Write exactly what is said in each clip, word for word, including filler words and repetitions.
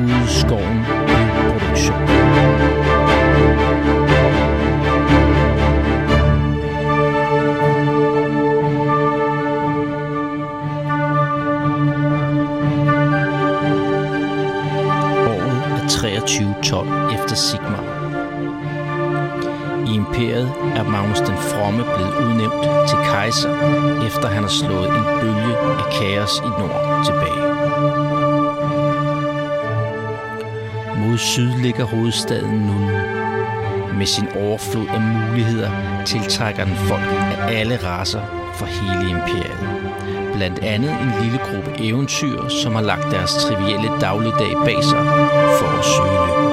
ude i skoven produktion. Året er treogtyve tolv efter Sigmar. I imperiet er Magnus den Fromme blevet udnævnt til kejser, efter han har slået en bølge af kaos i nord tilbage. Mod syd ligger hovedstaden Nuln. Med sin overflod af muligheder tiltrækker den folk af alle racer fra hele imperiet. Blandt andet en lille gruppe eventyr, som har lagt deres trivielle dagligdag bag sig for at søge lykken.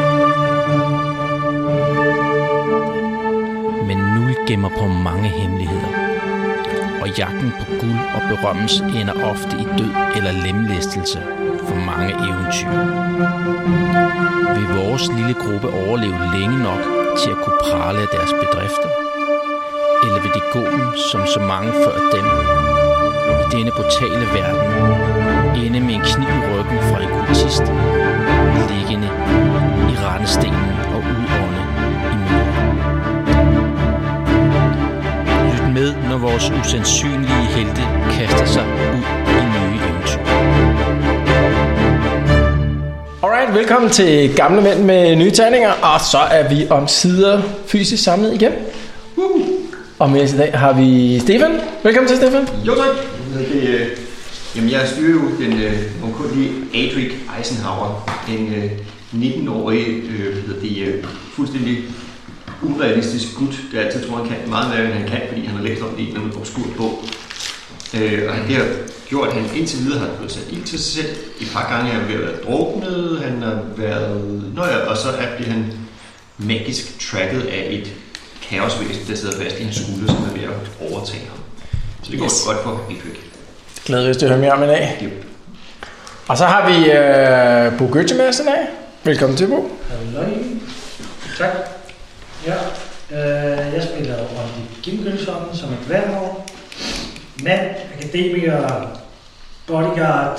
Men Nuln gemmer på mange hemmeligheder, og jagten på guld og berømmelse ender ofte i død eller lemlæstelse for mange eventyr. Vil vores lille gruppe overleve længe nok til at kunne prale af deres bedrifter? Eller vil det gå dem, som så mange før dem, i denne brutale verden, ende med en kniv i ryggen fra en kultist, liggende i randestenen og udånde i muren? Lyt med, når vores usandsynlige helte kaster sig ud i nye eventyr. Alright, velkommen til Gamle Mænd med Nye Terninger, og så er vi om sider fysisk samlet igen. Uh. Og med os i dag har vi Stefan. Velkommen til, Stefan. Jo, tak. Det, øh, jamen, jeg styrer jo den øh, omkundelige Adric Eisenhower, en øh, nitten-årig, øh, hedder det, øh, fuldstændig urealistisk gut, der altid tror, han kan meget mere, end han kan, fordi han har læst om det i en obskur bog. Øh, og han, det har gjort, at han indtil videre har blevet sat ild til sig selv. Et par gange har han været druknet, han har været... Nå ja, og så bliver han magisk tracket af et kaosvæsen, der sidder fast i hans skulder, som er ved at overtage ham. Så det går yes. godt for Adric. Glæder vi til at høre mere om i dag. Yep. Og så har vi øh, Bo Götze med os i dag. Velkommen til, Bo. Halløj. Tak. Ja, øh, jeg spiller Rondi Gimgrilsson som et dværg. Mand, akademiker, bodyguard,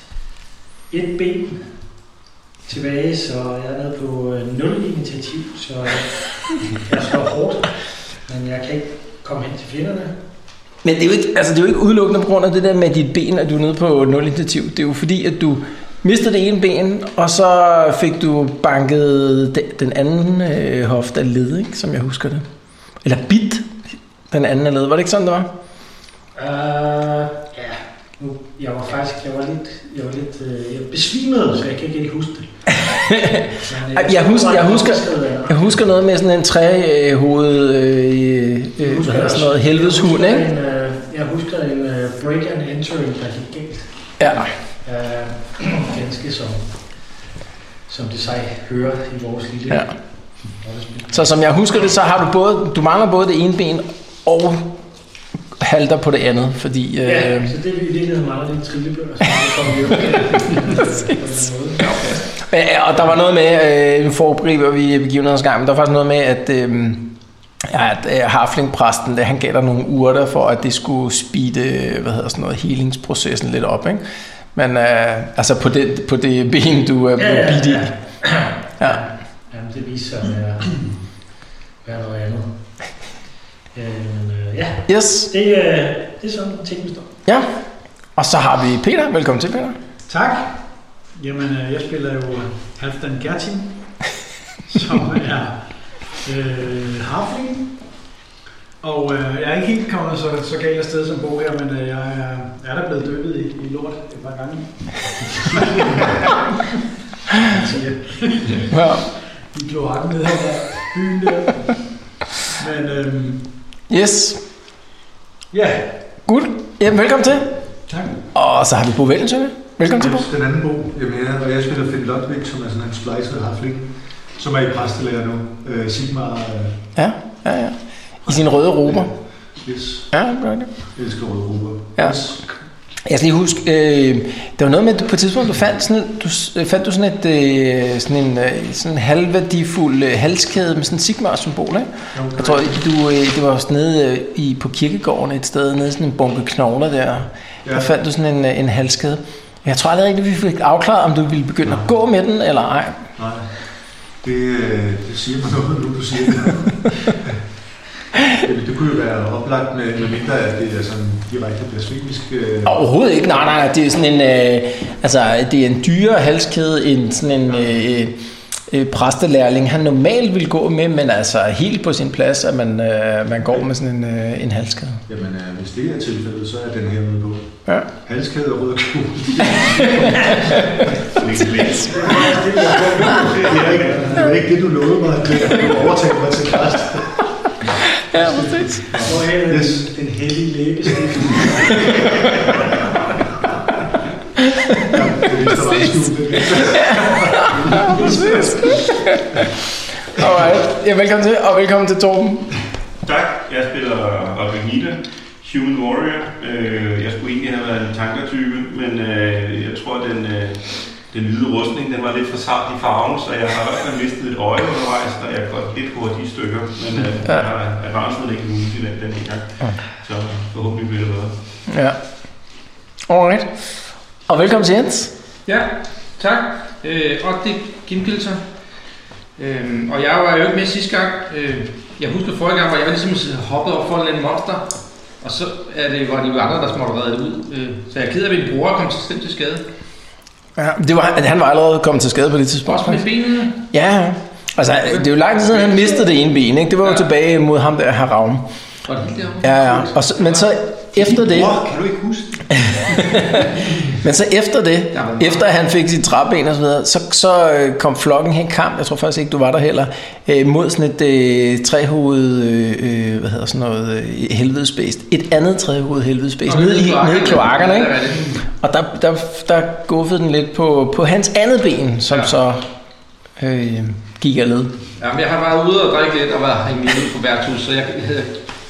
et ben tilbage, så jeg er nede på nul initiativ, så jeg slår hårdt, men jeg kan ikke komme hen til fjenderne. Men det er, jo ikke, altså det er jo ikke udelukkende på grund af det der med dit ben, at du er nede på nul initiativ. Det er jo fordi, at du mistede det ene ben, og så fik du banket den anden øh, hofte af led, ikke, som jeg husker det. Eller bit den anden af led. Var det ikke sådan, det var? Uh, ja, nu, jeg var faktisk, jeg var lidt, jeg var lidt øh, jeg besvimede, så jeg kan ikke helt huske det. Men, øh, jeg, husker, jeg, husker, jeg husker noget med sådan en træhoved, øh, øh, hvad hedder sådan noget, helvedeshund, ikke? En, øh, jeg husker en øh, break and entering, der gik galt. Ja. Uh, ganske som, som det sig hører i vores lille... Ja. Så som jeg husker det, så har du både, du mangler både det ene ben og halter på det andet, fordi... Ja, øh... så det er i virkeligheden meget lidt trillebøger, så det kommer vi jo ikke. Og der var noget med, øh, foregriber vi begivenhedens gang, men der var faktisk noget med, at, øh, at øh, Harfling-præsten, han gav dig nogle urter for, at det skulle speede, hvad hedder sådan noget, healingsprocessen lidt op, ikke? Men øh, altså på det, på det ben, du er blevet ja, ja, bidt i. Ja. Ja. Jamen, det viser sig at være, være noget andet. Øh, men, øh, ja, yes. det, øh, det er sådan, ting vi står. Ja, og så har vi Peter. Velkommen til, Peter. Tak. Jamen, jeg spiller jo Halfdan Gertin, som er øh, Harfling. Og øh, jeg er ikke helt kommet så, så galt af sted som Bo her, men øh, jeg er, er der blevet døbet i, i lort et par gange. Ja. I kloakken nede her byen der. Men øhm, yes. Ja. Godt. Jamen, velkommen til. Tak. Og så har vi Bo Vellensø. Velkommen til, Bo. Den anden Bo, jamen jeg, og jeg spiller Finn Lodvig, som er sådan en splejset harfling, som er i præstelærer nu. Øh, Sigmar. Øh, ja, ja, ja. I sine røde rober. Yes. Ja, gør det. Jeg elsker røde rober. Ja. Yes. Jeg skal lige huske, øh, der var noget med, at du på et tidspunkt, du fandt sådan, du, fandt du sådan, et, øh, sådan en øh, sådan halvværdifuld øh, halskæde med sådan en Sigmar-symbol, ikke? Okay. Jeg tror, du, øh, det var også nede øh, i, på kirkegården et sted, nede sådan en bunke knogler der. Ja. Der fandt du sådan en, en halskæde. Jeg tror aldrig ikke, vi fik afklaret, om du ville begynde Nej. at gå med den, eller ej. Nej, det, det siger mig noget, nu du siger det. det. Det kunne jo være oplagt med, med mindre, at det er sådan direkte blasfemisk. Øh... Overhovedet ikke, nej, nej, det er sådan en, øh, altså, det er en dyre halskæde, en sådan en øh, øh, præstelærling, han normalt vil gå med, men altså helt på sin plads, at man, øh, man går med sådan en, øh, en halskæde. Jamen, øh, hvis det er tilfældet, så er den her med på. Ja. Halskæde og rød kjole. Det er ikke det, du lovede mig, at du overtager mig til kast. Ja, præcis. Og her er yes. den hellige læbestift. Alright, ja, velkommen til, og velkommen til Torben. Tak, jeg spiller Albinita, Human Warrior. Jeg skulle egentlig have været en tankertype, men jeg tror, at den, den hvide rustning den var lidt for sart i farven, så jeg har i hvert fald mistet et øje undervejs, og jeg har gået lidt hurtigt i stykker, men ja. Jeg har advanced ikke nu til den, den gang, så forhåbentlig bliver det bedre. Ja, alright. Og velkommen til Jens. Ja, tak. Øh, og det er Gimkelser. Øh, og jeg var jo ikke med sidste gang. Øh, jeg husker forrige gang, hvor jeg var ligesom hoppet over for en lille monster. Og så er det, var de jo andre, der småtte redde det ud. Øh, så jeg er ked af, at min bror kom til, til skade. Ja, det var, han var allerede kommet til skade på det tidspunkt. Også med benene? Ja, altså det er jo lang tid siden, han mistede det ene ben, ikke? Det var jo ja. tilbage mod ham der, herr Ravn. Var det helt derovre? Ja, ja. Og så, men så efter det... Kan du ikke huske det? Men så efter det, efter at han fik sit træben og så videre, så, så kom flokken hen kamp, jeg tror faktisk ikke, du var der heller, øh, mod sådan et øh, trehovedet, øh, hvad hedder sådan noget, øh, helvedesbæst. Et andet trehovedet helvedesbæst, nede i, nede i kloakkerne, ikke? Og der, der, der guffede den lidt på, på hans andet ben, som ja. så øh, gik af led. Jamen, jeg har været ude og drikke lidt og været hængende ude på værtshus, så jeg havde...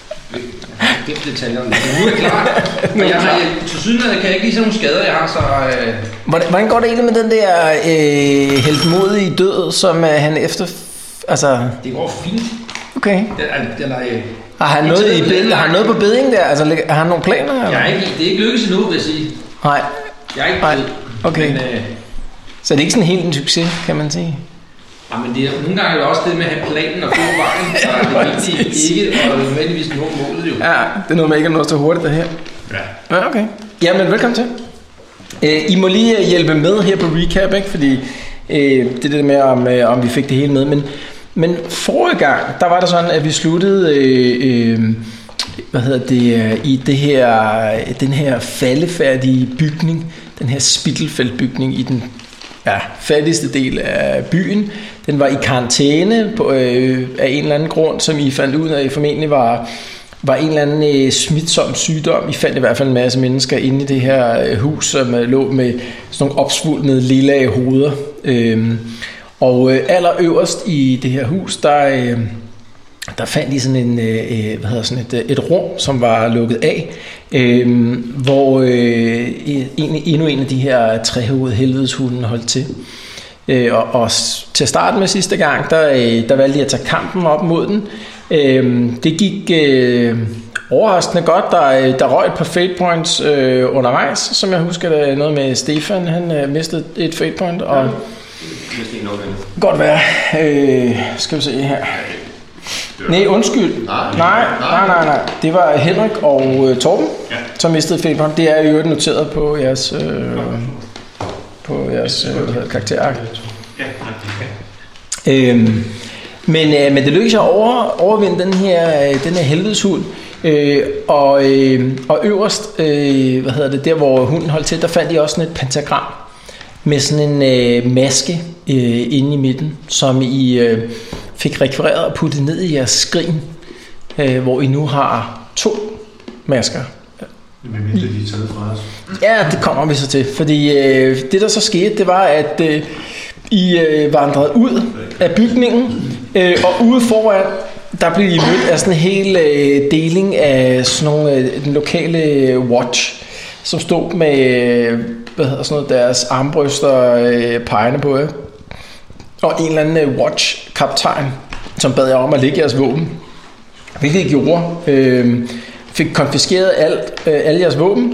Det er detaljerne. Nu er det klart. Og jeg har, til sydenlandet kan jeg ikke lige se nogle skader, jeg har, så... Øh... Hvordan, hvordan går det egentlig med den der øh, heltmodige død, som øh, han efter... Altså... Det går fint. Okay. Den, den er, øh... Har han noget, i bed, har han noget på beding der? Altså, har han nogle planer? Eller? Jeg er ikke, det er ikke lykkes endnu, vil jeg sige. Nej. Jeg er ikke Nej. Okay. Men, øh... Så det er ikke sådan helt en succes, kan man sige? Ja, men det er, nogle gange er det også det med at have planen og gå vejen, så er det vigtigt ikke og nødvendigvis nå målet jo. Ja, det er noget med ikke at nå så hurtigt det her. Ja. Ja, okay. Jamen, velkommen til. I må lige hjælpe med her på recap, ikke? Fordi det er det med, om, om vi fik det hele med. Men, men forrige gang, der var det sådan, at vi sluttede øh, øh, hvad hedder det, i det her, den her faldefærdige bygning, den her Spittelfeldbygning i den ja, fattigste del af byen. Den var i karantæne på, øh, af en eller anden grund, som I fandt ud af, formentlig var, var en eller anden øh, smitsom sygdom. I fandt i hvert fald en masse mennesker inde i det her øh, hus, som øh, lå med sådan nogle opsvulmede lilla hoveder. Øh, og øh, allerøverst i det her hus, der... Øh, Der fandt de sådan en, øh, hvad hedder sådan et, et rum, som var lukket af, øh, hvor øh, en, endnu en af de her trehovedede helvedeshunden holdt til. Øh, og, og til at starte med sidste gang, der, øh, der valgte de at tage kampen op mod den. Øh, det gik øh, overraskende godt. Der, der røg et par fate points øh, undervejs, som jeg husker, det noget med Stefan. Han øh, mistede et fate point. Og det er noget godt være. Øh, skal vi se her. Nej, undskyld. Nej, nej, nej, nej, nej. Det var Henrik og uh, Torben, ja. som mistede fate point. Det er jo noteret på jeres, øh, på jeres øh, karakterark. Ja, ja. Øhm, men, øh, men det lykkedes at over, overvinde den her, den her helvedeshund. Øh, og, øh, og øverst, øh, hvad hedder det, der hvor hunden holdt til, der fandt de også sådan et pentagram med sådan en øh, maske øh, inde i midten, som I øh, fik rekvireret og puttet ned i jeres skrin, øh, hvor I nu har to masker. Men mindre de er taget fra os. Ja, det kommer vi så til, fordi øh, det der så skete, det var, at øh, I øh, vandrede ud af bygningen, øh, og ude foran, der blev I mødt af sådan en hel øh, deling af sådan nogle, øh, den lokale watch, som stod med øh, hvad hedder sådan noget, deres armbryster øh, pegende på jer. Og en eller anden øh, watch-kaptajn, som bad jer om at lægge jeres våben. Hvilket I gjorde. Øh, fik konfiskeret alt, øh, alle jeres våben.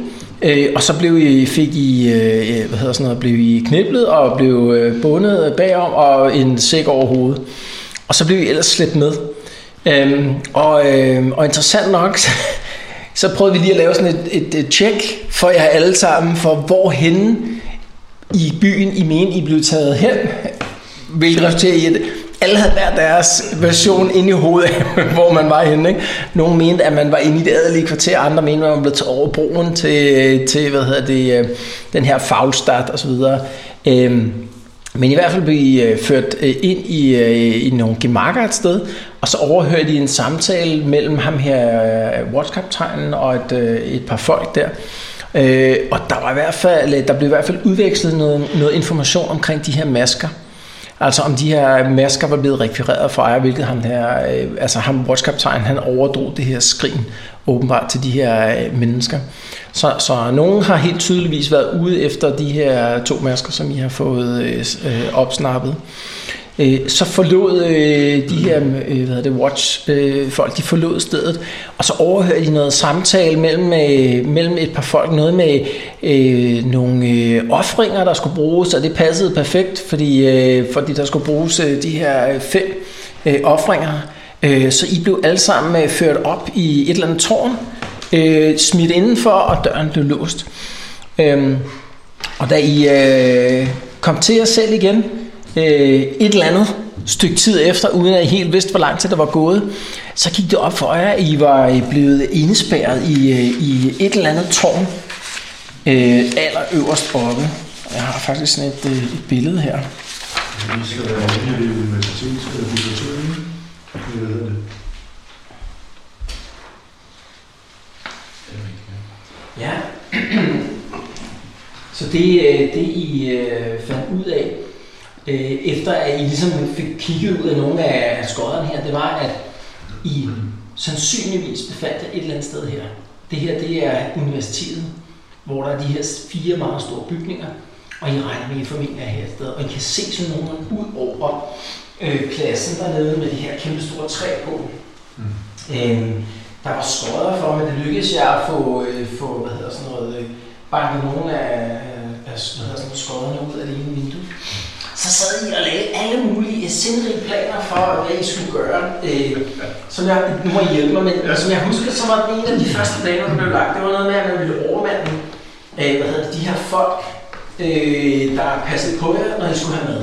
Øh, og så blev I, fik I, øh, hvad hedder sådan noget, blev I kniblet og blev øh, bundet bagom og en sæk over hovedet. Og så blev I ellers slæbt med. Øhm, og, øh, og interessant nok, så, så prøvede vi lige at lave sådan et, et, et check for jer alle sammen, for hvorhenne i byen I mente I blev taget hen. Hvilket resulterer i, at alle havde hver deres version inde i hovedet af, hvor man var henne. Ikke? Nogle mente, at man var inde i det adelige kvarter, andre mente, at man blev taget over broen til, til hvad hedder det, den her Faulstadt osv. Øhm, men i hvert fald blev I ført ind i, i nogle gemakker et sted, og så overhørte I en samtale mellem ham her, watchkaptajnen, og et, et par folk der. Øh, og der var i hvert fald, der blev i hvert fald udvekslet noget, noget information omkring de her masker. Altså om de her masker var blevet rekvireret fra jer, hvilket ham her, øh, altså ham watchkaptajnen, han overdrog det her skrin åbenbart til de her øh, mennesker. Så, så nogen har helt tydeligvis været ude efter de her to masker, som I har fået øh, opsnappet. Øh, så forlod øh, de her øh, hvad hedder det, watch øh, folk, de forlod stedet, og så overhørte de noget samtale mellem, øh, mellem et par folk, noget med øh, nogle øh, ofringer, der skulle bruges, og det passede perfekt, fordi, øh, fordi der skulle bruges øh, de her fem øh, ofringer. Øh, så I blev alle sammen øh, ført op i et eller andet tårn, øh, smidt indenfor, og døren blev låst. Øh, og da I øh, kom til jer selv igen, et eller andet stykke tid efter, uden at I helt vidste, hvor lang tid der var gået, så gik det op for jer, at I var blevet indespærret i, i et eller andet tårn, øh, aller øverst oppe. Jeg har faktisk sådan et, et billede her. Vi skal være inde i det universitets bibliotek. Hvad hedder det? Ja. Så det, det I øh, fandt ud af, efter at I ligesom fik kigget ud af nogle af skodderne her, det var, at I sandsynligvis befandt jer et eller andet sted her. Det her, det er universitetet, hvor der er de her fire meget store bygninger, og I regner med, at I formentlig er her et sted, og I kan se sådan nogle ud over øh, pladsen dernede med de her kæmpe store træ på. Mm. Øhm, der var skodder for, men det lykkedes jer at få, øh, få hvad hedder sådan noget, øh, banket nogle af, af hvad hedder sådan skodderne ud af det ene vindue. Så sad I og lavede alle mulige sindrige planer for, hvad I skulle gøre. Øh, som jeg, nu må I hjælpe mig, men ja. Som jeg husker, så var det en af de første planer, der blev lagt. Det var noget med, at man ville overmande øh, hvad hedder det, de her folk, øh, der passede på jer, når I skulle have mad.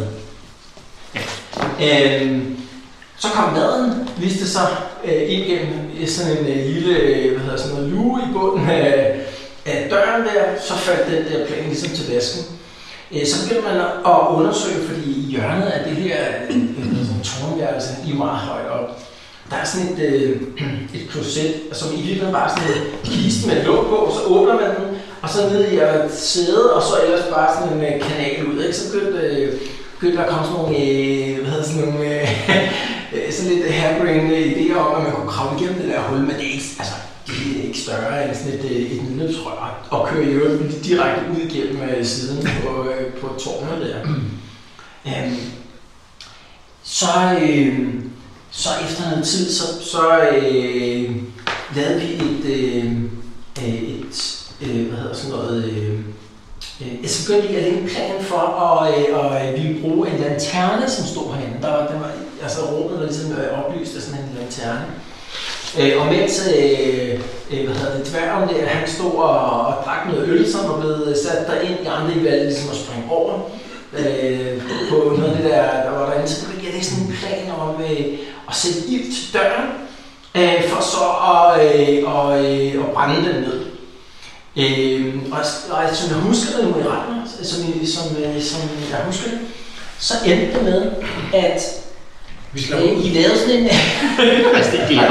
Øh, så kom maden, viste sig øh, ind gennem sådan en øh, lille hvad hedder sådan noget, luge i bunden af, af døren der. Så faldt den der plan ligesom til vasken. Så begynder man at undersøge, fordi i hjørnet af det her tårnværelse, I er meget højt op. Der er sådan et, øh, et kloset, som i virkeligheden bare sådan en kiste med låg på, så åbner man den, og så ned i et sæde, og så ellers bare sådan en kanal ud. Ikke? Så begyndte, øh, begyndte der at komme sådan nogle, øh, hvad hedder sådan nogle, øh, sådan lidt harebrain idéer om, at man kunne kravle igennem det der hul, men det er ikke, altså, det er ikke større end sådan et, et nedløbsrør, og kører i øvrigt direkte ud igennem uh, siden på, uh, på tårnet der. Um, så, uh, så efter noget tid, så, så uh, lavede vi et, uh, et uh, hvad hedder sådan noget, uh, uh, så begyndte vi at lægge en plan for, at uh, uh, vi ville bruge en lanterne, som stod herinde. Der var, der var, altså rummet var ligesom oplyst af sådan en lanterne. Øh, og mens øh, øh, hvad hedder det, dværgen der, han stod og, og drak noget øl, som var blevet sat derind, i andre i valgte ligesom at springe over øh, på noget af det der, der var derinde. Så begyndte jeg lægge sådan en plan om øh, at sætte ild til døren, øh, for så at, øh, og, øh, at brænde den ned. Øh, og, og som jeg husker det nu i retten, som, som, som jeg husker det, så endte det med, at vi skal I lavede sådan en... Altså, det er det,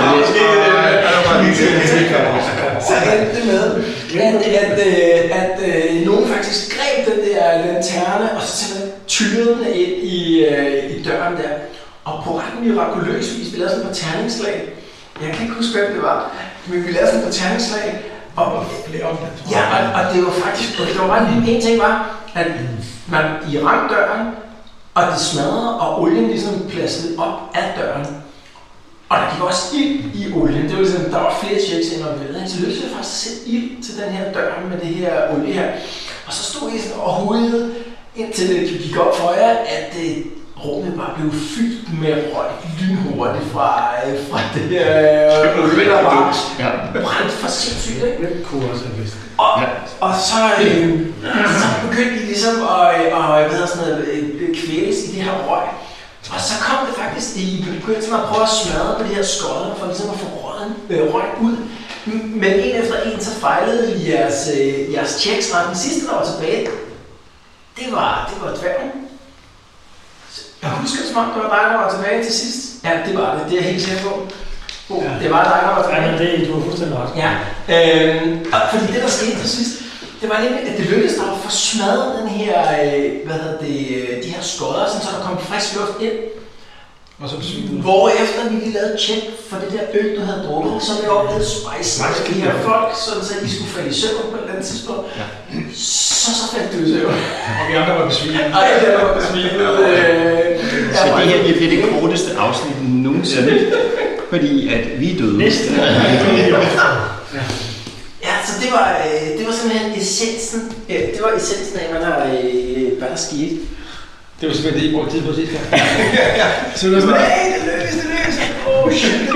så endte det med, at, at, at, at, at nogen faktisk greb den der lanterne, og så simpelthen tyrede den ind i, i døren der. Og på ret mirakuløs vis, vi lavede sådan på terningslag. Jeg kan ikke huske, hvem det var, men vi lavede sådan på terningslag. Og, ja, og, og det var faktisk... Det var ret en ting var, at man i ramte døren, og det smadrede, og olien ligesom pladsede op af døren. Og der gik også ild i olien. Det var ligesom, der var flere checks involveret. Så løste jeg faktisk at sætte ild til den her dør med det her olie her. Og så stod I sådan og hovedede, indtil det gik op for jer, at øh, rummet bare blev fyldt med røg lynhurtigt fra, øh, fra det her øh, olie, der var brændt for sindssygt, ikke? Hvem kunne også have vidst det? Og, og så, øh, så begyndte de ligesom at, at hvad hedder sådan noget, kvæles i det her røg. Og så kom det faktisk, I begyndte at prøve at smadre på de her skodder, for ligesom at få røgen, øh, røg ud. Men en efter en, så fejlede jeres, øh, jeres checks, og den sidste, der var tilbage, det var, det var dværgen. Jeg husker som om, det var dig, der var tilbage til sidst. Ja, det var det. Det er jeg helt sikker på. Oh, ja. Det var dig, der var tilbage. Ja, det du har fuldstændig ret. Ja, øh, fordi det, der skete til sidst, det var nemlig, at det lykkedes dig at få smadret den her, øh, hvad hedder det, de her skodder, sådan, så der kom frisk luft ind. Og så besvimede. Hvorefter vi lige lavede tjek for det der øl, du havde drukket, så vi også havde spejset de her folk, sådan så I skulle falde i søvn på et eller andet tidspunkt. Ja. Så så faldt du i søvn. Og vi andre var besvimet. Ej, det var besvimet. Øh, så det her bliver det korteste afsnit nogensinde, fordi at vi er døde. Næsten. Ja. Ja, så det var, øh, det var simpelthen essensen, øh, det var essensen af, hvad der, øh, hvad der skete. Det var simpelthen det, I brugte tid på sidst her. ja, ja. Så det var sådan, hey, det løs, det løs. Oh shit, det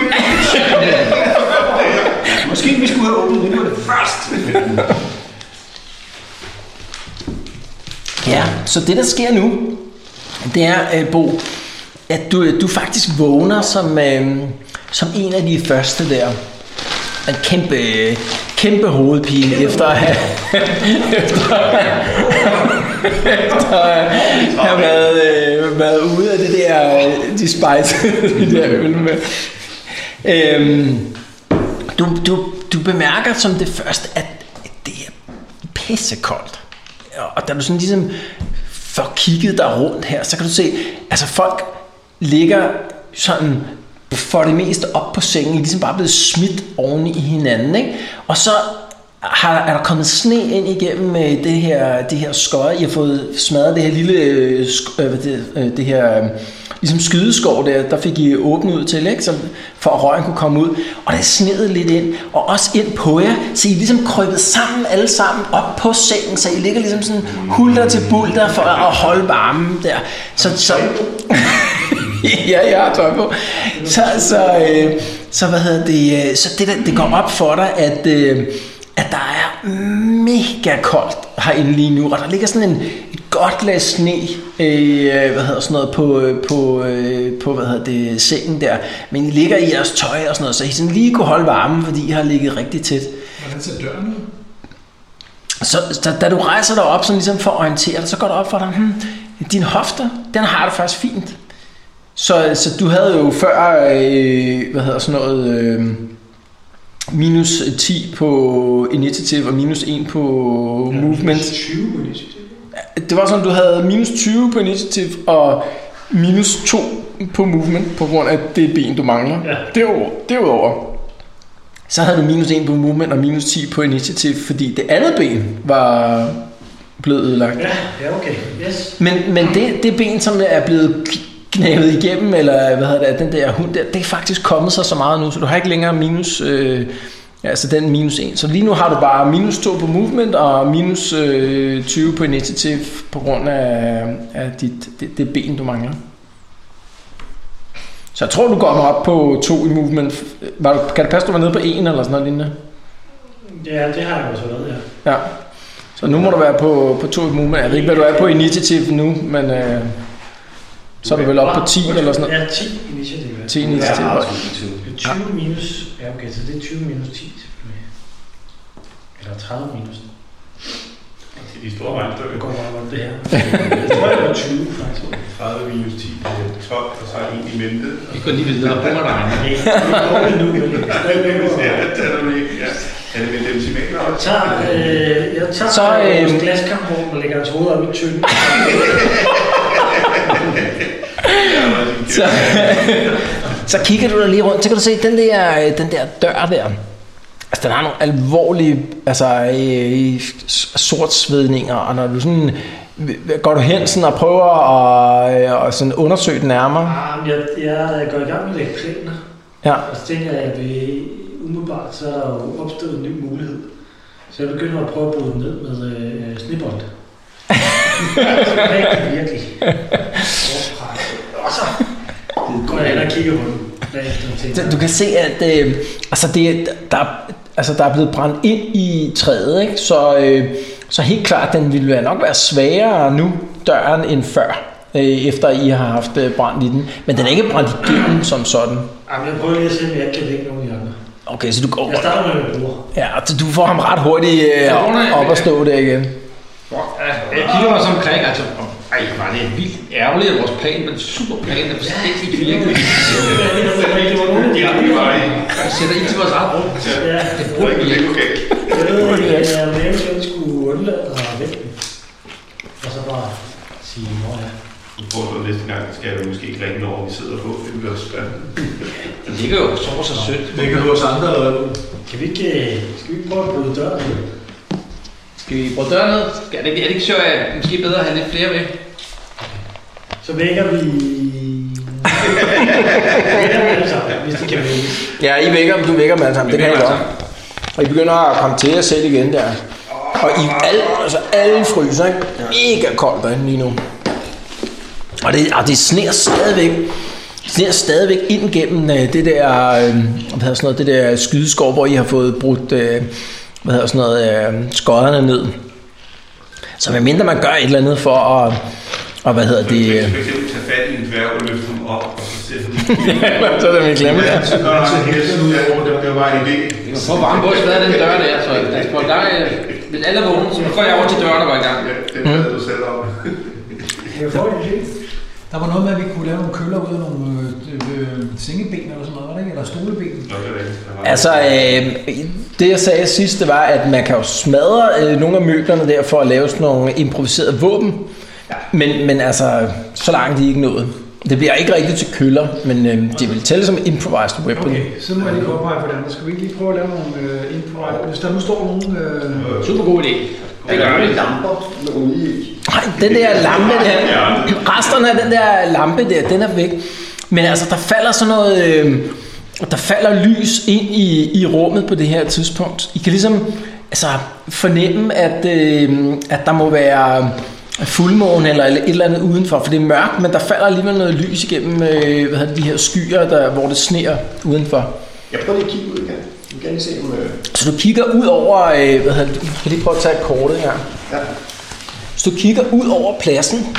løs. Måske vi skulle have åbnet vinduerne først. Ja, så det der sker nu, det er, øh, Bo, at du, du faktisk vågner som, øh, som en af de første der. En kæmpe, kæmpe hovedpine efter at have, efter at have været, øh, været ude af det der, de spice, de der øl med. Øhm, du, du, du bemærker som det første, at det er pissekoldt. Og da du sådan ligesom får kigget dig rundt her, så kan du se, altså folk ligger sådan for det meste op på sengen, ligesom bare blevet smidt oven i hinanden, ikke? Og så har, er der kommet sne ind igennem det her, det her skod. I har fået smadret det her lille, øh, det, det her ligesom skydeskov der, der fik I åbnet ud til, ikke? Så for at røgen kunne komme ud. Og det er snedet lidt ind, og også ind på jer, så I er ligesom krybet sammen alle sammen op på sengen, så I ligger ligesom sådan hulter til bulter for at holde varmen der. Så, så ja, jeg har tøj på. Så, så, øh, så hvad hedder det? Så det, der, det går op for dig, at, øh, at der er mega koldt herinde lige nu, og der ligger sådan en et godt lag sne, øh, hvad hedder sådan noget på på øh, på hvad hedder det sengen der. Men I ligger i jeres tøj og sådan noget, så I sådan lige kunne holde varmen, fordi I har ligget rigtig tæt. Hvordan ser døren ud? Så, så da du rejser dig op, sådan ligesom for at orientere dig, så går det op for dig, hmm, din hofter, den har det faktisk fint. Så, så du havde jo før, øh, hvad hedder sådan noget, øh, minus ti på initiative og minus en på ja, movement. Minus tyve på initiative? Det var sådan, du havde minus tyve på initiative og minus to på movement, på grund af det ben, du mangler. Ja. Derudover, derudover, så havde du minus en på movement og minus ti på initiative, fordi det andet ben var blevet ødelagt. Ja, ja okay. Yes. Men, men det, det ben, som er blevet knævet igennem, eller hvad hedder det, den der hund der, det er faktisk kommet så så meget nu, så du har ikke længere minus, øh, altså den minus en. Så lige nu har du bare minus to på movement, og minus øh, tyve på initiative, på grund af, af dit, det, det ben, du mangler. Så jeg tror, du går op på to i movement. Kan det passe, du var nede på en, eller sådan noget lignende? Ja, det har jeg også været, ja. Ja. Så nu må du være på, på to i movement. Jeg ved ikke, hvad du er på initiative nu, men... Øh, så er du vel oppe på ti eller sådan noget? Ja, ti initiativ. ti initiativ. Ja, tyve minus... Ja, okay, så det er tyve minus ti selvfølgelig. Eller tredive minus. Det er de store regnestykker. Det går bare godt det her. Jeg tror, det var tyve faktisk. tredive minus ti er tolv, og så er en i mente. Vi går lige videre på mig dig. Ja, det er nu. Ja, det er du ikke. Ja. Er det med decimaler? Jeg tager, øh, jeg tager så, øh, vores glaskamphorn og lægger hans hoved op i tynden. så, så kigger du der lige rundt, så kan du se den der, den der dør der. Altså den har nogle alvorlige, altså øh, sortsvedninger, og når du sådan går du hen sådan og prøver at, at sådan undersøge den nærmere. Ah, jeg, jeg går i gang med at lægge planer. Ja. Og så tænker jeg, at ved, umiddelbart så er der jo opstået en ny mulighed. Så jeg begynder at prøve at bryde ned med øh, snebold. Rigtig virkelig. Og så går jeg ind og kigger på den. Du kan se, at øh, altså det, der, altså der er blevet brændt ind i træet, ikke? Så, øh, så helt klart, den ville nok være sværere nu, døren, end før, øh, efter I har haft øh, brændt i den. Men den er ikke brændt igennem som sådan. Jamen, jeg prøver lige at se, om jeg ikke kan vække nogen i andre. Okay, så du går... Jeg starter med min bror. Ja, du får ham ret hurtigt øh, op og stå der igen. Jeg kigger mig så omkring, altså, ej, var det vildt ærgerligt, at vores plan var en super plan, der var slet ikke virkelig. Det var nogle af de andre. Jeg sætter ind til vores eget rum. Ja, Det er ikke lidt lokalt. jeg ved ikke, at jeg eventuelt skulle undlade at vække den. Og så bare sige, hvor jeg er. Jeg prøver så næste gang, skal jeg måske ikke ringe over, vi sidder på. Det bliver spændende. Den ligger jo så så sødt. Ligger du hos andre, eller hvad? Kan vi ikke, skal vi ikke prøve at bryde døren ned? Skal vi prøve døren ned? Er det, er det ikke sjovt, at måske bedre at have lidt flere med? Så vækker vi... vækker vi alle sammen, hvis det kan vækkes. Ja, I vækker dem, du vækker dem alle sammen, det kan I godt. Og I begynder at komme til jer selv igen der. Og I alle, altså alle fryser, ikke? Mega koldt derinde lige nu. Og det, og det sner stadigvæk, sner stadigvæk ind gennem øh, det der, øh, hvad hedder sådan noget, det der skydeskår, hvor I har fået brudt, øh, hvad hedder sådan noget, øh, skodderne ned. Så medmindre man gør et eller andet for at, og hvad hedder det? For eksempel tage fat i en dværg og løfte dem op, og så sætte dem. Så er det min glemme der. Så går der en helsen ud over, det var bare en idé. Jeg får varme på, så er den dør der, så jeg får gang, hvis alle er vågne, så går jeg over til døren og går i gang. Ja, det ved du selv om. Jeg får det lidt. Der var noget med, at vi kunne lave nogle køller ud af nogle øh, øh, sengeben eller sådan noget, var det ikke? Eller stoleben? Nå, det er rigtigt. Altså, øh, det jeg sagde sidst, det var, at man kan jo smadre øh, nogle af møblerne der for at lave sådan nogle improviserede våben. Men, men altså, så langt de ikke nået. Det bliver ikke rigtigt til køller, men øh, det vil tælle som improvised weapon. Okay, så må jeg lige påpege for det andet. Skal vi ikke lige prøve at lave nogle øh, improvised... Hvis der nu står nogen... Øh... Super god idé. Det gør vi. Lamper med olie i. Nej, den der lampe der, resterne af den der lampe der, den er væk. Men altså, der falder sådan noget, øh, der falder lys ind i, i rummet på det her tidspunkt. I kan ligesom altså, fornemme, at, øh, at der må være fuldmåne eller et eller andet udenfor, for det er mørkt, men der falder alligevel noget lys igennem øh, hvad hedder det, de her skyer, der, hvor det sner udenfor. Jeg prøver lige at kigge ud igen. Du kan lige se om... Øh... Så du kigger ud over, øh, hvad hedder det, jeg skal lige prøve at tage et kortet her. Ja. Hvis du kigger ud over pladsen,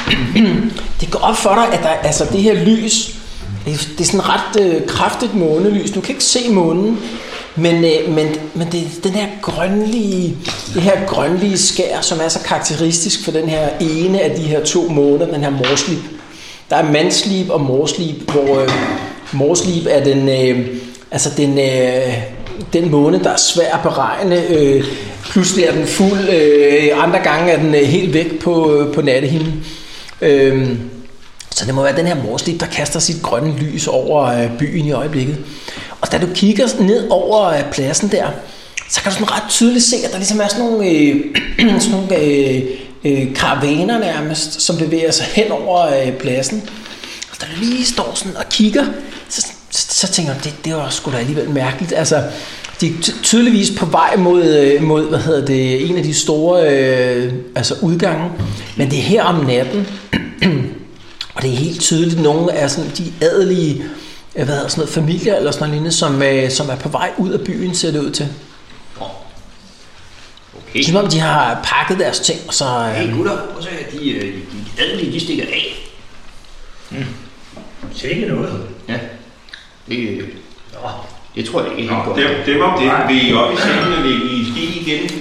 det går op for dig, at der, altså det her lys, det er sådan ret øh, kraftigt månelys. Du kan ikke se månen, men, øh, men, men det er den her grønlige, det her grønlige skær, som er så karakteristisk for den her ene af de her to måner, den her morslib. Der er mandslib og morslib, hvor øh, morslib er den, øh, altså den, øh, den måne, der er svær at beregne. Øh, pludselig er den fuld, øh, andre gange er den øh, helt væk på, øh, på nattehimlen. Øh, så det må være den her morslib, der kaster sit grønne lys over øh, byen i øjeblikket. Og da du kigger ned over øh, pladsen der, så kan du sådan ret tydeligt se, at der ligesom er sådan nogle, øh, sådan nogle øh, øh, karavaner nærmest, som bevæger sig hen over øh, pladsen. Og da du lige står sådan og kigger, så, så, så tænker du, det, det var sgu da alligevel mærkeligt. Altså, de er tydeligvis på vej mod, mod hvad hedder det, en af de store øh, altså udgange, men det er her om natten, og det er helt tydeligt, nogle af sådan, de adelige hvad hedder, sådan noget, familier eller sådan noget lignende, som, øh, som er på vej ud af byen, ser det ud til. Okay. Som om de har pakket deres ting, og så... Øh, Hey gutter, prøv at se, de, de, de adelige, de stikker af. Mm. Så ikke noget. Ja. Det, Nå, det tror jeg ikke. Nå, det, det var det. Vil I op i sengen, og vil I ske igen?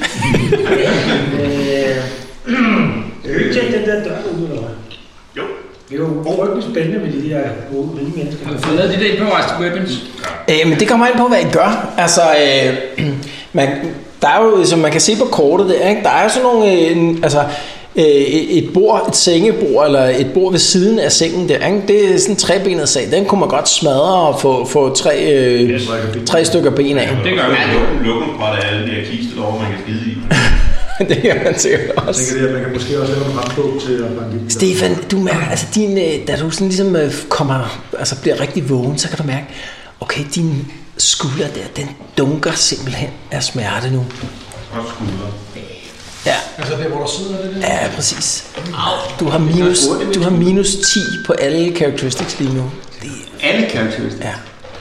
Det er jo ikke tjekket den der dør ud, eller hvad? Jo. Det er jo frygtelig spændende med de der gode rige mennesker. Har vi fået lavet de der improvised weapons? øh, men det kommer ind på, hvad I gør. Altså, øh, man, der er jo, som man kan se på kortet der, ikke? Der er jo sådan nogle... Øh, altså, et bord, et sengebord eller et bord ved siden af sengen der, ikke? Det er sådan en trebenet sag. Den kunne man godt smadre og få, få tre, øh, yes. tre stykker ben af. Det gør vi. Lukken, lukken fra det alle de her kister over, man kan skide i. Det kan man sikkert også. Jeg tænker det, at man kan måske også lave en ramplåg til at banke i. Stefan, du mærker, altså din, da du sådan ligesom kommer, altså bliver rigtig vågen, så kan du mærke, Okay, din skulder der, den dunker simpelthen af smerte nu. Og skulder. Ja. Altså der, hvor der sidder det der? Ja, præcis. Du har minus, du har minus ti på alle characteristics lige nu. Det er... Alle characteristics? Ja.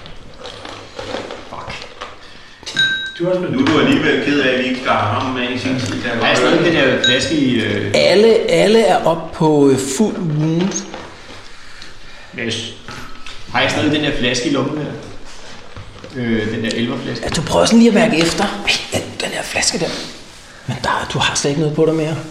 Fuck. Du er nu er du alligevel ked af, at vi ikke skal have ham med i sin tid. Der er stadig den der flaske i... Øh... Alle, alle er op på fuld wound. Yes. Har jeg stadig den der flaske i lommen her? Øh, den der elverflaske? Ja, du prøver sådan lige at mærke efter. Ja, den der flaske der. Men der, du har slet ikke noget på dig mere.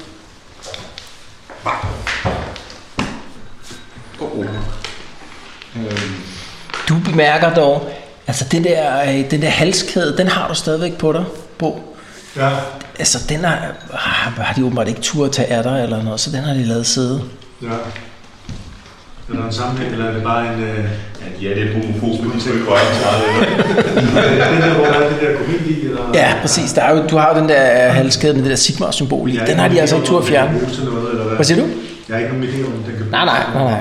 Oh, oh. Øhm. Du bemærker dog, altså den der, den der halskæde, den har du stadigvæk på dig, Bo. Ja. Altså den har, har de åbenbart ikke tur at tage af dig eller noget, så den har de lavet sidde. Ja. Er der en sammenhæng, eller er det bare en... Øh... Ja, de er lidt homofobe, de skal ikke røre sig. Den der, hvor der er det der komik i, eller... Ja, præcis. Der er jo, du har jo den der halskæde med det der Sigmar-symbol i. Den har de altså ikke tur at fjerne. Hvad siger du? Jeg har ikke nogen idé om, den kan... Nej, nej, nej, nej.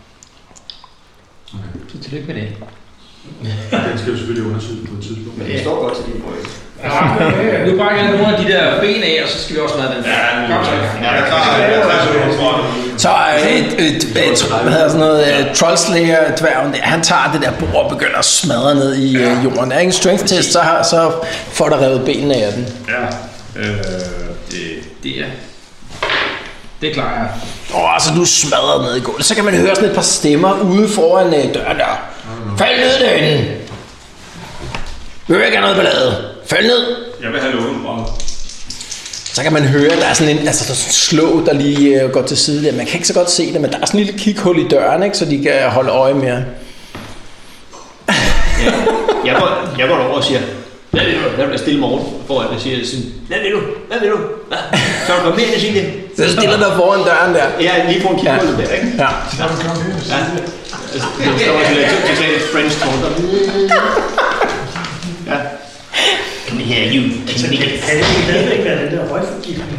Okay. Så tillykke med det. Den skal jo selvfølgelig undersøge på et tidspunkt. Men det står godt til din point. Ja, nu bakker jeg nogle af de der ben af, og så skal vi også have den der. Ja, kom så. Ja, jeg tager så et, et, et, et, hvad hedder sådan noget, Trollslayer-dværgen, han tager det der bord og begynder at smadre ned i ja. jorden. Der er ingen strength test, så, har, så får der revet benene af den. Ja, øh, det, det er... Det klarer jeg. Åh, oh, altså du smadrer ned i gulvet. Så kan man høre sådan et par stemmer ude foran uh, døren der. Fald ned derinde. Vi vil ikke have noget ballade. Fald ned. Jeg vil have lågen fra. Så kan man høre, at der er sådan en, altså der er sådan en slå, der lige uh, går til side der. Man kan ikke så godt se det, men der er sådan en lille kighul i døren, ikke, så de kan holde øje med. Ja, jeg, går, jeg går over og siger, hvad vil du? Hvad vil jeg stille morgen foran og siger sådan, hvad vil du? Hvad vil du? Hvad? Så er du kommet mere end at sige det. Så stiller der foran døren der. Ja, lige foran kighullet der, ikke? Ja. Så er du kommet her. Ja. Altså, det står også lidt til et French talk. Ja. Come here, you knicket. Det kan ikke være den der røgforgiftning.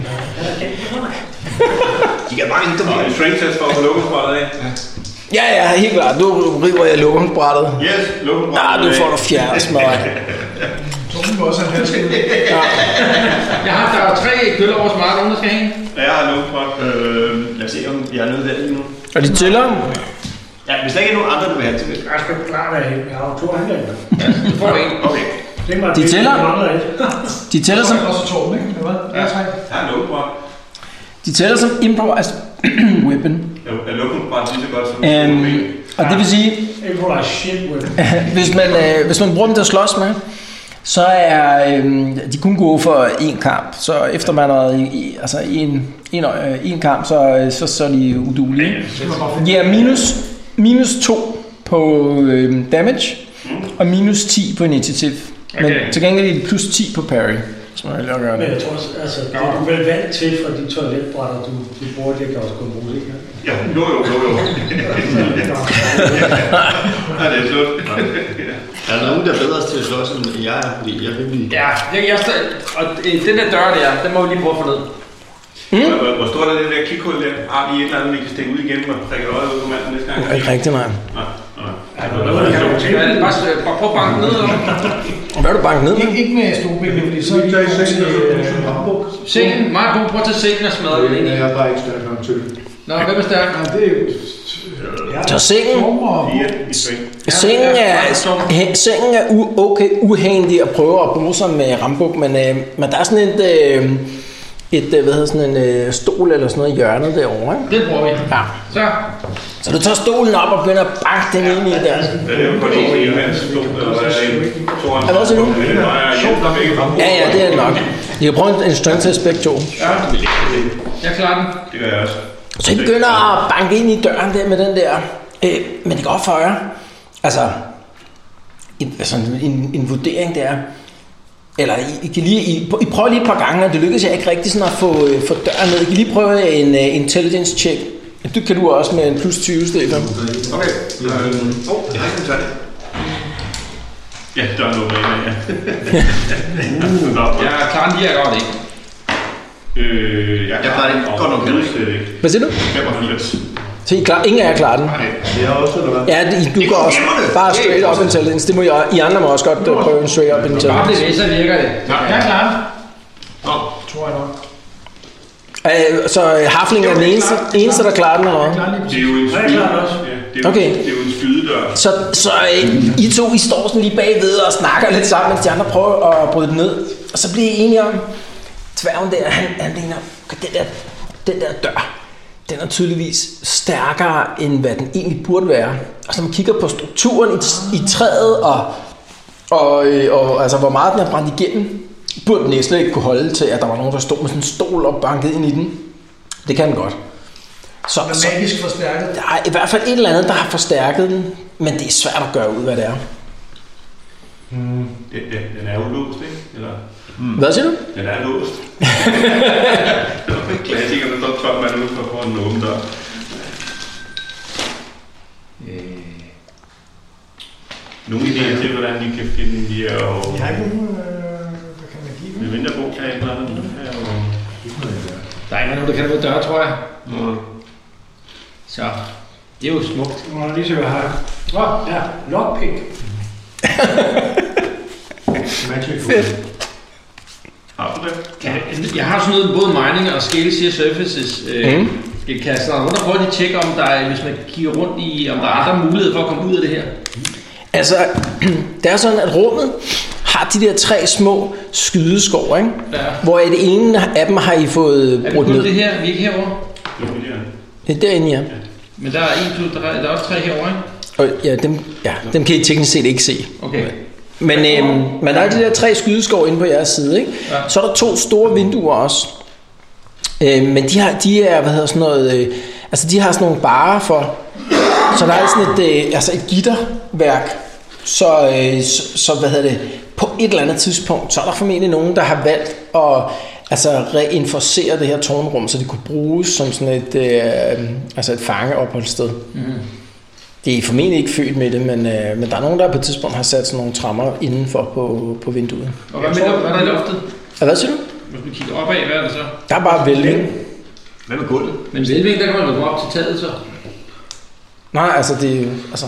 De kan bare ikke komme. En strength test for at få lukkensprættet af. Ja, ja, helt klart. Nu river jeg lukkensprættet. Yes, lukkensprættet. Nej, du får du fjerde smadret. Så må du også have halskede. Ja. Jeg har der er tre køller over smart, nogen der skal hænge. Ja, jeg har lukkensprættet. Øh, lad os se, om jeg er nødt til lige nu. Og de tæller? Ja, hvis der ikke er nogen andre, du vil have til det. Jeg skal klart være helt. Jeg har jo to anlægger. Ja, du får en. Okay. De tæller? De tæller som... Også to, ikke? Eller hvad? Ja, jeg har lukkensprættet. De tæller som improvised weapon. Er lukkensprættet lige så godt som um, Og det vil sige... Improvised shit weapon. hvis, man, øh, hvis man bruger dem til at slås med, så er øh, de kun gode for én kamp. Så efter man har i, i, altså en, en, øh, en kamp, så, så, så er de uduelige. De er minus, minus to på øh, damage, og minus ti på initiativ. Men okay. Til gengæld er de plus ti på parry. Så jeg gøre det. Men jeg tror også, altså, det er du vel vant til fra de toiletbrætter, du, du bruger, det kan også kun bruge det, ikke? Ja, jo, jo, jo, jo. Ja, det er slut. Er der nogen, der er bedre til at slås, end jeg er? Fordi jeg er rimelig... Ja, jeg, jeg, og den der dør der, den må vi lige prøve at få ned. Mm. Hvor, hvor stort er det der kikhul der? Har vi et eller andet, vi kan stikke ud igen og prikke øjet ud på manden næste gang? Ikke rigtigt, nej. Nej, nej. Er der noget, der kan du til? Bare prøv at banke ned. Og hvad er du banket ned med? Ikke med storbenene, fordi så er vi ikke til sengen. Marco, prøv at tage sengen og smadre den ind i. Jeg er bare ikke stærk nok til det. Nå, hvem er stærk? Det er jo... Så sengen, Fire i sengen er, sengen er u, okay uhandig at prøve at bruge som rambuk, men, øh, men der er sådan et, øh, et hvad hedder sådan en øh, stol eller sådan noget i hjørnet derovre. Ikke? Det bruger vi. Ja. Så. Så du tager stolen op og begynder at banke den ind i der. Det er jo kun en enmandsstol, eller hvad er det? Hvad siger du? Ja, ja, det er det nok. I kan prøve en strength test begge to. Ja, jeg klarer den. Det gør jeg også. Så I begynder at banke ind i døren der med den der. Øh, men det går op for jer. Altså, en, altså en, en vurdering der. Eller I, I, kan lige, I, I prøver lige et par gange, og det lykkedes jeg ikke rigtig sådan at få, få døren ned. I kan lige prøve en uh, intelligence check. Det kan du også med en plus tyve, Stefan. Okay. Åh, oh, jeg har ikke en tørne. Ja, døren lukker ind, ja. Jeg klarer den lige, jeg gør det ikke. Øh, jeg klarer det godt nok ikke. Hvad siger du? femogfirs. Så I klar, ingen af jer klarer den? Nej, det har også, eller hvad? Ja, I, du går også bare straight up intelligence. Det må I, I andre må også godt uh, prøve en straight up intelligence. Bare det ved, så virker det. Ja, jeg er klar. Nå, Tror jeg nok. Uh, så Harfling er den eneste, eneste, der klarer den, eller hvad? Jeg er klar lige Det præcis. er jo en Så er jeg skyde. klar også. Ja, det er jo, Okay. det er jo en skydedør. Så, så uh, I to, I står sådan lige bagved og snakker lidt sammen, mens de andre prøver at bryde den ned. Og så bliver I enige om, dværgen der, han, han mener, okay, den der, den der dør, den er tydeligvis stærkere, end hvad den egentlig burde være. Og så når man kigger på strukturen i, i træet, og, og, øh, og altså, hvor meget den er brændt igennem, burde den slet ikke kunne holde til, at der var nogen, der stod med sådan en stol og bankede ind i den. Det kan den godt. Så, Den så er magisk forstærket. der er i hvert fald et eller andet, der har forstærket den, men det er svært at gøre ud, hvad det er. Den, den, den er jo låst, ikke? Eller, Mm. Hvad siger du? den er låst. Det var en klassiker, der står tolv mand ude for at få en åben dør. Nogle idéer til, hvordan vi kan finde de her og... Jeg har ikke nogen, øh, hvad kan man give Vi dem? venter på, kan jeg ikke noget andet. Der er ikke nogen, der kan noget døre, tror jeg. Ja. Så det er jo smukt. Nu må jeg lige se, hvad jeg har. Åh, ja, lockpick. Magic. Fedt. Har du det? Ja, jeg har sådan noget, både mining og scale shear surfaces. Øh, Mm. Kan jeg snart rundt og prøve at tjekke, om der er, hvis man kigger rundt i, om der er andre muligheder for at komme ud af det her? Altså, det er sådan, at rummet har de der tre små skydeskår, ikke? Ja. Hvor i det ene af dem har I fået Er det brudt kun ned. det her? Vi er ikke herovre? Jo, det er Det er derinde, ja. Men der er en, to, der er, der er også tre herovre, ikke? Og ja, dem, ja, dem kan I teknisk set ikke se. Okay. Men, øhm, men der er de der tre skydeskår inde på jeres side, ikke? Ja. Så er der to store vinduer også. Øh, men de har, de er, hvad hedder sådan noget, øh, altså de har sådan nogle barer for, så der er sådan et, øh, altså et gitterværk, så, øh, så, så, hvad hedder det, på et eller andet tidspunkt, så er der formentlig nogen, der har valgt at altså reinforcere det her tårnrum, så det kunne bruges som sådan et, øh, altså et fangeopholdssted. Mm. Det er formentlig ikke født med det, men, øh, men der er nogen, der på et tidspunkt har sat sådan nogle tremmer indenfor på, på vinduet. Og hvad, med, hvad er der i loftet? Og hvad siger du? Hvis du kigger opad, hvad er det så? Der er bare vælving. hvad med gulvet? Men velvæg, der kan man jo gå op til taget så. Nej, altså det er altså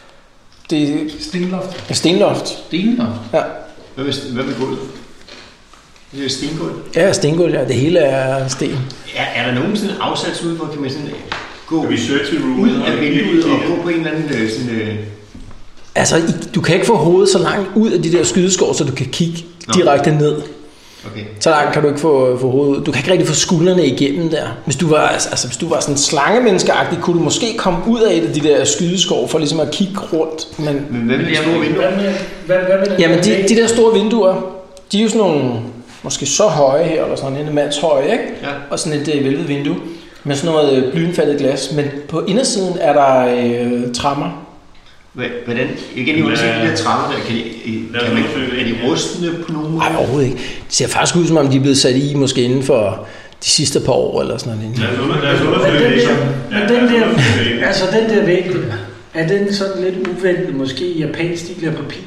det er Stenloft. et stenloft. Stenloft. Ja, Hvad med, hvad med gulvet? Det er stengulv. ja, stengulv, ja, det hele er sten. Er, er der nogen sådan afsats ude, hvor kan man sådan gå Research room. ud af vinduet og gå på en eller anden øh, sådan... Øh, Altså, I- du kan ikke få hovedet så langt ud af de der skydeskår, så du kan kigge Nå. direkte ned. okay. Så langt kan du ikke få, få hovedet ud. Du kan ikke rigtig få skuldrene igennem der. Hvis du var, altså, hvis du var sådan slangemenneskeagtig, kunne du måske komme ud af et af de der skydeskår for ligesom at kigge rundt. Men Men hvad med de store vinduer? Hvad med, hvad, hvad med den? jamen, de, de der store vinduer, de er jo sådan nogle, måske så høje her, eller sådan en mands høje, ikke? Ja. Og sådan et øh, vælvet vindue med sådan noget øh, blyindfattet glas. Men på indersiden er der øh, trammer. Hvad- Hvordan? Jeg kan lige undersøge de der trapper der. Kan de, Lad os kan man, undersøge det. er de rustne på nogen måde? Nej, overhovedet ikke. Det ser faktisk ud, som om de er blevet sat i, måske inden for de sidste par år, eller sådan noget. Lad os under- lad os Men undersøge den det. der, Ja, men den lad os der, undersøge det. altså den der væg, der, er den sådan lidt uventet, måske i japansk stil af papir?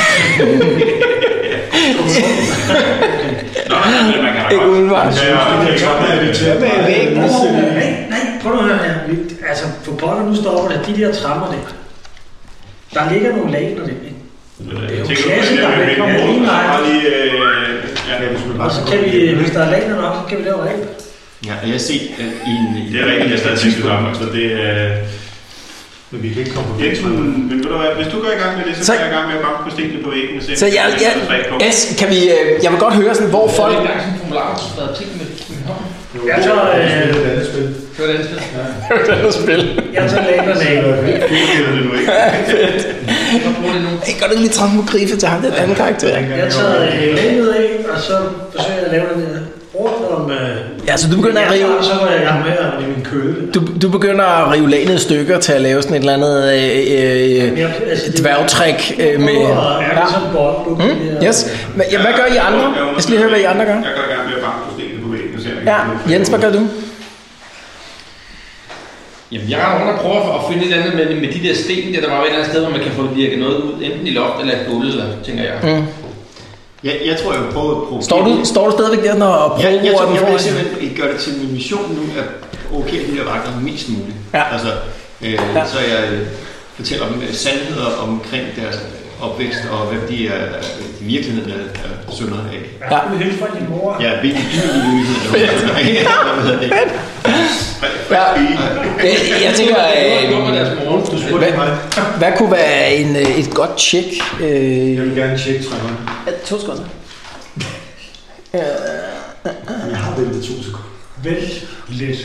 Nå, men man kan da Ikke godt- umiddelbart. Ja, ja, Det er godt, at vi tager Nej, bare... nej, nej, prøv nu at høre her. Vi- Altså, for pokker, nu stopper der de der trammer der. Der ligger nogle lag under det. ikke? Det er jo tænker, klassiker, at men vi ja, lige kan nøjagtigt. bare lige... øh, ja, Og så kan vi, hvis der er lag nok, så kan vi lave regler. Ja, og jeg har set øh, i en... i- Det er rigtigt, jeg stadig tænker sammen, så det er... Men vi kan ikke komme på Jensen, men ved du hvad, hvis du går i gang med det, så, Så- går jeg i gang med at banke på stenene på væggen og se. Så jeg, jeg, S, kan vi, øh, jeg vil godt høre, sådan, hvor folk... Jeg har ikke sådan en formular, der står ting med min hånd. Jeg tager, øh, et andet spil. Det var det andet spil. Det spil. jeg tager lagerne af. Det er det nu ikke. Jeg bruger det nu. Jeg kan godt ikke lige trække på grife til ham, det er et andet karakter. Jeg tager øh, laget af, og så forsøger jeg at lave den der rundt om... Øh, Ja, så du begynder at rive... Og så går jeg i gang med at rive min køle. Du, du begynder at rive lagene i stykker til at lave sådan et eller andet øh, øh, Jeg- altså, det- dværgtræk øh, med... Og er det sådan bold på Mm, yes. Men, ja, hvad gør I andre? Jeg skal lige høre, hvad I andre gør. Jeg går i gang med at banke på stenene på væggen og se. om jeg Ja, kan få- Jens, hvad gør du? Jamen, jeg har rundt og prøver at finde et eller andet med, med de der sten der, der var et eller andet sted, hvor man kan få virket noget ud, enten i loft eller et gulv, eller tænker jeg. Mm. Jeg, jeg tror, jeg vil prøve at prøve... Står du, står du stadigvæk der og Ja, jeg, prøver tror, den jeg for vil os? simpelthen gøre det til min mission nu, at provokerer de der vagter mest muligt. Ja. Altså, øh, ja. Så jeg øh, fortæller dem øh, sandheder omkring deres opvækst, og hvem de er i virkeligheden er, er sønner af. Ja, du vil hilse fra din mor. Ja, hvilken dyr i virkeligheden er det. Ja, jeg, jeg tænker, øh, hvad, hvad kunne være en, et godt tjek? Øh, Jeg vil gerne tjekke trækkerne. Ja, to sekunder. Jeg har ventet to sekunder. Vent lidt.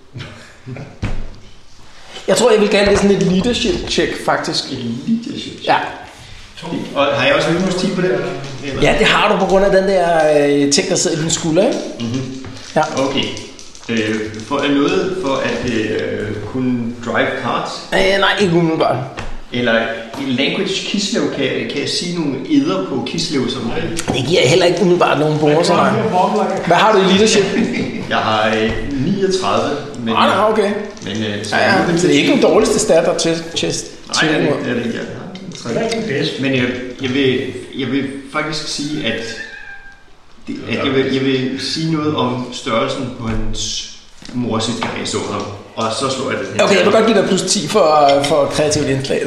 Jeg tror, jeg vil kalde det sådan et leadership check, faktisk. Et leadership check? Ja. Og har jeg også minus ti på det? Ja, det har du på grund af den der øh, ting, der sidder i din skulder, ikke? Mm-hmm. Ja. Okay. Øh, for er noget for at øh, kunne drive cards? Øh, nej, ikke umiddelbart. Eller i language Kislev, kan, kan jeg sige nogle eder på Kislev, som... Det giver heller ikke umiddelbart nogen bonusser. Hvad har du i leadership? Jeg har øh, niogtredive, men... Ah, nej, okay. Men, øh, så, ja, ja. Så det er ikke den dårligste stat, der til chest. Nej, det er det, det er det ikke. Det er ikke den bedste. Men jeg, jeg, vil, jeg vil faktisk sige, at, det, at jeg, vil, jeg vil sige noget om størrelsen på hans mor, sit gang, jeg så ham. Og så slår jeg det her. Okay, jeg vil godt give dig plus ti for, for kreativt indslag.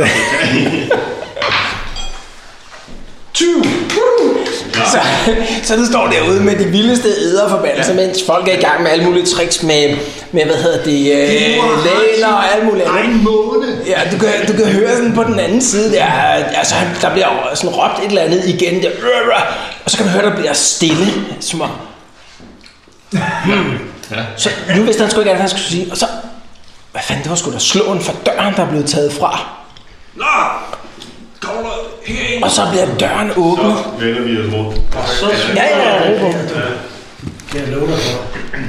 tyve! Så, så du står derude med de vildeste æderforbandelser, ja. Mens folk er i gang med alle mulige tricks med, med hvad hedder det, øh, læler og alt muligt andet. Ja, du kan, du kan høre sådan på den anden side, der, altså, der bliver sådan råbt et eller andet igen, der, og så kan man høre, der bliver stille, som om, hmm. Ja. Så nu vidste han sgu ikke, hvad han skulle sige, og så, hvad fanden, det var sgu da slåen for døren, der er blevet taget fra. Nå! Og så bliver døren åbnet. Så vender vi os rundt. Ja, ja, ja. Jeg lover dig for.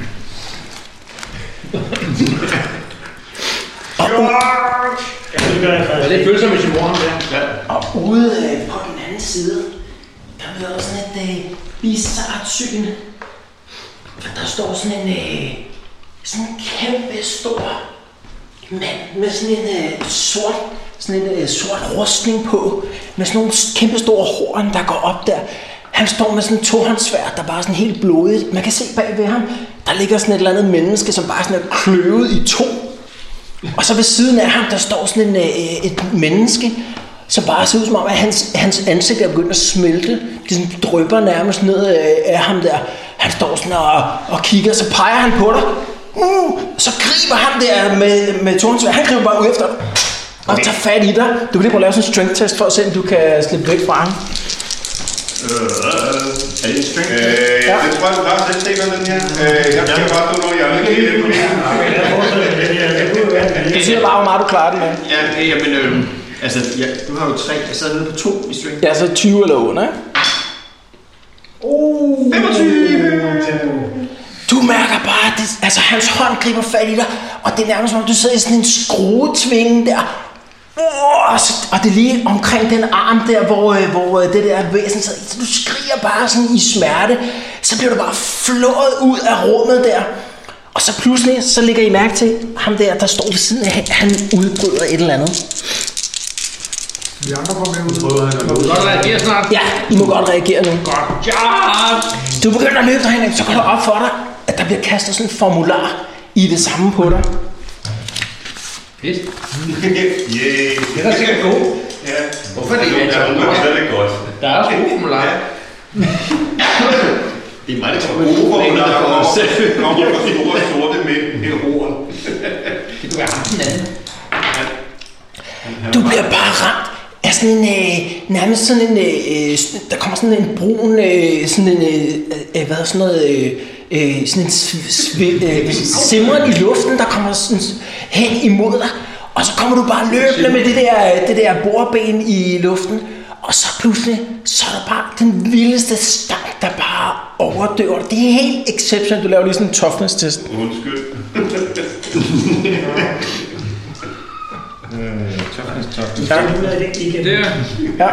Og det føles som i sin mor, ham der. Og ude øh, på den anden side, der bliver også sådan et øh, bizarrt syn. Der står sådan en, øh, sådan en kæmpe stor mand med sådan en øh, sort, sådan en øh, sort rustning på, med sådan nogle kæmpe store horn, der går op der. Han står med sådan en tohåndssværd, der bare er sådan helt blodigt. Man kan se bag ved ham, der ligger sådan et eller andet menneske, som bare sådan er kløvet i to. Og så ved siden af ham, der står sådan en, øh, et menneske, som bare ser ud som om, at hans, hans ansigt er begyndt at smelte. Det sådan drypper nærmest ned af, af ham der. Han står sådan og, og kigger, så peger han på dig. Uh, så griber han der med, med tornsværd. Han griber bare ud efter dig. Og okay. Tager fat i dig. Du kan lige prøve at lave sådan en strength test for at se, om du kan slippe væk fra ham. Øh, er det en strength test? Øh, ja. Det tror jeg, du klarer selv sikkert den her. Øh, jeg skal bare stå, når jeg er ikke det på det. Du siger bare, hvor meget du klarer det med. Ja, jamen, øh, altså, ja, du har jo tre. Jeg sad nede på to i strength. Ja, så tyve eller under, ikke? Uh, femogtyve! Du mærker bare, at det, altså, hans hånd griber fat i dig, og det er nærmest som om, du sidder i sådan en skruetvinge der. Uh, og det er lige omkring den arm der, hvor, hvor det der væsen sidder i. Så du skriger bare sådan i smerte. Så bliver du bare flået ud af rummet der. Og så pludselig, så lægger I mærke til ham der, der står ved siden af, han udbryder et eller andet. Vi andre kommer med ud. Må du godt reagere snart? Ja, I må godt reagere nu. Godt job! Du begynder at løbe derhen, så går der op for dig, at der bliver kastet sådan en formular i det samme på dig. Pis. Yay! Det er da sikkert god. Ja. Hvorfor er det ikke? Ja, det er slet godt. Der er også gode formular. Det er mig, der Og kommer gode formular for kommer os selv. kommer fra store sorte mænd med horn. Det kunne være ham den anden. Du bliver bare ramt af sådan en, øh, nærmest sådan en, øh, der kommer sådan en brun, øh, sådan en, øh, hvad hedder sådan noget, øh, øh, sådan en sv- øh, simren i luften, der kommer sådan hen imod dig, og så kommer du bare løbende med det der, det der bordben i luften, og så pludselig, så er der bare den vildeste stank, der bare overdøver dig. Det er helt exceptionelt. Du laver lige sådan en toughness test. Undskyld. Toughness, toughness. Ja. Det er... Ja.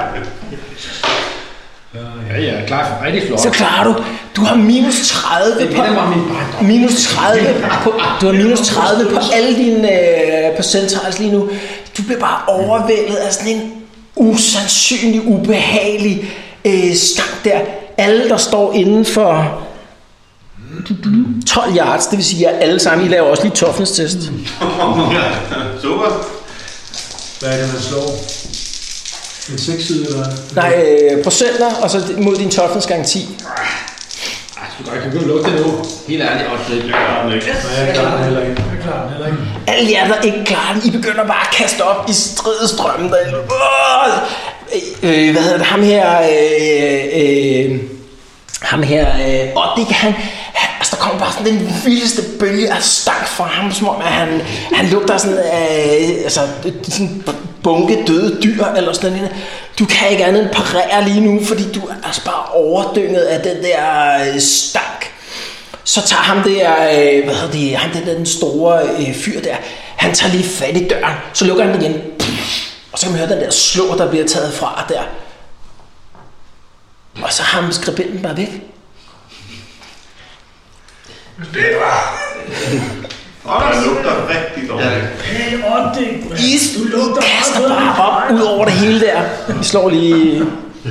Ja, jeg er klar for rigtig flot. Så klarer du. Du har minus tredive det, på, det var min barndom. minus tredive på, du har minus tredive på alle dine øh, percentiles lige nu. Du bliver bare overvældet af sådan en usandsynlig, ubehagelig øh, stank der. Alle, der står inden for tolv yards, det vil sige, at alle sammen, I laver også lige toughness-test. Super. Hvad er det, man slår? En seks side eller hvad? Nej, øh, procenter, og så mod din toughness-garanti. Ej, du kan ikke lukke det nu. Helt ærligt, og det gør ikke. Jeg klarer den heller ikke. Jeg klarer den heller ikke. Alle jer, der ikke klarer den, I begynder bare at kaste op i stridestrømmen derinde. Øh, hvad hedder det? Ham her... Øh, øh, ham her... Øh, og det kan han... Altså, der kommer bare sådan den vildeste bølge af stank fra ham, som om at han, han lugter sådan af... Øh, altså, sådan bunke døde dyr, eller sådan noget. Du kan ikke andet end parere lige nu, fordi du er altså bare overdynget af den der øh, stank. Så tager ham der, øh, hvad hedder det, ham der, den store øh, fyr der, han tager lige fat i døren, så lukker han den igen, og så kan man høre den der slå, der bliver taget fra der. Og så har ham skribenten bare væk. Det var... Og der lugter rigtig dårligt. Hey, Oddik! Is, du kaster bare op ud over det hele der. Vi slår lige...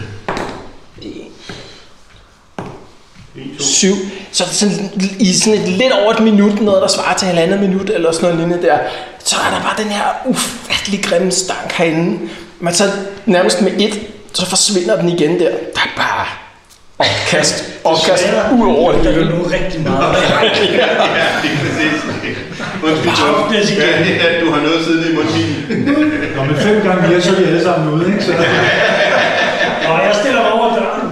syv. Så sådan, i sådan et lidt over et minut, noget der svarer til halvandet minut, eller sådan noget lignende der, så er der bare den her ufattelig grimme stank herinde. Men så nærmest med et, så forsvinder den igen der. Der er bare opkast, opkast ud over det. Der er nu rigtig meget. Ja, det er præcis. Undskyld, ja, du har noget siden i munden. Nå, men fem gange mere, så er vi alle sammen ude, ikke? Så... Og jeg stiller mig over døren.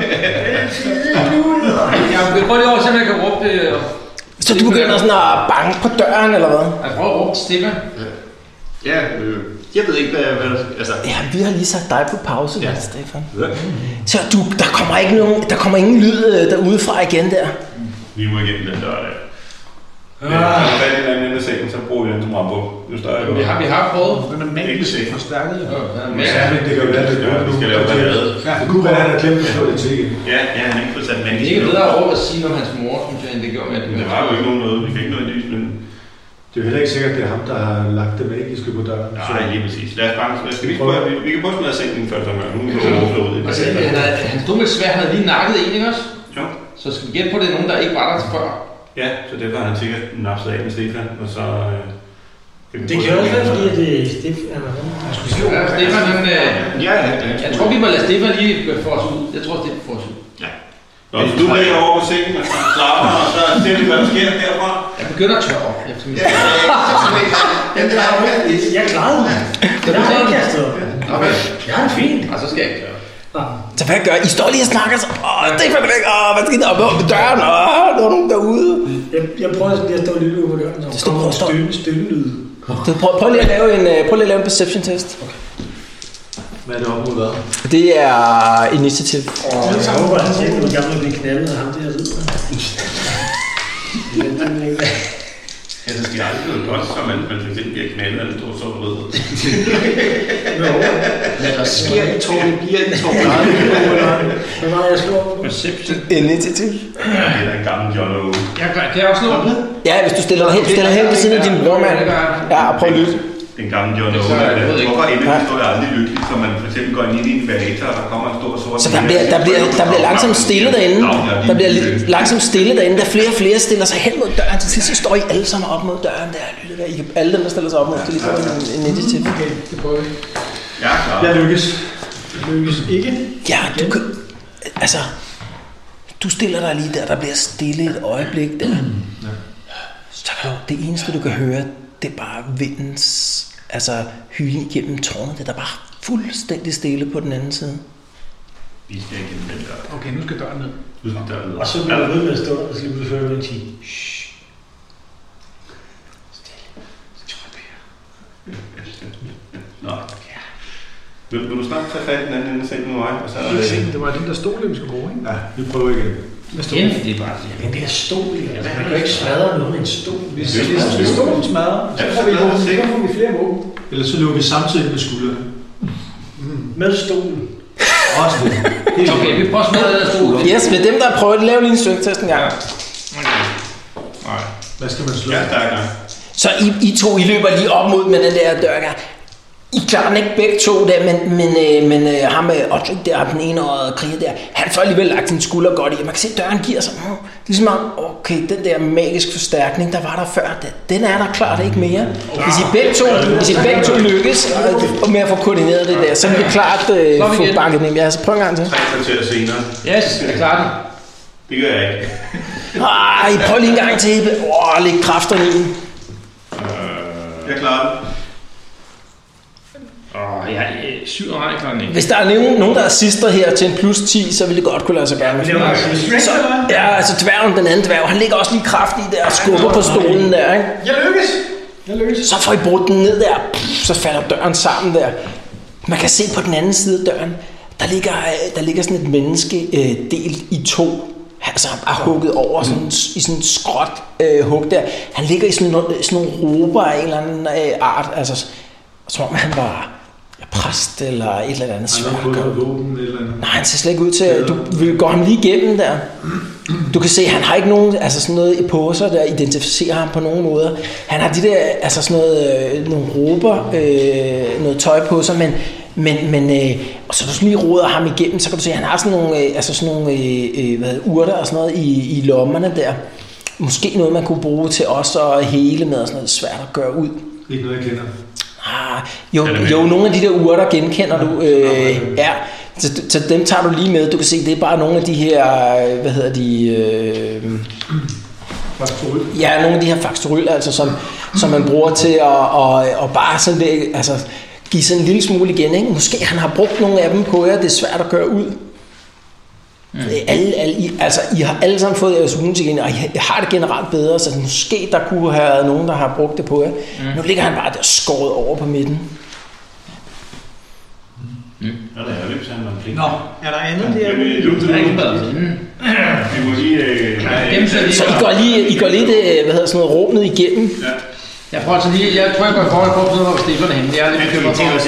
Jeg prøver lige over, så jeg kan råbe det. Så du begynder sådan at banke på døren, eller hvad? Jeg prøver at råbe Stefan. Ja, øh, jeg ved ikke, hvad... hvad altså. Ja, vi har lige sat dig på pause, ja. Stefan. Ja. Så du, der kommer ikke nogen, der kommer ingen lyd derudefra igen der. Vi må igennem den dør der. Men når man fandt en anden ende af sengen, så bruger vi den som rambo. Jo større jo. Vi har, vi har prøvet. Den er magisk forstærket. Ja, det kan jo være, det gør. Vi skal lave ballade. Det kunne være, at han har glemt at slå det til igen. Ja, ja, han er ikke fået sat Det magisk. er ikke bedre at råbe at sige om hans mor, synes jeg, end det gjorde med det. Det var jo ikke nogen noget. Vi kan ikke noget lys, men... Det er jo heller ikke sikkert, at det er ham, der har lagt det magiske på døren. Nej, lige præcis. Lad os bare... Skal vi ikke prøve? Vi kan prøve at smide sengen før, så nu kan vi overflå ud. Altså, han stod med svær, han havde lige nakket en, ikke også? Jo. Så skal vi gætte på, det er nogen, der ikke var der før. Ja, så det var han sikkert napset af med Stefan, og så... Øh, det kan også være, fordi det er Stefan. Ja, Stefan, han... Øh, ja, ja, ja. Jeg tror, vi må lade Stefan lige få os ud. Jeg tror, Stefan får os ud. Ja. Nå, så du ligger over på sengen, og slapper, og så ser vi, hvad der sker derfra. Jeg begynder at tørre op efter min Jeg klarede mig. Det er ikke kastet op. Okay. Jeg er fint. Og så skal jeg ikke tørre. Så hvad gør I? I står lige og snakker så, åh, Stefan er væk, åh, hvad skal I der oppe på døren, åh, der er nogen derude. Jeg, jeg prøver lige at stå lidt ude på døren, så står kommer stønne, stønne lyd. Prøv, prøv lige at lave en, prøv lige at lave en perception test. Okay. Hvad er det op mod hvad? Det er initiativ. Jeg håber, at han siger, at du er gammel at blive knaldet af ham der sidder. Ja, det skal aldrig noget godt, så man, man for eksempel bliver knaldet af en stor sort rød. Hvad der sker i tårnet, bliver i tårnet. Hvad var det, jeg slår på? Perception. Initiativ. Ja, det er en gammel John O. Jeg kan, kan jeg også slå? Ja, hvis du stiller dig hen, stiller hen ved siden af din brormand. Ja, og prøv at lytte. Den gamle John O. Hvorfor ender historien aldrig lykkelig, så man for eksempel går ind i en variator, og der kommer en stor sort... Så der bliver, der bliver, der bliver langsomt stille derinde. Der bliver langsomt stille derinde. Der er flere og flere stiller sig hen mod døren. Til sidst så står I alle sammen op mod døren. Der lytter der. I kan, alle dem, der stiller sig op mod, det er ligesom en, en initiativ. Okay, det prøver vi. Ja, klar. Jeg lykkes. Lykkes ikke. Ja, du kan... Altså... Du stiller dig lige der. Der bliver stille et øjeblik der. Så kan du, det eneste, du kan høre, det er bare vindens... Altså hylen igennem tårnet. Det er der bare fuldstændig stille på den anden side. Vi skal igennem den dør. Okay, nu skal døren ned. Nu skal døren ned. Og så bliver du ved med at stå, og så skal du føre med en sige, shhh. Nå. Vil, vil du snart tage fat i den anden ende af sengen med mig? Og så er det... det var den der stol, vi skulle bruge, ikke? Ja, vi prøver igen. Igen, det er bare Men det er stol, altså. Man kan ikke smadre noget med en stol. Hvis stolen smadrer, så får vi våben, så får vi flere våben. Eller så løber vi samtidig med skuldrene. Med stolen. Også det. Okay, vi prøver at smadre den der stol. Yes, med dem, der har prøvet det, lav lige en styrketest en gang. Nej. Hvad skal man slå? Jeg er stærkere. Så I, I to, I løber lige op mod med den der dør. I klarer den ikke begge to der, men, men, øh, men øh, ham med Odrik der, den ene og kriger der, han får alligevel lagt sin skulder godt i. Man kan se, at døren giver sig. Mm, ligesom om, okay, den der magisk forstærkning, der var der før, den er der klart ikke mere. Hvis I begge to, hvis I begge to lykkes og med at få koordineret det der, så vil det klart øh, få banket ned. Ja, så prøv en gang til. Tre kvarter senere. Yes, jeg klarer den. Det gør jeg ikke. Ej, prøv lige en gang til. Åh, læg kræfterne i den. Jeg klarer den. Åh, oh, jeg er syv og jeg klarer den ikke. Hvis der er nogen, nogen der assister her til en plus ti, så vil det godt kunne lade sig gøre. Så, ja, altså dværgen, den anden dværg, han ligger også lige kraftigt der og skubber på stolen der, ikke? Jeg lykkes! Jeg lykkes! Så får I brudt den ned der, så falder døren sammen der. Man kan se på den anden side af døren, der ligger, der ligger sådan et menneske øh, delt i to. Altså han er hugget over sådan, i sådan en skråt øh, hug der. Han ligger i sådan nogle, sådan nogle råber af en eller anden øh, art, altså som om han var præst eller et eller andet svært. Nej, han ser slet ikke ud til, du vil gå ham lige igennem der. Du kan se, han har ikke nogen, altså sådan noget på sig, der identificerer ham på nogen måder. Han har de der, altså sådan noget, øh, nogle råber, øh, noget tøj på sig, men, men, men øh, og så du lige roder ham igennem, så kan du se, at han har sådan nogle, øh, altså sådan nogle øh, hvad, urter og sådan noget i, i lommerne der. Måske noget, man kunne bruge til også at hele med, og sådan noget svært at gøre ud. Ikke noget, jeg kender. Ah, jo, jo, nogle af de der urter genkender du. Øh, ja, så, så dem tager du lige med. Du kan se, det er bare nogle af de her, hvad hedder de? Øh, Faktoryl. Ja, nogle af de her faktoryl, altså som, som man bruger til at og, og bare sådan det, altså give sådan en lille smule igen. Ikke? Måske han har brugt nogle af dem på jer. Det er svært at gøre ud. Mm. Alle, alle, I, altså, I har alle sammen fået jeres wounds igen, og I har det generelt bedre, så måske der kunne have været nogen, der har brugt det på jer. Mm. Nu ligger han bare der skåret over på midten. Mm. Ja, der er løbs, han var en flink. Nå, er der andet der? Det er ikke bedre. Vi må lige... Så I går lige, I går lige det, hvad hedder sådan noget, rummet igennem. Ja. Jeg prøver altså lige, jeg tror jeg går i forhold på at finde, hvor Stefan er henne. Det er lidt bekymret for.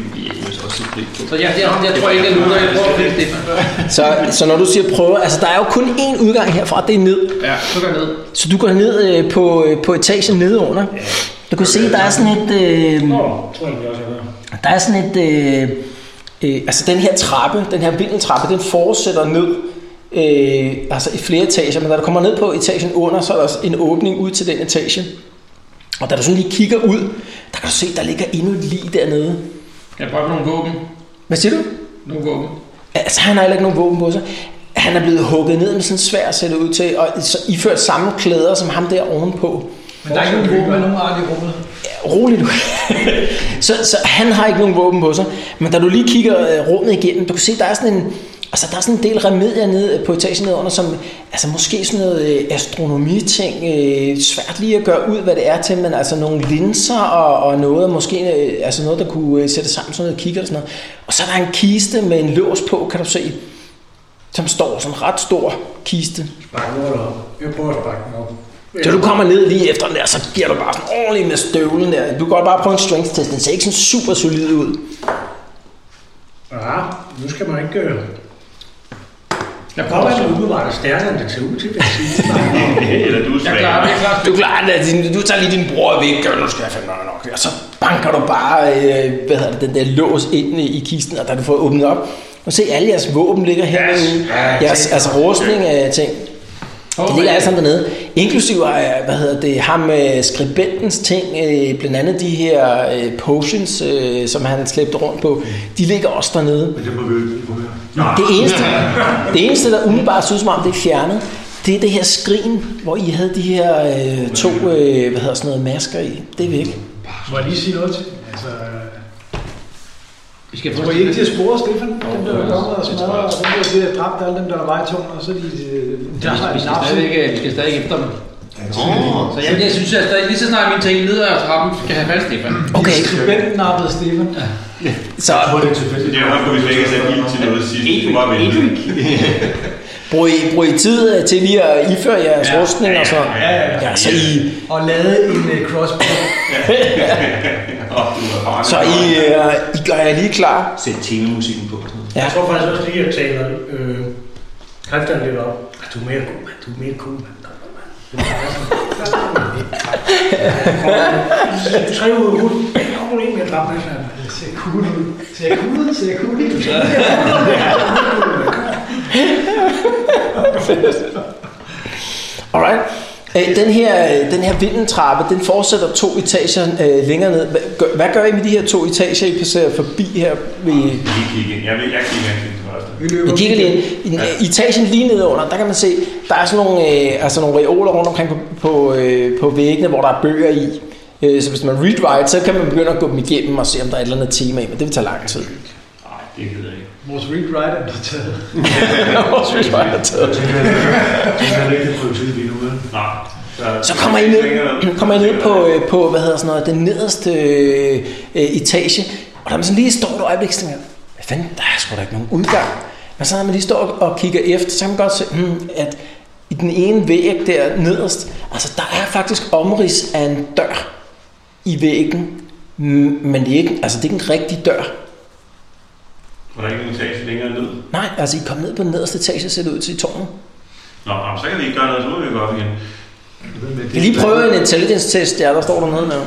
Så jeg, jeg, jeg tror ikke, at nu, jeg prøver at finde Stefan. Så, så når du siger prøve, altså der er jo kun én udgang herfra, det er ned. Ja, så går jeg ned. Så du går ned øh, på, på etagen nede under. Du kan se, der er sådan et... Øh, Nå, tror jeg også, jeg der er sådan et... Øh, øh, altså den her trappe, den her vindeltrappe, den fortsætter ned. Øh, altså i flere etager, men da du kommer ned på etagen under, så er der en åbning ud til den etage. Og da du sådan lige kigger ud, der kan du se, der ligger endnu et lig dernede. Jeg prøver nogle våben. Hvad siger du? Nogle våben. Altså han har heller ikke nogen våben på sig. Han er blevet hugget ned med sådan svær at sætte ud til, og så iført samme klæder som ham der ovenpå. Men der er ikke nogen våben med nogen art i rummet. Ja, rolig du. så, så han har ikke nogen våben på sig. Men da du lige kigger uh, rummet igennem, du kan se, der er sådan en... Altså, der er sådan en del remedier nede på etagen nedenunder, som altså måske sådan noget øh, astronomiting, øh, svært lige at gøre ud, hvad det er til, men altså nogle linser og, og noget, måske øh, altså noget, der kunne øh, sætte sammen sådan noget kigger og sådan noget. Og så er der en kiste med en lås på, kan du se, som står sådan en ret stor kiste. Spark den op. Jeg prøver at sparke den op. Så du kommer ned lige efter den der, så giver du bare sådan ordentligt med støvlen der. Du kan godt bare prøve en strength test, den ser ikke sådan super solid ud. Ja, nu skal man ikke gøre. Jeg prøver at umiddelbart stærkere, end det ser ud til, vil jeg sige. Eller du er svag. Jeg klarer det, klart. Du klarer det, du tager lige din bror væk, og nu skal jeg fandme nok. Og så banker du bare, øh, hvad hedder det, den der lås ind i kisten, og da du får åbnet op, og se alle jeres våben ligger herude. Jeres altså rustning af ting. Det ligger alle sammen dernede. Inklusive, hvad hedder det, ham med skribentens ting, blandt andet de her potions, som han slæbte rundt på, de ligger også dernede. Men det må vi jo ikke informere. Det eneste, det eneste, der umiddelbart synes som om, det er fjernet, det er det her skrin, hvor I havde de her øh, to, øh, hvad hedder sådan noget, masker i. Det er væk. Må jeg lige sige noget til? Altså, vi skal tror I ikke til at spore Stefan? Dem der er kommet og smadret, og dem der er dræbt, alle dem der er vejtunge, og så de... Der har vi stadig, vi skal stadig efter dem. Oh. Så jeg, jeg synes, at stadig, lige så snart mine ting ned ad trappen, skal have fast Stefan. Okay. Skribenten nappede Stefan. Ja. Så... Jeg tror, det er tilfældigt. Det er jo, vi ikke sætte ild til noget sidst. Du bare vente. Bruger I, bruger I tid til lige at iføre jeres ja, rustning og så? Ja, ja, ja. Ja, så I... Og lade en uh, crossbow. Så I, uh, I gør jer lige klar. Sæt temamusikken på. Ja. Jeg tror faktisk også lige, at jeg taler øh, Halvdan lidt op. Du er mere cool, man. Du er mere cool, man. Tre ud af huden. Jeg har problem med at ramme den her. Det ser cool ud. Ser cool ud, ser cool ud. Alright. Den her, den her vindeltrappe, den fortsætter to etager øh, længere ned. Hvad gør, hvad gør I med de her to etager, I passerer forbi her? Ved... Jeg kigger, jeg vil, jeg kigger ikke det første. I kigger lige ind. I etagen lige nede under, der kan man se, der er sådan nogle, øh, altså nogle reoler rundt omkring på, på, øh, på væggene, hvor der er bøger i. Øh, så hvis man read-write, så kan man begynde at gå dem igennem og se, om der er et eller andet tema i, men det vil tage lang tid. Nej, det ved jeg ikke. Vores read-write er blevet taget. Vores read-write er taget. Det er rigtig prioritet lige nu, vel? Nej. Så kommer I ned, kommer I ned på, på hvad hedder sådan noget, den nederste øh, etage, og der man sådan lige står et øjeblik, så tænker jeg, hvad fanden, der er sgu da ikke nogen udgang. Men så når man lige står og kigger efter, så kan man godt se, hmm, at i den ene væg der nederst, altså der er faktisk omrids af en dør i væggen, men det er ikke, altså det er ikke en rigtig dør. Var der ikke en etage længere ned? Nej, altså I kom ned på den nederste etage og ser det ud til tårnet. Nå, så kan vi ikke gøre noget, så må vi gå op igen. Vi kan lige prøve en intelligence-test, ja, der står der noget med.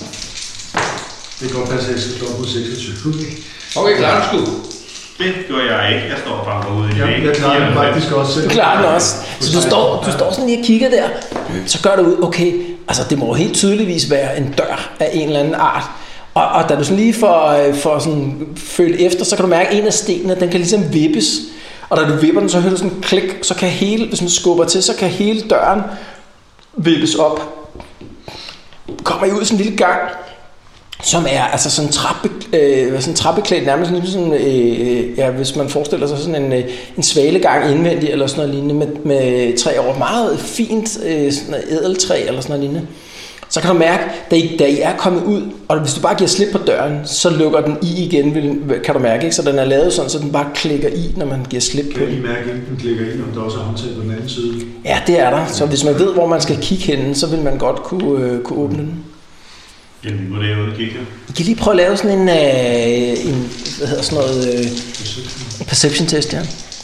Det kan godt passe, at jeg skal slå på seksogtyve. Okay, klar du sgu. Det gjorde jeg ikke. Jeg står bare ude i væggen. Jeg klarer den faktisk også selv. Du klarer den også. Så du står, du står sådan lige og kigger der, så gør det ud, okay, altså det må helt tydeligvis være en dør af en eller anden art. Og, og da du sådan lige får, får sådan følt efter, så kan du mærke, at en af stenene, den kan ligesom vippes. Og da du vipper den, så hører du sådan en klik, så kan hele, hvis man skubber til, så kan hele døren vippes op. Kommer I ud i sådan en lille gang, som er altså sådan trappe, øh, sådan trappeklædt, nærmest sådan, øh, ja, hvis man forestiller sig sådan en, øh, en svalegang indvendig eller sådan noget lignende med, med træ over, meget fint øh, sådan noget ædeltræ eller sådan noget lignende. Så kan du mærke, da I, da I er kommet ud, og hvis du bare giver slip på døren, så lukker den i igen, kan du mærke, ikke? Så den er lavet sådan, så den bare klikker i, når man giver slip på den. Kan I mærke, at den klikker i, om der også er håndtag på den anden side? Ja, det er der. Så hvis man ved, hvor man skal kigge henne, så vil man godt kunne, øh, kunne åbne den. Jamen, hvor det er ude at kigge. I kan lige prøve at lave sådan en, øh, en hvad hedder sådan noget, øh, perception test, ja.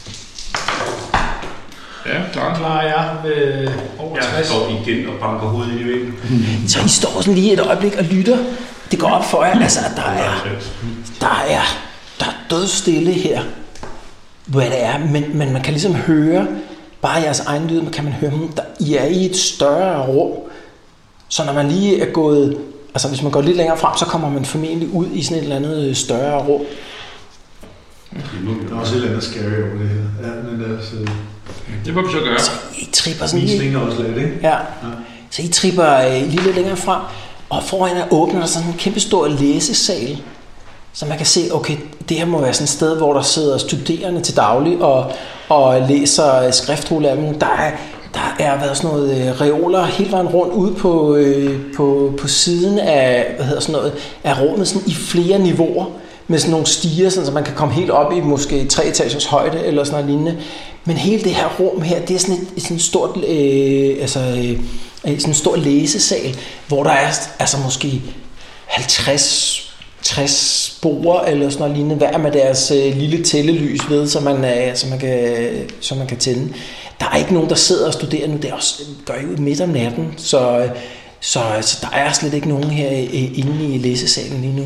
Ja, klar. Klarer jeg med over Jeg tres. står igen og banker hovedet ind i væggen. Så I står sådan lige et øjeblik og lytter. Det går op for jer, altså at der er, der er, der er dødstille her, hvad det er, men, men man kan ligesom høre, bare jeres egen lyd, kan man høre, der, I er i et større rum, så når man lige er gået, altså hvis man går lidt længere frem, så kommer man formentlig ud i sådan et eller andet større rum. Der er også et eller andet scary over det her. Ja, men altså... Det må vi så gøre. Så I tripper sådan lige... Visninger også lidt, ikke? Ja. Så I tripper øh, lige lidt længere frem, og foran jer åbner der sådan en kæmpe stor læsesal, så man kan se, okay, det her må være sådan et sted, hvor der sidder studerende til daglig og, og læser skriftruller. Der er, der er været sådan noget øh, reoler hele vejen rundt ude på, øh, på, på siden af, hvad hedder sådan noget, af rummet sådan i flere niveauer, med sådan nogle stiger, sådan, så man kan komme helt op i måske tre etagers højde eller sådan noget lignende. Men hele det her rum her, det er sådan et, sådan et stort, øh, altså, øh, sådan en stor læsesal, hvor der er altså måske halvtreds tres borde eller sådan noget lignende, hver med deres øh, lille tællelys ved, så man, øh, så, man kan, så man kan tænde. Der er ikke nogen, der sidder og studerer nu. Det er også, gør I ud midt om natten, så, så, så der er slet ikke nogen her øh, inde i læsesalen lige nu.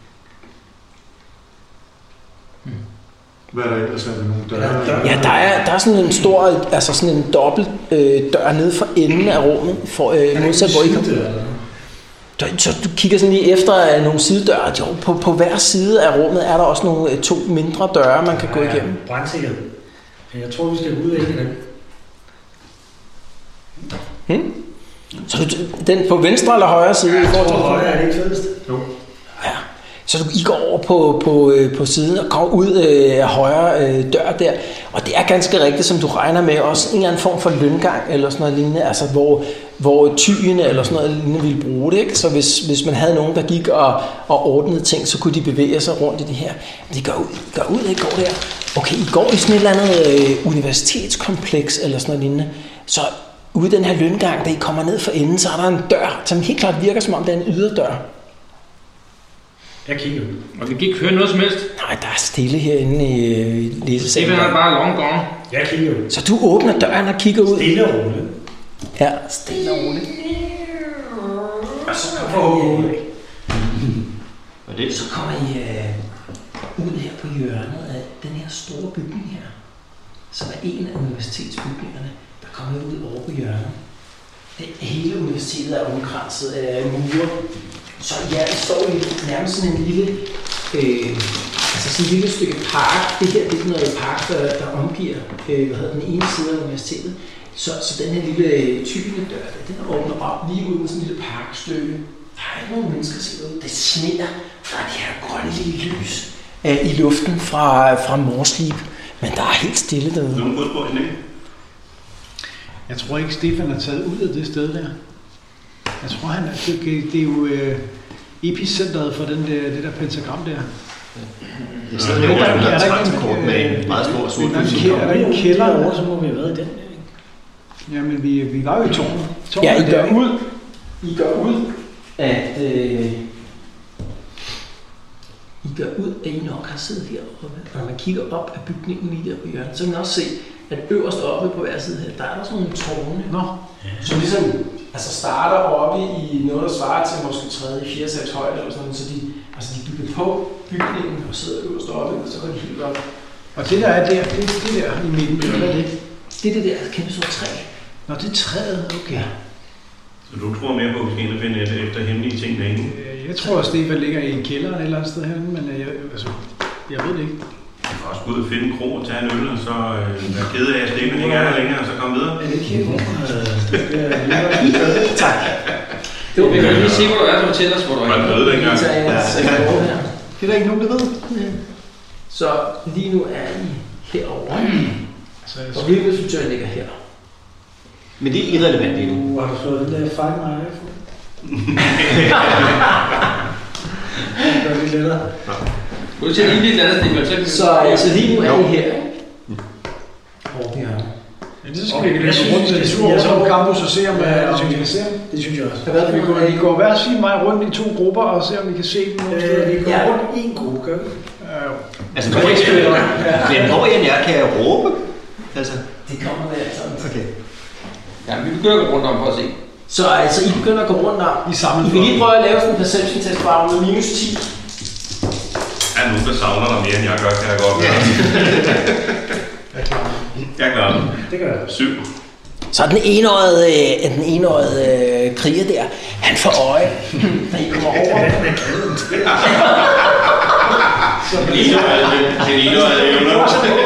Hvad er der ellers? Er der nogle døre? Ja, der er, der er sådan en stor, altså sådan en dobbelt øh, dør nede for enden af rummet, for, øh, modsat hvor I kommer. Så du kigger sådan lige efter nogle sidedøre. Jo, på, på hver side af rummet er der også nogle to mindre døre, man kan ja, gå igennem. Brandsikkerhed. Jeg tror, vi skal ud af en af dem. Hmm? Så du, den på venstre eller højre side? Ja, jeg tror, højre er det ikke fedest. Jo. Ja. Så du, I går over på, på, på siden og kommer ud af højre øh, dør der. Og det er ganske rigtigt, som du regner med, også en eller anden form for løngang eller sådan noget lignende. Altså hvor, hvor tyene eller sådan noget lignende ville bruge det. Ikke? Så hvis, hvis man havde nogen, der gik og, og ordnede ting, så kunne de bevæge sig rundt i det her. Men de går ud, går ud ikke går der. Okay, I går i sådan et eller andet øh, universitetskompleks eller sådan noget lignende. Så ude i den her løngang, da I kommer ned for enden, så er der en dør, som helt klart virker som om det er en yderdør. Jeg kigger ud. Og vi kan ikke høre noget som helst. Nej, der er stille herinde i øh, læsesalen. Det er bare long gone. Jeg kigger ud. Så du åbner døren og kigger ud. Stille og roligt. Ja, stille og roligt. Og så kommer I, Og det så kommer I uh, ud her på hjørnet af den her store bygning her, som er en af universitetsbygningerne, der kommer ud over på hjørnet. Det, hele universitetet er omkranset af mure. Så ja, det står i nærmest sådan en lille, øh, altså sådan en lille stykke park. Det her det er sådan noget park, der, der omgiver øh, hvad hedder den ene side af universitetet. Så, så den her lille tykkende dør, den åbner op lige ud med sådan en lille parkstykke. Der er ikke nogen mennesker, der ser ud. Det sneer. Der er det her grønne lille lys øh, i luften fra, fra Morslip. Men der er helt stille derude. Nogen på en ikke? Jeg tror ikke, Stefan er taget ud af det sted der. Jeg tror, han er, det, det er jo øh, epicentret for den der, det der pentagram der. Jeg sidder herovre, der er der ikke en kort med en meget stor sort lys. Er der ikke en kælder over, så må vi have været i den. Ja, men vi, vi var jo i tårnet. Ja, I gør ud, I gør ud, at øh, I gør ud, at I nok har siddet heroppe. Og når man kigger op af bygningen lige der på hjørnet, så kan man også se, at øverst oppe på hver side her, der er der sådan nogle tårne. Nå. Som ligesom altså starter oppe i noget, der svarer til måske tredje, fjerde sats højde eller sådan noget, så de, altså de bygger på bygningen og sidder øverst oppe, og så går de helt op. Og det der er der, det er det der i midten, hvad er det? Det er det der kæmpe store træ. Nå, det er træet, okay. Så du tror mere på, at vi skal ind og finde efter hemmelige ting derinde? Jeg tror, at Stefan ligger i kælderen et eller andet sted herinde, men jeg, altså, jeg ved det ikke. Jeg kan også gå ud og finde en kro og tage en øl, og så øh, være ked af, at Stefan ikke er her længere, og så komme videre. Er det ikke helt Tak. Det var, vi kan lige se, hvor du er, så fortæl os, hvor du er. Jeg døde dengang. Det er der ikke nogen, der ved. Så lige nu er I herovre. Og virkelighedsfortøren ligger her. Men det er irrelevant lige nu. Uh, har du slået den der fejl mig af for? Det gør det lettere. Skal du til lige lidt andet sted? Så altså lige nu er I her. Hvor vi er. Ja, det skal vi ikke læse rundt til tur på campus og se, om vi kan se dem. Det synes jeg også. Vi går, vi går hver sin vej rundt i to grupper og se, om vi kan se dem nogle steder. Vi går rundt i en gruppe, gør vi? Altså, kan jeg ikke spille Glenn, hvor end jeg kan råbe? Altså. Det kommer med alt sammen. Okay. Ja, vi begynder at gå rundt om for at se. Så altså, I begynder at gå rundt om. I samme I vil lige prøve at lave sådan en perception test bare med minus ti. Er nogen, der savner dig mere, end jeg gør, kan jeg godt gøre. Jeg er klar. Jeg gør det. Det gør jeg. Syv. Så den enårede, øh, den enårede øh, kriger der, han får øje, da I kommer over. Den enårede evner.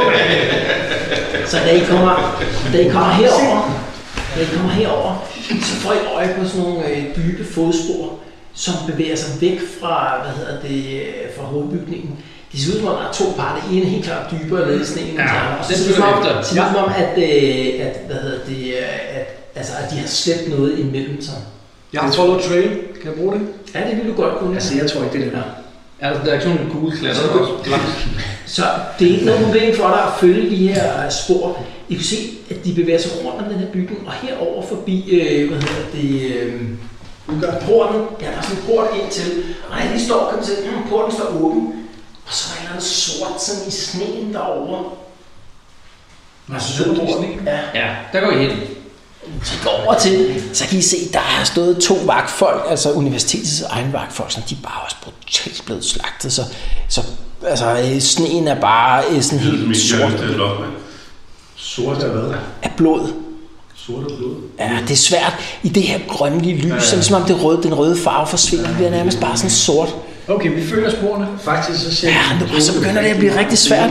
Så da I kommer, da I kommer herover, da I kommer herover, så får I øje på sådan nogle øh, dybe fodspor, som bevæger sig væk fra, hvad hedder det, fra hovedbygningen. Det ser ud som om, der er to par. Det ene er helt klart dybere nede i sneen. Ja, og så ser det ud som om, at, øh, at, hvad hedder det, at, altså, at de har slæbt noget imellem sig. Jeg har follow trail. Kan jeg bruge det? Ja, det vil du godt kunne. Altså, jeg tror ikke, det er det. Ja, der er ikke sådan en gule klatter også. Så det er ikke noget problem for dig at følge de her spor. I kan se, at de bevæger sig rundt om den her bygning, og herover forbi, øh, hvad hedder det, øh, porten. Ja, der er sådan en port ind til. Og når jeg lige står, kan man se, at porten står åben. Og så er der noget sort sådan i sneen derovre. Nå, sort i sneen? Ja. Ja, der går I hen. Så I går over til, så kan I se, der har stået to vagtfolk, altså universitetets egen vagtfolk, som de bare også brutalt blevet slagtet. Så, så altså, sneen er bare sådan helt sort. Sort af hvad? Af blod. Sort af blod? Ja, det er svært. I det her grønlige lys, ja, ja. Så ligesom om det røde, den røde farve forsvinder, det bliver nærmest bare sådan sort. Okay, vi følger sporene. Faktisk så ser ja, nu, så begynder det at blive rigtig svært.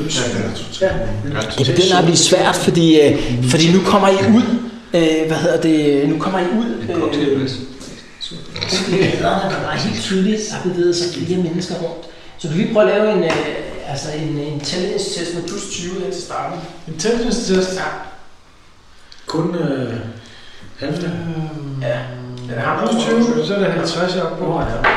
Det begynder at blive svært, fordi, øh, fordi nu kommer I ud. Øh, hvad hedder det? Nu kommer I ud. Øh, der er helt tydeligt, at der bevæger sig flere mennesker rundt. Så du vil prøve at lave en, øh, altså en intelligence test med plus tyve her til starten. Intelligence test? Ja. Kun øh, halvdelen? Ja. Den har plus tyve, så er det halvtreds jeg op på. Oh, ja.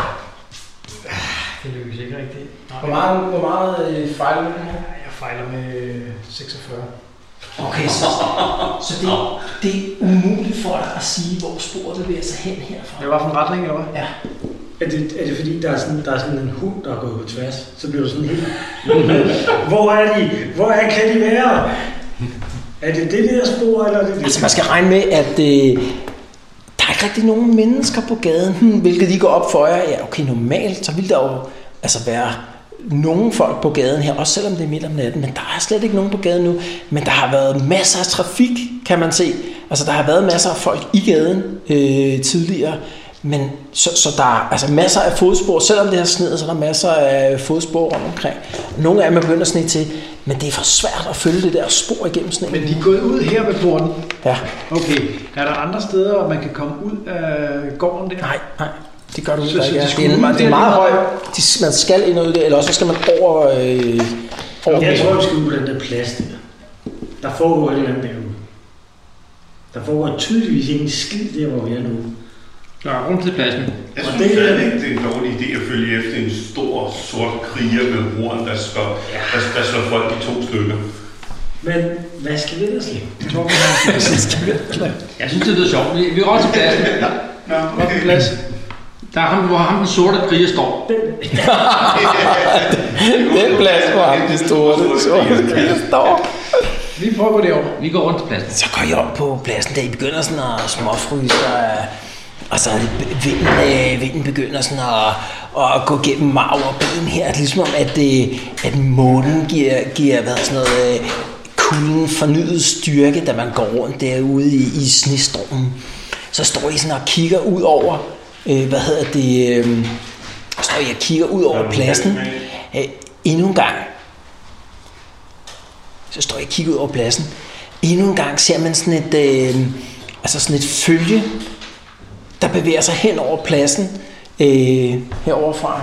Det lykkes ikke rigtigt. Hvor meget, hvor meget øh, fejler du her? Jeg fejler med seksogfyrre. Okay, så, så det, det er umuligt for dig at sige, hvor sporet bevæger sig hen herfra. Det var for en retning, eller hvad? Ja. Er det, er det fordi, der er, sådan, der er sådan en hund, der er gået på tværs? Så bliver du sådan helt... Hvor er de? Hvor er, kan de være? Er det det der spor, eller er det det? Altså man skal regne med, at øh, der er ikke rigtig nogen mennesker på gaden, hmm, hvilket lige går op for jer. Ja, okay, normalt så vil der jo altså være nogle folk på gaden her, også selvom det er midt om natten, men der er slet ikke nogen på gaden nu. Men der har været masser af trafik, kan man se. Altså der har været masser af folk i gaden øh, tidligere, men så, så der er altså masser af fodspor. Selvom det har sneet, så er der masser af fodspor rundt omkring. Nogle af dem er begyndt at sne til, men det er for svært at følge det der spor igennem sneen. Men de er gået ud her ved porten? Ja. Okay. Er der andre steder, hvor man kan komme ud af gården der? Nej, nej. Det gør du ikke. Så, så de det, er, meget, det er meget højt. De, man skal ind ud det, eller også skal man over... Øh, over jeg tror, vi skal ud på den der plads der. Der foregår et eller andet derude. Der foregår tydeligvis ingen skid der, hvor vi er nu. Ja, rundt til pladsen. Jeg synes det er ikke, det er en dårlig idé at følge efter en stor, sort kriger med horn, der, skal, der, der slår folk i to stykker. Men hvad skal vi ellers lave? Jeg synes, det lyder sjovt. Vi, vi er også til pladsen. Ja, okay. Plads. Der er ham, hvor ham den sorte kriger står. Den plads, hvor ham den store sorte kriger står. Vi prøver på det over. Vi går rundt til pladsen. Så går I op på pladsen, da I begynder sådan at småfryse, og så vinden, øh, vinden begynder sådan at, at gå gennem marverbeden her. Det er ligesom om, at, øh, at månen giver, giver hvad sådan noget, øh, kulden fornyet styrke, da man går rundt derude i, i snestormen. Så står I sådan og kigger ud over, øh, hvad hedder det, øh, står I og kigger ud over pladsen. Øh, endnu en gang. Så står I og kigger ud over pladsen. Endnu en gang ser man sådan et, øh, altså sådan et følge, der bevæger sig hen over pladsen øh, heroverfra.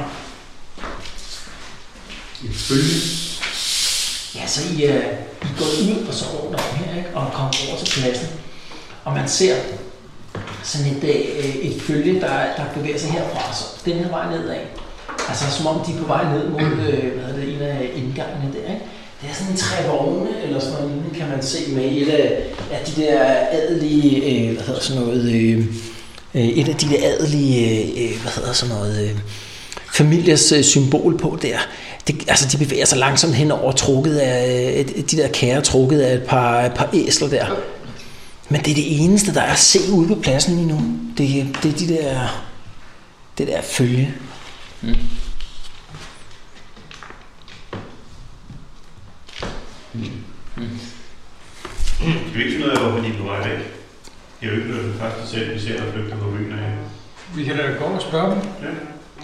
Et følge? Ja, så I, øh, I går ud og så rundt om her, ikke? Og kommer over til pladsen. Og man ser sådan et, øh, et følge, der, der bevæger sig herfra, så den her vej nedad. Altså som om de er på vej ned mod øh, hvad er det, en af indgangene der, ikke? Det er sådan en tre vogne, eller sådan noget lignende, kan man se med et af, af de der adelige, øh, hvad hedder sådan noget, øh, et af de der adelige, øh, hvad hedder sådan noget, øh, familiers øh, symbol på der. Det, altså de bevæger sig langsomt henover, trukket af, øh, de der kære trukket af et par, et par æsler der. Men det er det eneste, der er at se ude på pladsen lige nu. Det, det er de der, det der følge. Mm. Mm. Mm. Skal vi ikke finde ud af, hvorfor de er på vej væk? Det er jo ikke noget det første selv, vi ser, der flygter på byen af. Vi kan da gå og spørge dem. Ja.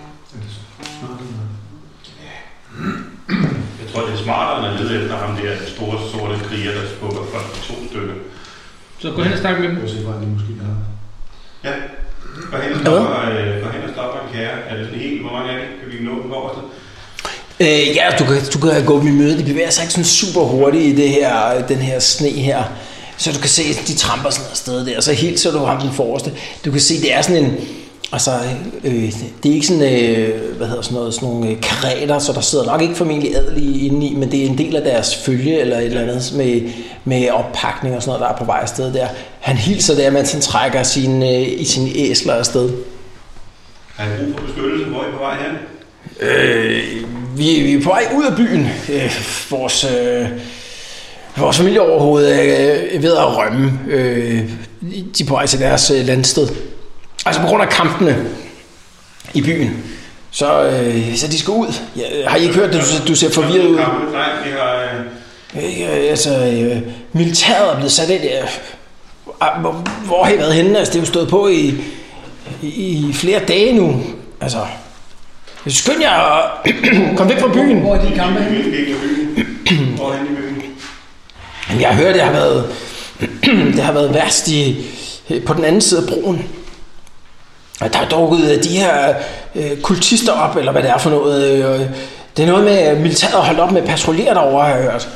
Jeg tror, det er smartere at lede efter ham der store sorte kriger, der skubber folk i to stykker. Så gå hen og snakke med dem. Jeg ser bare, de måske har. Ja. Gå hen og stopper, øh, gå hen og stopper en kære. Er det sådan helt, hvor mange er det? Kan vi nå den over til? Øh, ja, du kan, du kan gå dem i møde. De bevæger sig ikke sådan super hurtigt i det her, den her sne her. Så du kan se, at de tramper sådan et sted der. Så helt så du ham den forreste. Du kan se, det er sådan en... Altså, øh, det er ikke sådan, øh, hvad hedder sådan noget, sådan nogle øh, kareter, så der sidder nok ikke formentlig adelige inde i, men det er en del af deres følge eller et eller andet med, med oppakning og sådan noget, der er på vej afsted der. Han hilser der, mens han trækker sine, øh, i sine æsler afsted. Har I brug for beskyttelse? Hvor er I på vej hen? Øh, vi, vi er på vej ud af byen. Øh, vores, øh, vores familie overhovedet er ved at rømme. Øh, de er på vej til deres øh, landsted. Altså på grund af kampene i byen. Så, øh, så de skal ud. Ja, har I ikke hørt det? Du, du ser forvirret ud. Nej, vi har... Øh, altså, øh, militæret er blevet sat ind. Ja. Hvor, hvor har I været henne? Altså, det er jo stået på i, i, i flere dage nu. Altså, skynd jer at komme væk fra byen. Hvor er de kampe henne? Hvor er henne i byen? Jeg har hørt, det har været, det har været værst i, på den anden side af broen. Der er dukket de her øh, kultister op, eller hvad det er for noget. Øh, det er noget med, at militæret har holdt op med at patruljere derovre, har jeg hørt.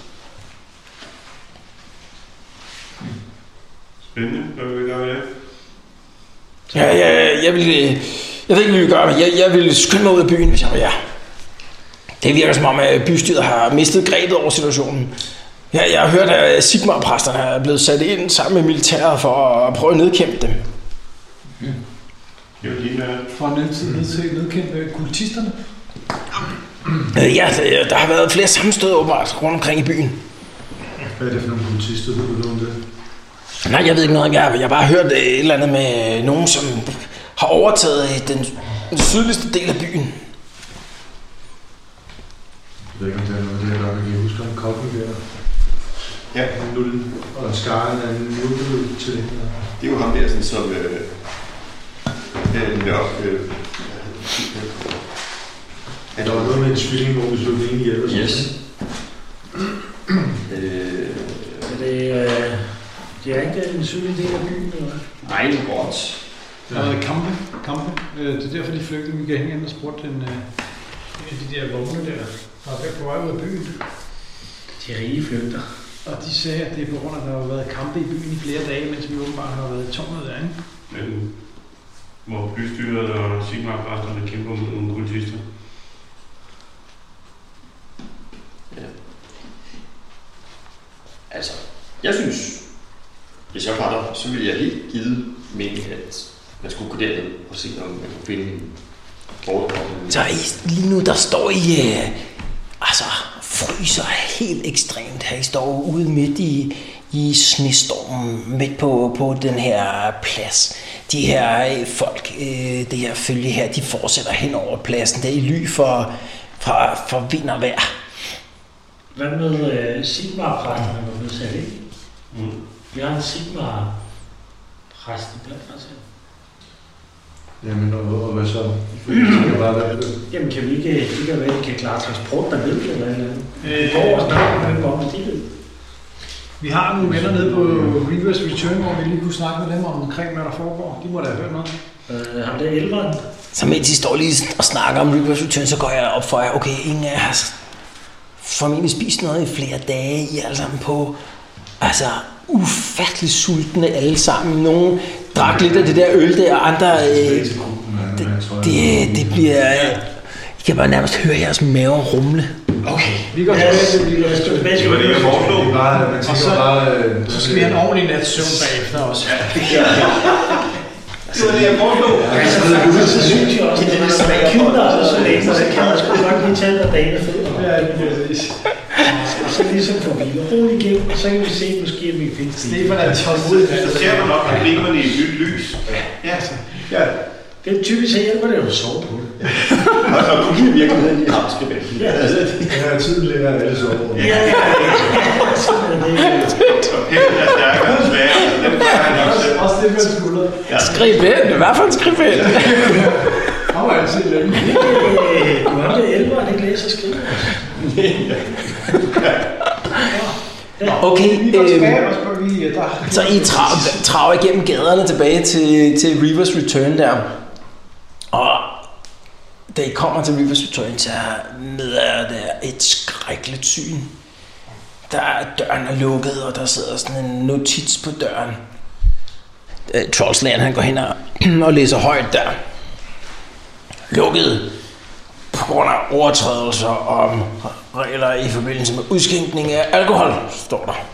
Spændende. Hvad vil vi gøre med det? Ja, ja, jeg vil... Jeg ved ikke, hvad vi vil gøre, men jeg, jeg vil skynde mig ud af byen, hvis jeg var jer. Det virker som om, at bystyret har mistet grebet over situationen. Jeg, jeg har hørt, at Sigmar-præsterne er blevet sat ind sammen med militæret for at prøve at nedkæmpe dem. Mm. Jo, lige for at nedkæmpe kultisterne? Ja, der har været flere sammenstød åbenbart rundt omkring i byen. Hvad er det for nogle politister, du ved om det? Nej, jeg ved ikke noget. Jeg, jeg har bare hørt et eller andet med nogen, som har overtaget den, den sydligste del af byen. Jeg ved ikke, om det er noget, det er nok, jeg husker en kokken der. Ja. Nullen og skaren er en nullen til det. Det er jo ham der, sådan, som øh, øh, mørk... Øh, Ja, der var noget med en tvilling, hvor vi slog den ene ihjel. Yes. øh, Er det, øh, det er ikke den sydlige del af byen, eller hvad? Ej, godt. Der har været kampe. kampe. Øh, Det er derfor, de flygtede. Vi kan hænge ind og spurgte en, øh, en af de der vogne der, der er på vej ud af byen. De rige flygter. Og de sagde, at det er på grund af, at der har været kampe i byen i flere dage, mens vi åbenbart har været i tårnet derinde. Men hvor bystyret og Sigmar-præsterne kæmper mod nogle politister. Ja. Altså, jeg synes, hvis jeg var der, så ville jeg helt givet mene, at man skulle gå derned og se, om man kunne finde en borgerkommende. Så I, lige nu, der står I, øh, altså, fryser helt ekstremt her. I står ude midt i, i snestormen, midt på, på den her plads. De her øh, folk, øh, det her følge her, de fortsætter hen over pladsen, der i ly for, for, for vind og vejr. Hvad med uh, Sigmar-præsterne, hvor vi sagde det? Mm. Vi har en Sigmar-præst i blandt os. Jamen, og, og hvad så? Det bare være det. Jamen, kan vi ikke, det kan være, at vi kan klare transport der ved, eller et eller andet? Vi går og snakker med dem om, hvad de ved. Vi har nogle venner nede på Rivers Return, hvor vi lige kunne snakke med dem omkring, hvad der foregår. De må da have hørt noget. Uh, ham der elveren. Så mens I står lige og snakker om Rivers Return, så går jeg op for jer, okay, ingen af jer har formentlig spist noget i flere dage. I er alle sammen på, altså, ufattelig sultne alle sammen. Nogle drak lidt af det der øl der, og andre, øh, det, det, det bliver, øh, I kan bare nærmest høre jeres mave rumle. Okay. Vi går tilbage til, vi går tilbage til. Det var det, jeg foreslog. Og så, så skal vi have en ordentlig nat søvn bagefter også. Det var det, jeg foreslog. Så synes jeg også, at det er smager kylder, så længe, så kan man sgu godt lige tage der dagen og fødder. Ja, det er præcis. Og så ligesom får vi ro igennem, og så kan vi se, måske at vi kan finde Stefan er tålmodig. Så ser du nok problemerne i et nyt lys. Ja, ja. Det er typisk, så hjælper det jo at sove på det. Og kunne give virkeligheden i hamskebænden. Ja, Ja, tiden lærer alle så over. ja, ja. Sådan er det. Og pækken er stærkere end sværere. Den klarer han nok selv. Også Stefans skulder. Skribent, hvad for en skribent? Han var altid længe. Du har det elveren, ikke læser og skriver. Okay, Vi går tilbage, øh, og så går vi der. så I traver, traver igennem gaderne tilbage til, til Rivers Return der. Og da I kommer til Rivers Return, så møder der et skrækkeligt syn. Der er, døren er lukket, og der sidder sådan en notits på døren. Øh, Trollsland, han går hen og, og læser højt der. Lukket på grund af overtrædelser om regler i forbindelse med udskænkning af alkohol, står der.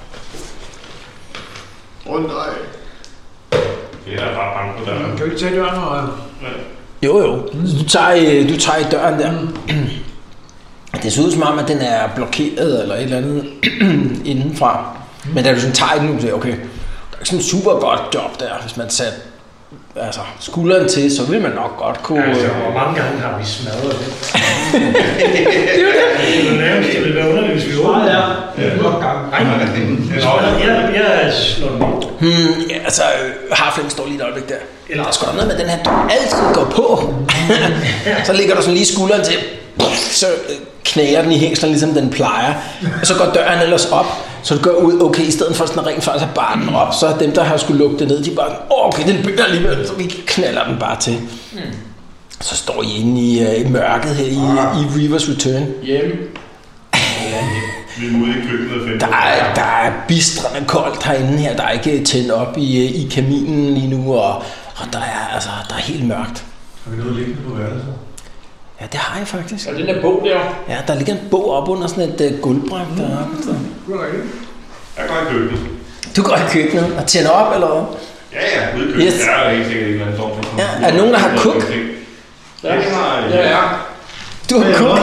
Åh oh, nej. Det er bare bange på døren. Kan vi ikke tage døren og... Jo, jo. Du tager, du tager i døren der. Det ser ud som om, at den er blokeret eller et eller andet indenfra. Men da du sådan tager i den, så siger okay, der er ikke sådan en super godt job der, hvis man satte altså, skulderen til, så vil man nok godt kunne... Altså, hvor mange gange har vi smadret det? Det er jo det. Det er jo nærmest, det vil være underligt, hvis vi åbner. Ja, det er nok gang. Nej, jeg, jeg slår den ud. Hmm, ja, altså, Harfling står lige et øjeblik der. Eller der er sgu da noget med, den her dør altid går på. Så ligger der sådan lige skulderen til, så knæger den i hængslen, ligesom den plejer. Og så går døren ellers op, så det går ud, okay, i stedet for sådan rent faktisk at bare den op, så er dem, der har skulle lukke det ned, de bare, åh, okay, den bygger alligevel, så vi knalder den bare til. Mm. Så står I inde i, uh, i mørket her i, ah. i Rivers Return. Hjemme. Vi er ude i køkkenet og finder. Der er, der er bistrende koldt herinde her, der er ikke tændt op i, i kaminen lige nu, og, og der, er, altså, der er helt mørkt. Har vi noget liggende på værelset? Ja, det har jeg faktisk. Og den der bog der. Ja, der ligger en bog op under sådan et uh, gulvbræt deroppe. Så. Jeg går i køkkenet. Du går i køkkenet og tænder op, eller hvad? Ja, ja, ude i køkkenet. Yes. Der er jo helt sikkert ikke en form for... Ja, er der nogen, der har cook? Ja, det har jeg. Ja, ja. Du har cook?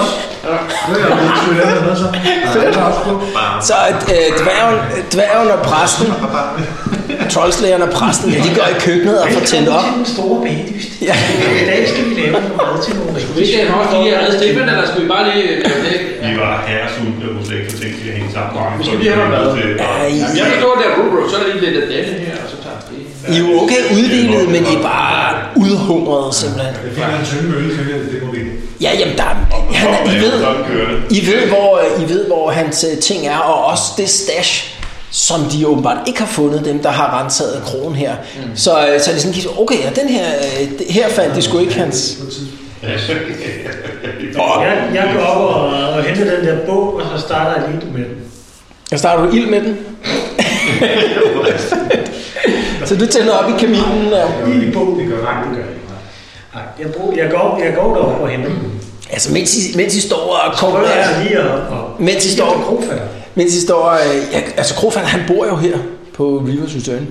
Så øh, dværgen, dværgen og præsten, troldslageren og præsten, ja, de går i køkkenet og får tændt op. Den store bagdyst. Ja. I dag skal vi lave noget mad til nogle. Skulle vi ikke have lige redde Stefan, eller skulle vi bare lige lave det? Vi var herresultne, og måske ikke få tænkt til at hænge sammen. Måske vi har noget mad. Jeg forstår det der rugbrød, så er der lige lidt af denne her, og så tager vi det. I er jo okay udviklet, men I er bare udhungrede simpelthen. Jeg finder en tynde mølle, så det må vi. Ja, jamen der, han er, I, ved, I, ved, hvor, I ved, hvor hans ting er, og også det stash, som de åbenbart ikke har fundet, dem der har renset krogen her. Mm. Så, så det er sådan, okay, ja, den her, her fandt de sgu ikke hans... Jeg, jeg går op og, og henter den der bog, og så starter jeg lige med den. Jeg starter du ild med den? Så du tænder op i kaminen der? I bogen, det gør nej, det gør jeg ikke. Nej, jeg, bruger, jeg, går, jeg går derop og henter den. Altså, mens I, mens I står og kommer... Så altså lige og, og mens I står... Mens I står... Øh, ja, altså, Krofald, han bor jo her på Rivers Return.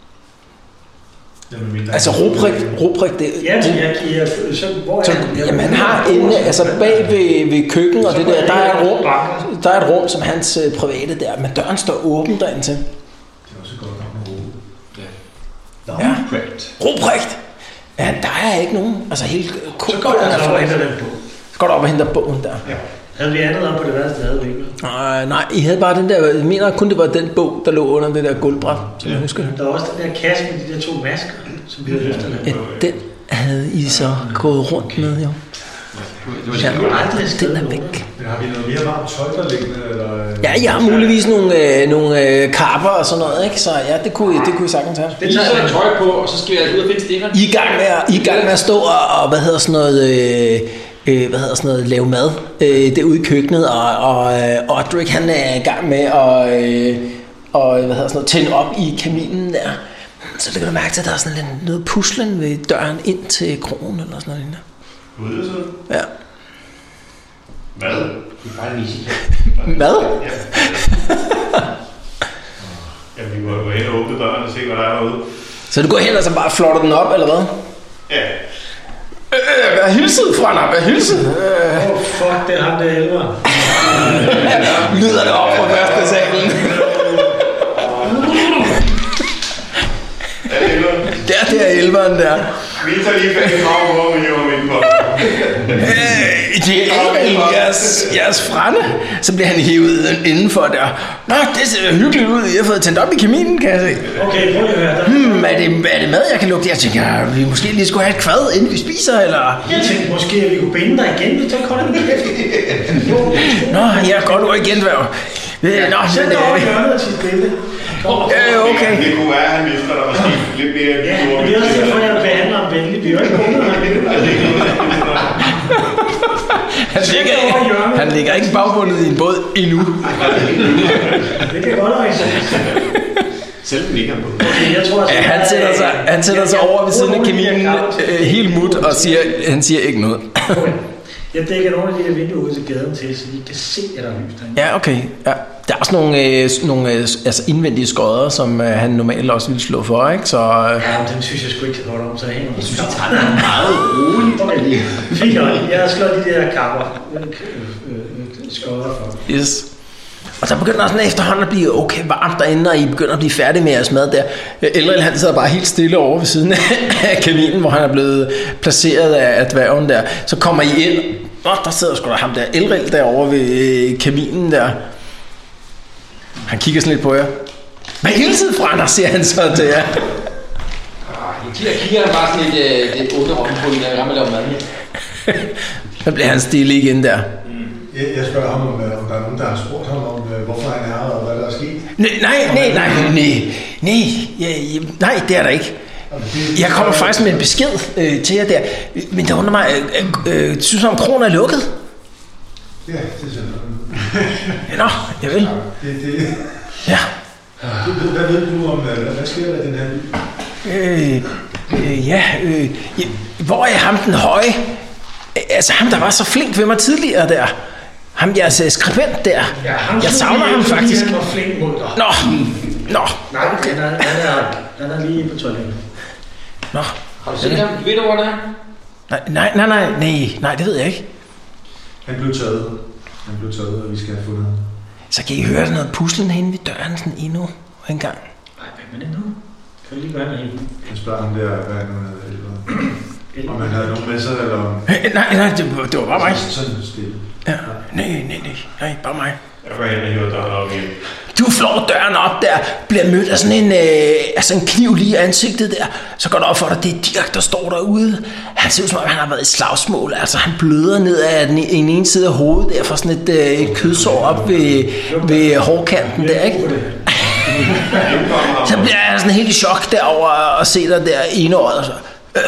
Altså, Ruprecht, Ruprecht, det... Ja, men jeg giver... Så, hvor så, er han? Jamen, han har inde... Altså, bag ved, ved køkken og det der, der er et rum, der er et rum, som hans øh, private der, men døren står åben derind til. Det er også godt nok med Ruprecht. Ja. Ruprecht! Ja, der er ikke nogen... Altså, hele koggården er for at hente den på. Så går du op og henter bogen der. Ja. Havde vi andet om på det værste, havde vi ikke? Nej, nej, I havde bare den der... Jeg mener kun, det var den bog, der lå under det der gulvbræt, som ja. Jeg husker. Der var også den der kasse med de der to masker, som vi havde løftet. Ja, den havde I så gået rundt med, jo. Ja, den er væk. Men har vi noget mere varmt tøj, der liggende? Eller? Ja, jeg har muligvis nogle, øh, nogle øh, kapper og sådan noget, ikke? Så ja, det kunne, det kunne I sagtens have. Det tager jeg tøj på, og så skal jeg ud og finde Stefan. I er gang med at, I er gang med at stå og, og hvad hedder sådan noget... Øh, Øh, hvad hedder sådan noget, lave mad øh, derude i køkkenet, og, og øh, Odrik, han er i gang med at øh, og, hvad hedder sådan noget, tænde op i kaminen der. Så lægger du mærke til, at der er sådan lidt noget puslen ved døren ind til krogen eller sådan noget. Ude så? Ja. Mad? Det er bare en misi. Mad? Ja. Ja, vi må gå hen og åbne døren og se, hvad der er derude. Så du går hen og så bare flotter den op, eller hvad? Ja. Øh, hvad hilset, Franner? Hvad hilset? Åh, øh. oh, fuck, det er ham, der er Elver. Lyder det op fra første salen? Er det Elver? Der, det er Elveren der. Vi tager lige fat i krav på, hvor vi hiver ind på. Det er ikke jeres, jeres frænde. Så bliver han hivet indenfor der. Nå, det ser hyggeligt ud. Jeg har fået tændt op i kaminen, kan jeg se. Okay, prøv lige at høre. Hmm, er det, er det mad, jeg kan lugte? Jeg tænker, at vi måske lige skulle have et kvad, inden vi spiser, eller... Jeg tænkte måske, at vi kunne binde dig igen. Vi tager kun en kæft. Nå, jeg går nu igen, dværg. Nå, sæt dig over i hjørnet til spille. Ja, okay. Det kunne være, at han vidste, at der var sket lidt mere... Ja, men det er også derfor, jeg behandler ham venligt. Vi er jo ikke gået, han Han ligger, ikke, han ligger ikke bagbundet i en båd endnu. Det kan godt være. Selv ligger han på. Okay, jeg tror, ja, han sætter sig, han sætter sig over ved siden af kaminen øh, helt mut og siger, han siger ikke noget. Jeg dækker nogle af de her vinduer ud til gaden til, så I kan se, at der er lys derinde. Ja, okay. Ja. Der er også nogle, øh, nogle øh, altså indvendige skodder, som øh, han normalt også ville slå for, ikke? Så, øh... ja, men den synes jeg sgu ikke så godt om, så jeg hænger. Jeg synes, jeg tager den meget roligt. Okay. Fint nok. Jeg har slået de der kapper. Skodder for. Yes. Og så begynder sådan efterhånden at blive okay varmt derinde, og I begynder at blive færdige med jeres mad der. Elril, han sidder bare helt stille over ved siden af kaminen, hvor han er blevet placeret af dværgen der. Så kommer I ind. Åh, der sidder sgu da ham der Elril derovre ved kaminen der. Han kigger sådan lidt på jer. Hvad hilset fra dig, siger han så til jer. Jeg kigger han bare sådan lidt, lidt onde øjne på, når jeg rammer lave mad. Så bliver han stille igen der. Jeg, jeg spørger ham, om, om der er nogen, der har spurgt ham om, hvorfor han er her, og hvad der er sket. Nej, nej, nej, nej, nej, nej, nej, det er der ikke. Jeg kommer faktisk med en besked øh, til jer der. Men det undrer mig, øh, øh, synes du om kronen er lukket? Ja, det synes jeg. Nå, jeg vil. Det, det. Ja. Hvad ved du om, hvad sker der i den her by? Øh, øh, ja, øh, hvor er ham den høje? Altså ham, der var så flink ved mig tidligere der. Ham, jeres skribent der. Ja, ham, jeg savner ham faktisk. Han var flink mod dig. Nå, nå. Nej, okay. han, er, han, er, han er lige på toilettet. Nå. Har du set ham? Ved du, hvor det er? Nej, nej, nej, nej, nej, nej, det ved jeg ikke. Han blev taget. Han blev taget, og vi skal have fundet ham. Så kan I høre noget puslen henne ved døren sådan endnu en gang. Nej, hvad med det nu? Kan vi lige gøre noget helt? Han spørger ham der, hvad han nu havde. Om han havde nogen med sig, eller om... Øh, nej, nej, det, det var bare mig. Sådan stille. Ja, nej, nej, nej, nej, bare mig. Jeg går hen og hiver døren op igen. Du flår døren op der, bliver mødt af sådan en, øh, altså en kniv lige i ansigtet der. Så går det op for dig, det er Dirk, der står derude. Han ser ud som om, han har været i slagsmål. Altså, han bløder ned af den en ene side af hovedet der, for sådan et, øh, et kødsår op ved, ved hårkanten der, ikke? Så bliver jeg sådan helt i chok derover at se dig der enåret. Og så, øh,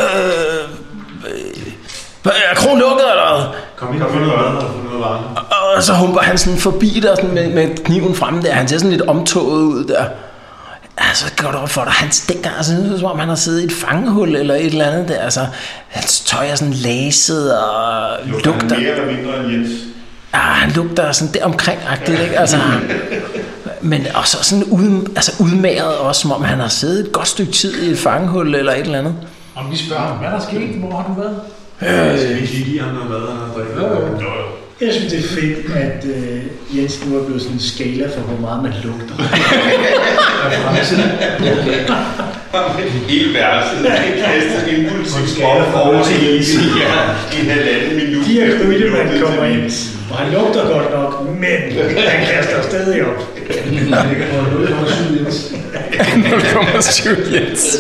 øh, er krogen lukket, eller hvad? Kom ind og få noget mad og få noget varme. Og så humper han sådan forbi der sådan med, med kniven fremme der. Han ser sådan lidt omtoget ud der. Altså, går det op for dig. Han stinker, altså, som om han har siddet i et fangehul eller et eller andet der. Altså, hans tøj er sådan laset og lugter. lugter. Han mere eller mindre end Jens? Ja, han lugter sådan der omkring-agtigt, ikke? Altså, men også sådan ud, altså udmagret også, som om han har siddet et godt stykke tid i et fangehul eller et eller andet. Om vi spørger ham, hvad der skete? Hvor har du været? Øh, skal vi ikke lige give ham noget mad og noget drikke? Jo, jo. Jeg synes, det er fedt, at uh, Jens nu er blevet sådan en skala for, hvor meget man lugter. Hele værelset. Det er kastet en impulsivt over til Easy i en halvanden minut. De her krydde, man kommer ind, og han lugter godt nok, men han kaster stadig op. nul komma syv Jens. nul komma syv Jens.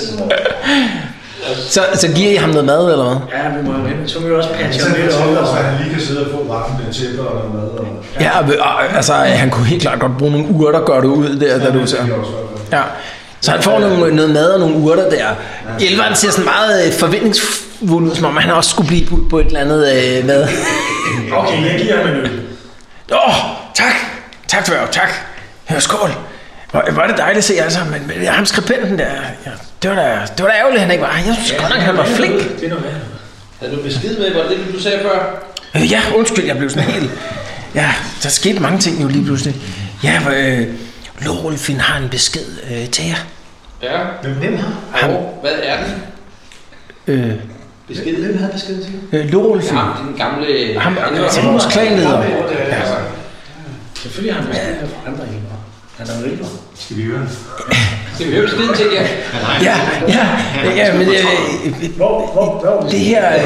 Så, så giver I ham noget mad, eller hvad? Ja, vi må jo hen. Så må vi også patche Så ham lidt fortæller op. os, at han lige kan sidde og få varme med tæpper og noget mad. Og... Ja, og, og, altså, han kunne helt klart godt bruge nogle urter, gør du ud der, da du ser. Ja. Så han får nogle, noget mad og nogle urter der. Elveren ser sådan meget øh, forventningsfuld ud, som om han også skulle blive budt på et eller andet øh, mad. Okay, jeg giver ham en øl. Åh, oh, tak. Tak, Tværg, tak. Ja, skål. Hvor, hvor er det dejligt at se jer alle sammen, men, men ham skribenten der, ja, det var da, det var da ærgerligt, han ikke var. Jeg synes godt nok, han var flink. Det er noget værd. Havde du besked med, var det det, du sagde før? Øh, ja, undskyld, jeg blev sådan helt... Ja, der skete mange ting jo lige pludselig. Ja, øh, Lorulfin har en besked øh, til jer. Ja. Hvem har? Ham. Og hvad er den? Øh, Besked? Hvem havde besked til? øh, Lorulfin. Ja, den gamle... Ham, altså vores klanleder. Ja. Selvfølgelig har han besked for andre hjælper. Han er jo hjælper. Skal vi høre? Skal vi høre beskeden til jer? Ja, ja, ja, men øh, Hvor, hvor, hvor? det her...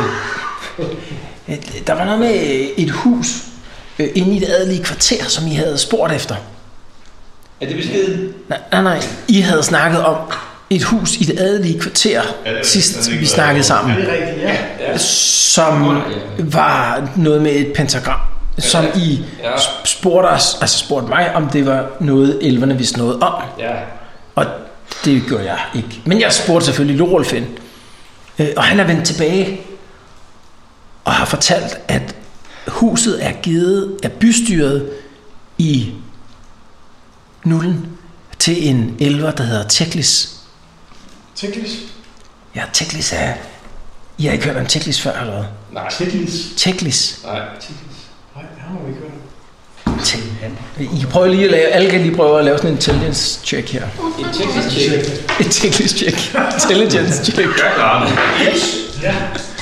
Øh, der var noget med et hus øh, inde i det adelige kvarter, som I havde spurgt efter. Er det beskeden? Nej, nej, nej. I havde snakket om et hus i det adelige kvarter, Ja, det- sidst det er vi ikke snakkede været- sammen. Det er rigtigt, ja. Ja. Som var noget med et pentagram, som I Ja. spurgte os, altså spurgte mig, om det var noget, elverne vidste noget om. Ja. Og det gjorde jeg ikke. Men jeg spurgte selvfølgelig Lorulfin. Øh, og han er vendt tilbage og har fortalt, at huset er givet af bystyret i nullen til en elver, der hedder Teklis. Teklis? Ja, Teklis er... I har ikke hørt om Teklis før, eller hvad? Nej. Teklis? Teklis. Nej. Nej, han har vi ikke hørt. Te- I kan prøve lige at lave... Alle kan lige prøve at lave sådan en intelligence check her. En teknisk tjek. Et Teklis check. Intelligence check. Ja.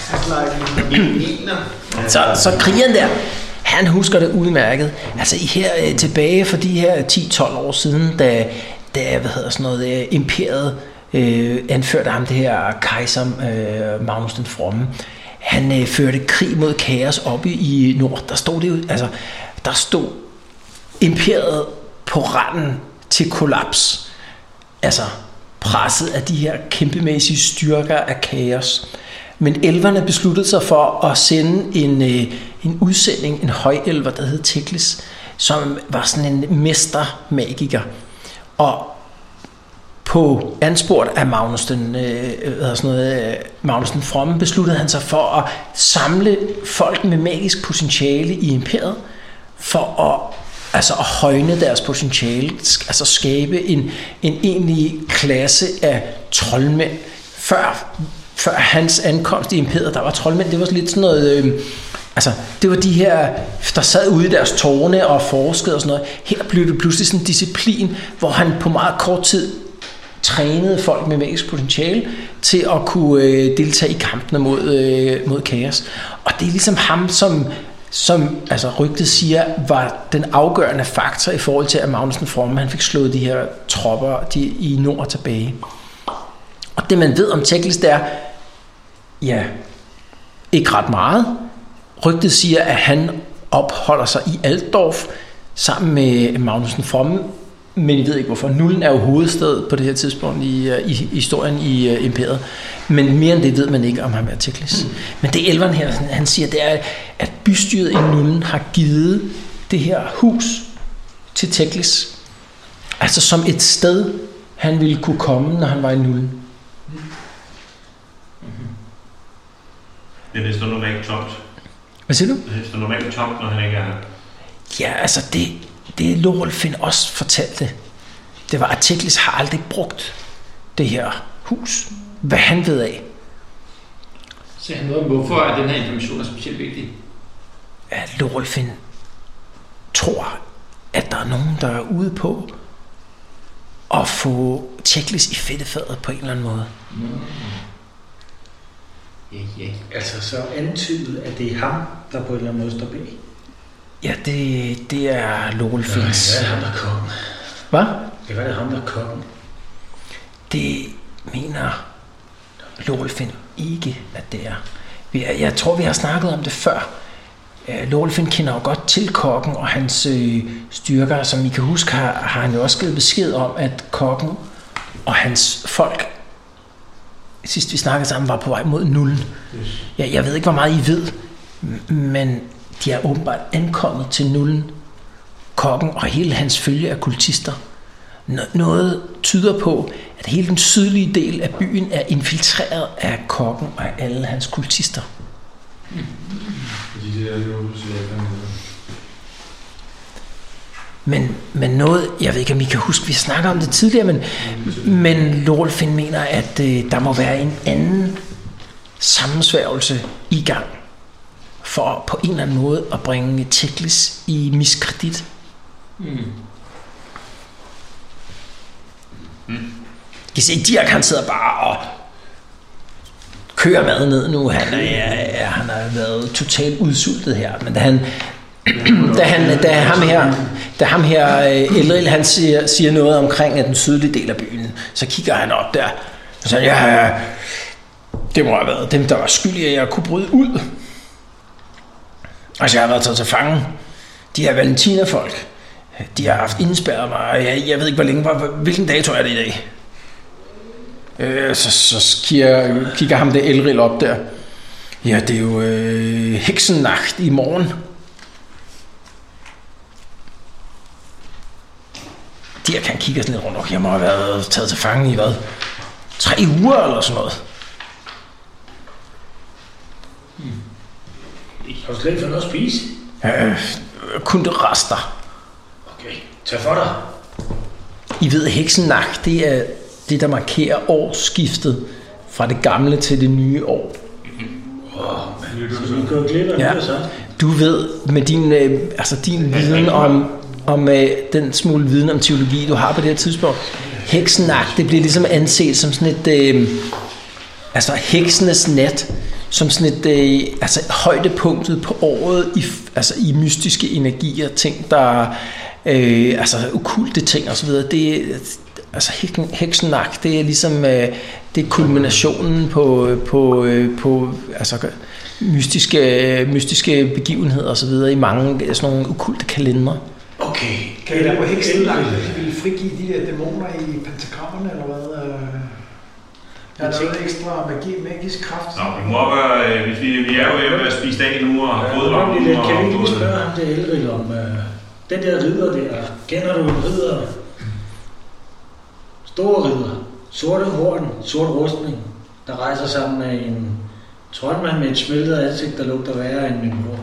Så, så krigeren der, han husker det udmærket. Altså i her øh, tilbage for de her ti tolv år siden, da, da hvad hedder sådan noget, øh, imperiet øh, anførte ham det her kejser øh, Magnus den Fromme. Han øh, førte krig mod kaos oppe i nord. Der stod det jo, altså der stod imperiet på randen til kollaps. Altså presset af de her kæmpemæssige styrker af kaos. Men elverne besluttede sig for at sende en, øh, en udsending, en højelver, der hed Teklis, som var sådan en mestermagiker. Og på anspurgt af Magnus den, øh, hvad sådan noget, øh, Magnus den Fromme besluttede han sig for at samle folk med magisk potentiale i imperiet, for at, altså at højne deres potentiale, altså skabe en, en egentlig klasse af troldmænd. Før Før hans ankomst i imperiet, der var troldmænd, det var lidt sådan noget, øh, altså det var de her, der sad ude i deres tårne og forskede og sådan noget. Her blev det pludselig sådan en disciplin, hvor han på meget kort tid trænede folk med magisk potentiale til at kunne øh, deltage i kampene mod, øh, mod kaos. Og det er ligesom ham, som som altså rygtet siger, var den afgørende faktor i forhold til, at Magnus den Fromme, han fik slået de her tropper de, i nord tilbage. Og det man ved om Teclis, det er, ja, ikke ret meget. Rygtet siger, at han opholder sig i Altdorf sammen med Magnus den Fromme, men I ved ikke hvorfor. Nullen er jo hovedstedet på det her tidspunkt i, i, i historien i uh, imperiet. Men mere end det ved man ikke om ham her Teclis. Mm. Men det elveren her, han siger, det er, at bystyret i Nullen har givet det her hus til Teclis. Altså som et sted, han ville kunne komme, når han var i Nullen. Mm. Men det står normalt tomt. Hvad siger du? Det står normalt tomt, når han ikke er her. Ja, altså det, det Lorelfin også fortalte, det var, at Teclis har aldrig brugt det her hus. Hvad han ved af. Så han noget om, hvorfor er den her information er specielt vigtig? At Lorelfin tror, at der er nogen, der er ude på at få Teclis i fedtefadet på en eller anden måde. Mm. Ja, ja. Altså så antydet, at det er ham, der på en eller anden måde står bag. Ja, det, det er Lorelfins. Ja, det er ham, der kom. Hvad? Det var det ham, der kom. Det mener Lorelfin ikke, at det er. Jeg, jeg tror, vi har snakket om det før. Lorelfin kender jo godt til kokken og hans øh, styrker. Som I kan huske, har, har han jo også givet besked om, at kokken og hans folk, sidst vi snakkede sammen, var på vej mod Nullen. Jeg, jeg ved ikke, hvor meget I ved, men de er åbenbart ankommet til Nullen. Kokken og hele hans følge af kultister. Noget tyder på, at hele den sydlige del af byen er infiltreret af kokken og af alle hans kultister. Mm. Fordi det er jo men, men noget, jeg ved ikke, om I kan huske, vi snakker om det tidligere, men, men Lorelfin mener, at øh, der må være en anden sammensværgelse i gang, for på en eller anden måde at bringe Teclis i miskredit. Mm. Mm. I se, Dirk, han sidder bare og kører mad ned nu. Han, er, han har været totalt udsultet her. Men da han, da han, da ham her, da ham her Elril, han siger, siger noget omkring at den sydlige del af byen, så kigger han op der og siger, ja, det må have været dem, der var skyldige, at jeg kunne bryde ud. Altså, jeg har været taget til fange. De her Valentina-folk, de har haft indspærret mig. Jeg, jeg ved ikke, hvor længe, hvilken dato er det i dag? Øh, så så kigger, kigger ham det Elril op der. Ja, det er jo øh, heksennacht i morgen. Dirk, han kigger sådan lidt rundt. Okay, jeg må have været taget til fange i hvad? Tre uger eller sådan noget. Hmm. Har du slet ikke fået noget at spise? Øh, kun det rester. Okay, tag for dig. I ved, heksennacht, det er det, der markerer årsskiftet fra det gamle til det nye år. Wow, så vi går glip af det, så. Du ved, med din, øh, altså din viden om, om øh, den smule viden om teologi, du har på det her tidspunkt, heksennacht, det bliver ligesom anset som sådan et, øh, altså heksenes nat, som sådan et, øh, altså højdepunktet på året i, altså i mystiske energier, ting, der, øh, altså okkulte ting og så videre. Det altså heksennacht, det er ligesom øh, det er kulminationen på på øh, på altså mystiske mystiske begivenheder og så videre i mange sådan nogle okkulte kalendere. Okay, kan I da på heksennacht ville frigive de der dæmoner i pentagrammerne eller hvad? Er der noget ekstra magi, magisk kraft? Nå, vi må op, øh, hvis vi, vi er jo ved at spise dag nu og har fået varme. Kan vi ikke lige spørge ham til Elril om øh, den der ridder der? Kender du en ridder? Store ridder, sorte horn, sort rustning, der rejser sammen med en troldmand med et smeltet ansigt, der lugter værre end min bror.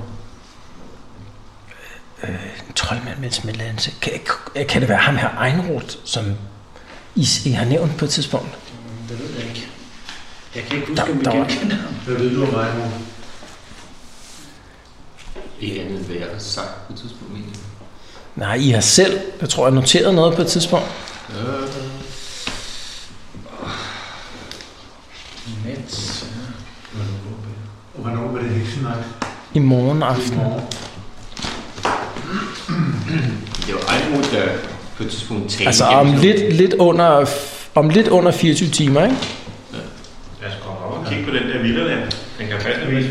Øh, en troldmand med et smeltet ansigt? Kan, kan det være ham her Einroth, som I, I har nævnt på et tidspunkt? Mm, det ved jeg ikke. Jeg kan ikke huske, om vi genkender ham. Hvad ved du om Einroth? Ikke andet end hvad jeg har sagt på et tidspunkt. Nej, I har selv, jeg tror, jeg noteret noget på et tidspunkt. Øh, Mens, Og hvornår var det heksennacht? I morgen aften. Det var Ejnrod, der på et tidspunkt talte. Altså om lidt, lidt under, om lidt under fireogtyve timer, ikke? Ja. Jeg skal komme op og kigge på den der villa der. Den kan passe lidt.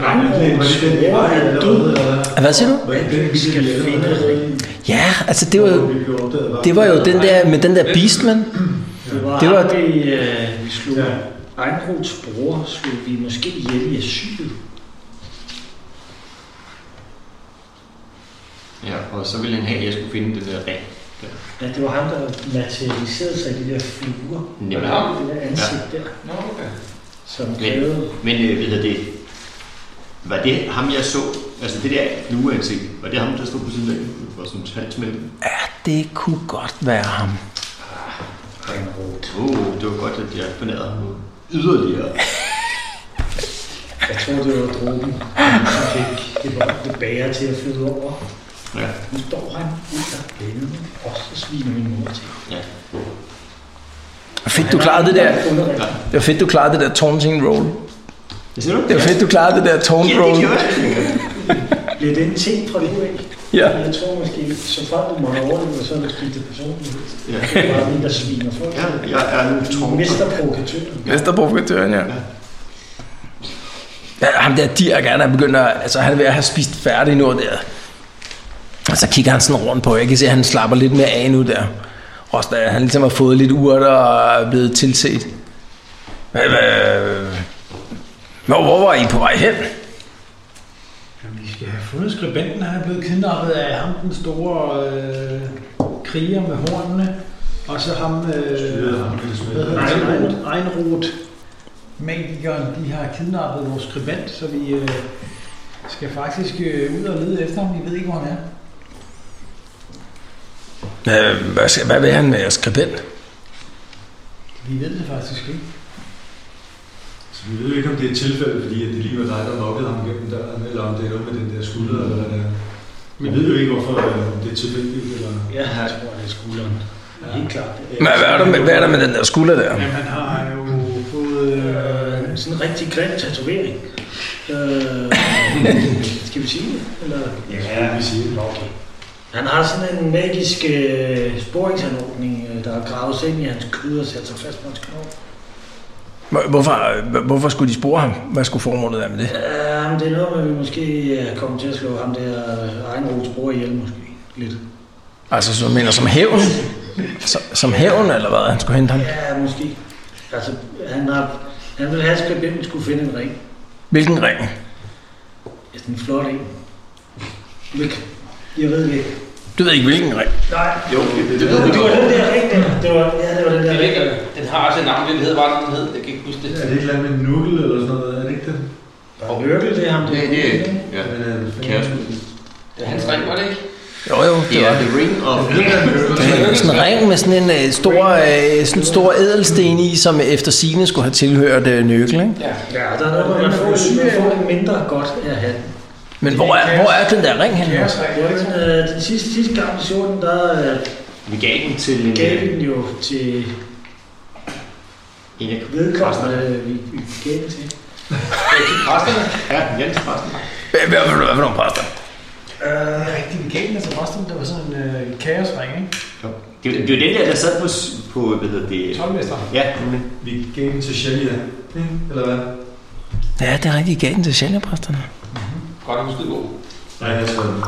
Hvad siger du? Ja, altså det var jo, det var jo den der med den der Beastman. Det var, det var vi, øh, vi slog Ejnrods bror, slog vi måske ihjel i asylet. Ja, og så ville han have, at jeg skulle finde den der ring. Ja, det var ham, der materialiserede sig i de der fluer. Nemlig ham. Det der ansigt ja. der. Nå, okay. Som men, men øh, ved det, var det ham, jeg så, altså det der flueansigt, var det ham, der stod på siden af, var sådan et halsmælke? Ja, det kunne godt være ham. Åh, oh, det var godt, at jeg fornærede ham yderligere. Jeg tror, det var dråben, som fik det var det bager til at flyde over. Ja. Nu står han ud af billedet, og så sviner min mor til. Ja. Fedt, du klarede det der. Det var fedt, du klarede det der taunting roll. Hvad siger du? Det var fedt, du klarede det der taunt roll. Ja, det gjorde jeg. Bliver det en ting fra det af? Ja. Jeg tror måske, så frem du må have overlevet, så er det skiftet personlighed. Ja. Det er bare den, der sviner folk. Ja, jeg er nu tårn. Mesterprovokatøren. Mesterprovokatøren, ja. Ja, ham der Dirk, han er begyndt at, altså han er ved at have spist færdig nu der. Og så kigger han sådan rundt på, jeg kan se, at han slapper lidt mere af nu der. Også da han ligesom har fået lidt urter og er blevet tilset. Hvor, hvor var I på vej hen? Jamen, vi skal have fundet skribenten. Han er blevet kidnappet af ham, den store øh, kriger med hornene. Og så ham, øh, Ejnrod, magikeren, de har kidnappet vores skribent, så vi øh, skal faktisk øh, ud og lede efter ham. Vi ved ikke, hvor han er. Hvad, skal, hvad vil han med skribent? Vi ved det faktisk ikke. Så vi ved jo ikke, om det er et tilfælde, fordi at det lige var dig, der nokkede ham gennem døren, eller om det er noget med den der skulder, eller hvad det er. Vi ved jo ikke, hvorfor det er tilfældigt, eller... Ja, jeg tror, det er skulderen. Ja. Helt klart. Men hvad er, der med, hvad er der med den der skulder der? Jamen, han har jo fået... Øh, sådan en rigtig grim tatovering. Øh, skal vi sige det? Eller? Ja, vi siger det. Okay. Han har sådan en magisk øh, sporingsanordning, øh, der er gravet sig ind i hans kød og sætter sig fast på hans knogler. Hvorfor, hvorfor skulle de spore ham? Hvad skulle formålet være med det? Ja, det er noget med, at vi måske kommer til at slå ham der Ejnrods bror ihjel, måske. Lidt. Altså, så mener som hævn? Som, som hævn, eller hvad? Han skulle hente ham? Ja, måske. Altså, han, har, han ville have skribenten skulle finde en ring. Hvilken ring? Ja, sådan en flot en. Jeg ved ikke. Du ved ikke, hvilken ring? Nej. Jo, det, det, det, det, det var den der ring, der. Det var, ja, det var den der ring. Den har også et navn, den hedder bare, den hed. Jeg kan ikke huske det. Er det ikke noget med en nukkel eller sådan noget? Er det ikke det? Og Nørkel, det er ham. Det er det. Ja, Kaos. Det er hans ring, var det ikke? Jo, jo, det ja, var The Ring of... det er sådan en ring med sådan en stor, sådan en stor ædelsten i, som efter sigende skulle have tilhørt Nørkel, ikke? Ja, ja der er noget, man får, man får det mindre godt af hatten. Men hvor er, hvor er den der ring henne? Ja, den, den sidste, sidste gang, vi så den, der vi gav den til... gav den jo til en af vedkommende, vi, vi gav den til. Til præsterne? Ja, Jens præsten. Hvad for nogle præster? Uh, rigtig, vi gav den til præsten. Det var sådan en uh, kaosring, ikke? Jo. Det, det var den der, der sad på, på hvad hedder det... tolvmester. Ja, vi gav den til Shelia, eller hvad? Ja, det er rigtigt, I gav den til Shelia-præsterne. Godt at huske det god. Nej, jeg tror det.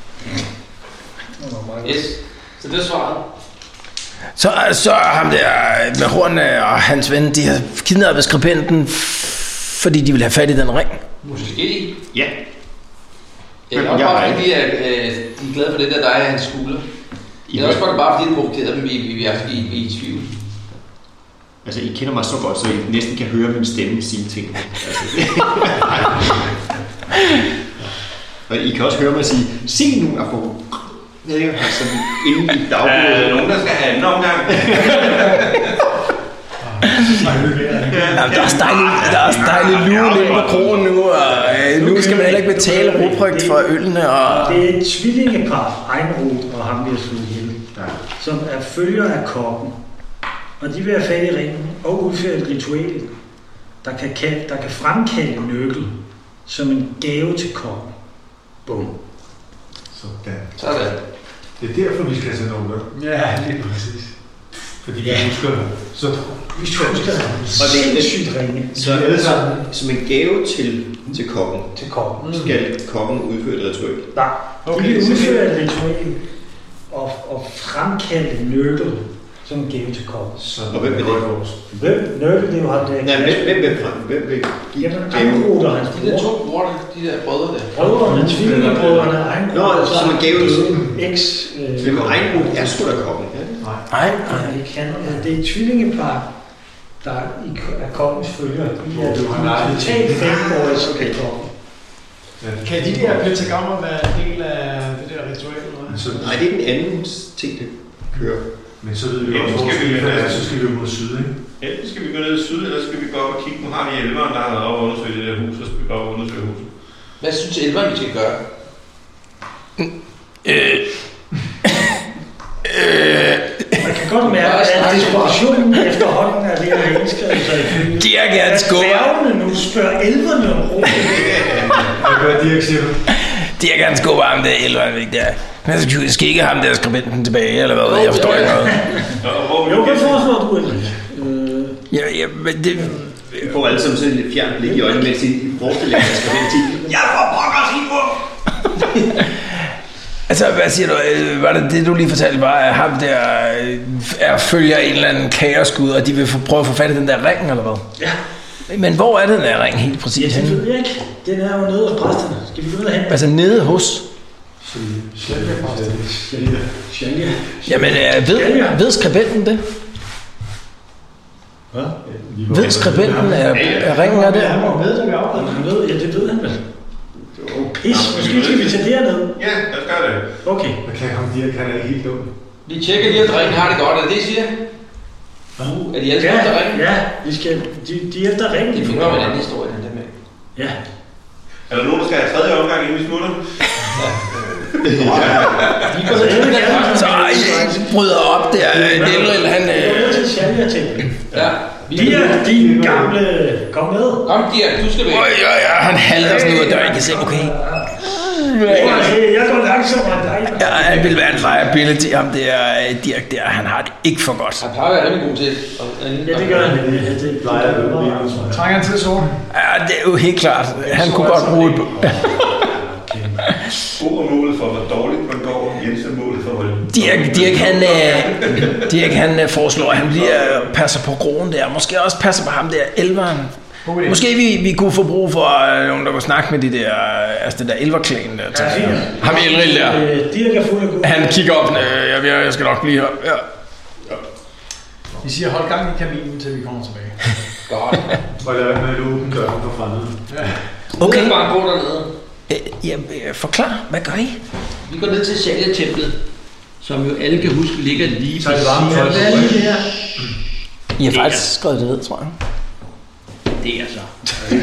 Yes, så det er svaret. Så, så ham der med hornene og hans ven, de har kidnappet skribenten, fordi de vil have fat i den ring. Måske. Ja. Eller også bare fordi, at øh, de er glade for det der, der er hans skulder. Det er også bare fordi, de provokerer dem, vi, vi, vi er i, i, i tvivl. Altså, I kender mig så godt, så I næsten kan høre min stemme sige ting. Altså, og I kan også høre mig sige, sig nu at få... Jeg ved ikke, altså, inden i dagbruget. Er der nogen, der skal have anden omgang? Jamen, der er dejligt, der er dejligt lue lidt på krogen nu, og øh, nu skal man heller ikke betale råbrygt for ølene. Og... Det er et tvillingepar, Ejnrod og ham, vi har slået ihjel, som er følger af kokken. Og de vil have fat i ringen og udføre et ritual, der kan, der kan fremkalde Nørkel som en gave til kokken. Bum. Sådan. Sådan. Det er derfor, vi skal tage noter. Ja, lige præcis. Fordi vi husker så Vi skal huske, Og det er sindssygt ringe. Så alle sammen som en gave til, til kokken, Til kokken. skal kokken udføre et ritual. Nej, Okay, de vil så udføre et ritual og, og fremkalde Nørkel som en gave til kokken. Så Og hvem vil det? Hvem? Nørkel, det er jo ham der. Nej, hvem, hvem vil frem? Hvem vil give Jamen, gave? Anruder, hans De der bror. to bror, de der brødre der. Brødrene, tvillingebrødrene, Anruder. Nå, som en gave til Eks. Hvem er Egenbrug er sgu da kokken, ja? Nej. Nej, Nej, det kan det er et tvillingepar, der er i er kongens følger. De er Du har aldrig totalt fanboys som er kongen. Kan de der pentagrammer være en del af det der ritual? Eller? Så, Nej, det er den anden ting, det kører. men så ved vi Ja, også, så hvor skal vi- vi er, så skal vi jo mod syd, ikke? Enten skal vi gå ned i syd, eller skal vi gå op og kigge. Nu har vi elveren, der har været oppe og undersøge det der hus, så skal vi gå op og undersøge huset. Hvad synes Elveren, vi skal gøre? øh, øh, Man kan godt mærke, at desperationen efterhånden er ved at indskrive sig i følge. de er gerne skubber. Dværgene nu spørger elverne om ro. Hvad gør Dirk, siger du? De er gerne skubber ham der, eller ikke der. Men så skal ikke ham der skribenten tilbage, eller hvad? Jeg forstår ikke noget. Og hvor vil Jo, vi hvad hen? foreslår du, Elvin? Øh, Ja, ja, men det... Vi får alle sammen sådan et lidt fjernt blik i øjnene, mens de forestiller sig, at skal hen til. Jeg får pokker sig på! Altså, hvad siger du? Øh, Var det det, du lige fortalte, var, at ham der øh, er følger en eller anden kaosgud, og de vil få, prøve at få fat i den der ring, eller hvad? Ja. Men hvor er den der ring helt Ja, præcis det henne? ved jeg ikke. Den er jo nede hos præsterne. Skal vi gå ned og hente? Altså nede hos... Shalja. Jamen, øh, ved, ved skribenten det? Hvad? Ved skribenten, er, er ringen er det? Han var med, da vi afbrød. Han ved, ja, det ved han vel. Pis, måske skal vi tage derned. Ja, lad os gøre det. Okay. Jeg kan ham Dirk, han er ikke helt dum. Vi tjekker lige, at drengen har det godt. Er det det, I siger? Uh, er de alle sammen efter ringen? Ja, vi skal, de, de er efter ringen. Det finder med en anden historie, end det med. Ja. Er der nogen, der skal have tredje omgang, inden vi smutter? Vi går ned til den Så I bryder op der. Nelril, han... Vi går ned Øh, til Shalja-templet. Ja. Vi De er din gamle... Kom med. Kom, Dirk, du skal væk. Øj, ja, ja, han halter sådan ud af døren. Jeg kan se, okay. Jeg går langsommere end dig. Ja, han vil være en liability, ham der Dirk der. Han har det ikke for godt. Han plejer at være rimelig god til. Ja, det gør han. Det Plejer at være Trænger han til at sove? Ja, det er jo helt klart. Han kunne godt bruge det. Ord er målet for, hvor dårligt man går. Jens er målet for, hvor Dirk, Dirk, han, øh, Dirk, han øh, foreslår, at han bliver øh, passer på groen der. Måske også passer på ham der, elveren. Måske vi, vi kunne få brug for øh, nogen, der kunne snakke med de der, øh, altså det der elverklan der. Til, Ja, ham i Elril der. Dirk er fuld af gode. Han kigger op, øh, jeg, jeg skal nok blive her. Ja. Vi siger, hold gang i kaminen, til vi kommer tilbage. Godt. Og lad være med at åbne døren for fremmede. Okay, Nu bare gå dernede. øh, ja, øh, forklar, hvad gør I? Vi går ned til Shalja-templet, som jo alle kan huske ligger lige Så er det varmt for os. Hvad er lige der? I har faktisk skrevet det ned, tror jeg. Det er så.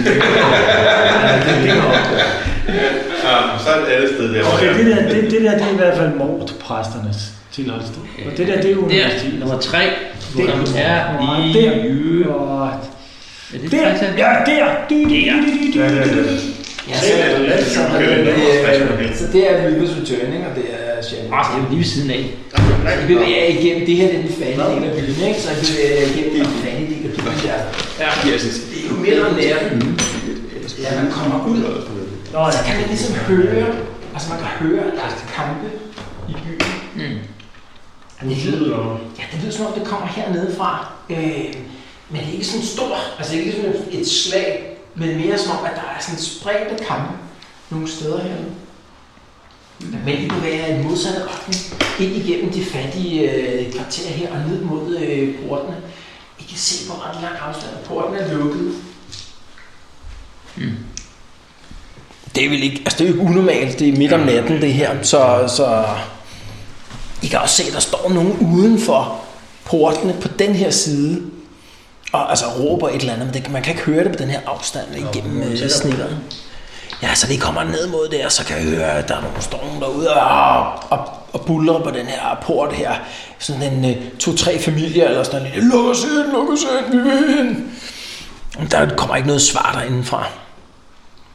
Ja, så er det alle steder der. Okay, det der, det, det der, det er i hvert fald mortpræsternes tilholdssted. Og det der, det er jo Der, universitetet. nummer tre, hvor Det der er og lige der, jø. og Er det der, faktisk? ja, der, du, du, du, du, Ja, du, ja, du. ja. Ja, Se, er det let, så er det let. Så det er Lykkes Returning, og det er Shalja. Ah, det er jo lige ved siden af. Vi bevæger igennem det her, det er den fattige del af byen, ikke? Så vi bevæger igennem den fattige del af byen der. Ja, det er jo midt om natten. Ja, man kommer ud, Nå, så ja. kan man ligesom høre, altså man kan høre, at der er kampe i byen. Mm. Og det lyder, ja, det lyder som om, det kommer hernede fra. Øh, men det er ikke sådan stor, altså ikke sådan et, et slag, men mere som om, at der er sådan spredte kampe nogle steder hernede. Men I bevæger i en modsatte retning ind igennem de fattige øh, kvarterer her og ned mod øh, portene. I kan se på ret lang afstand, at porten er lukket. Mm. Det er vel ikke, altså det er jo ikke unormalt, det er midt om natten det her, så, så I kan også se, at der står nogen uden for portene på den her side, og altså råber et eller andet, men det, man kan ikke høre det på den her afstand igennem øh, snitterne. Ja, så de kommer ned mod der, så kan jeg høre, at der er nogle storme derude og, og, og buldrer på den her port her. Sådan en uh, to-tre familier eller sådan noget. Luk os ind, luk os ind, vi vil ind. Der kommer ikke noget svar derindefra.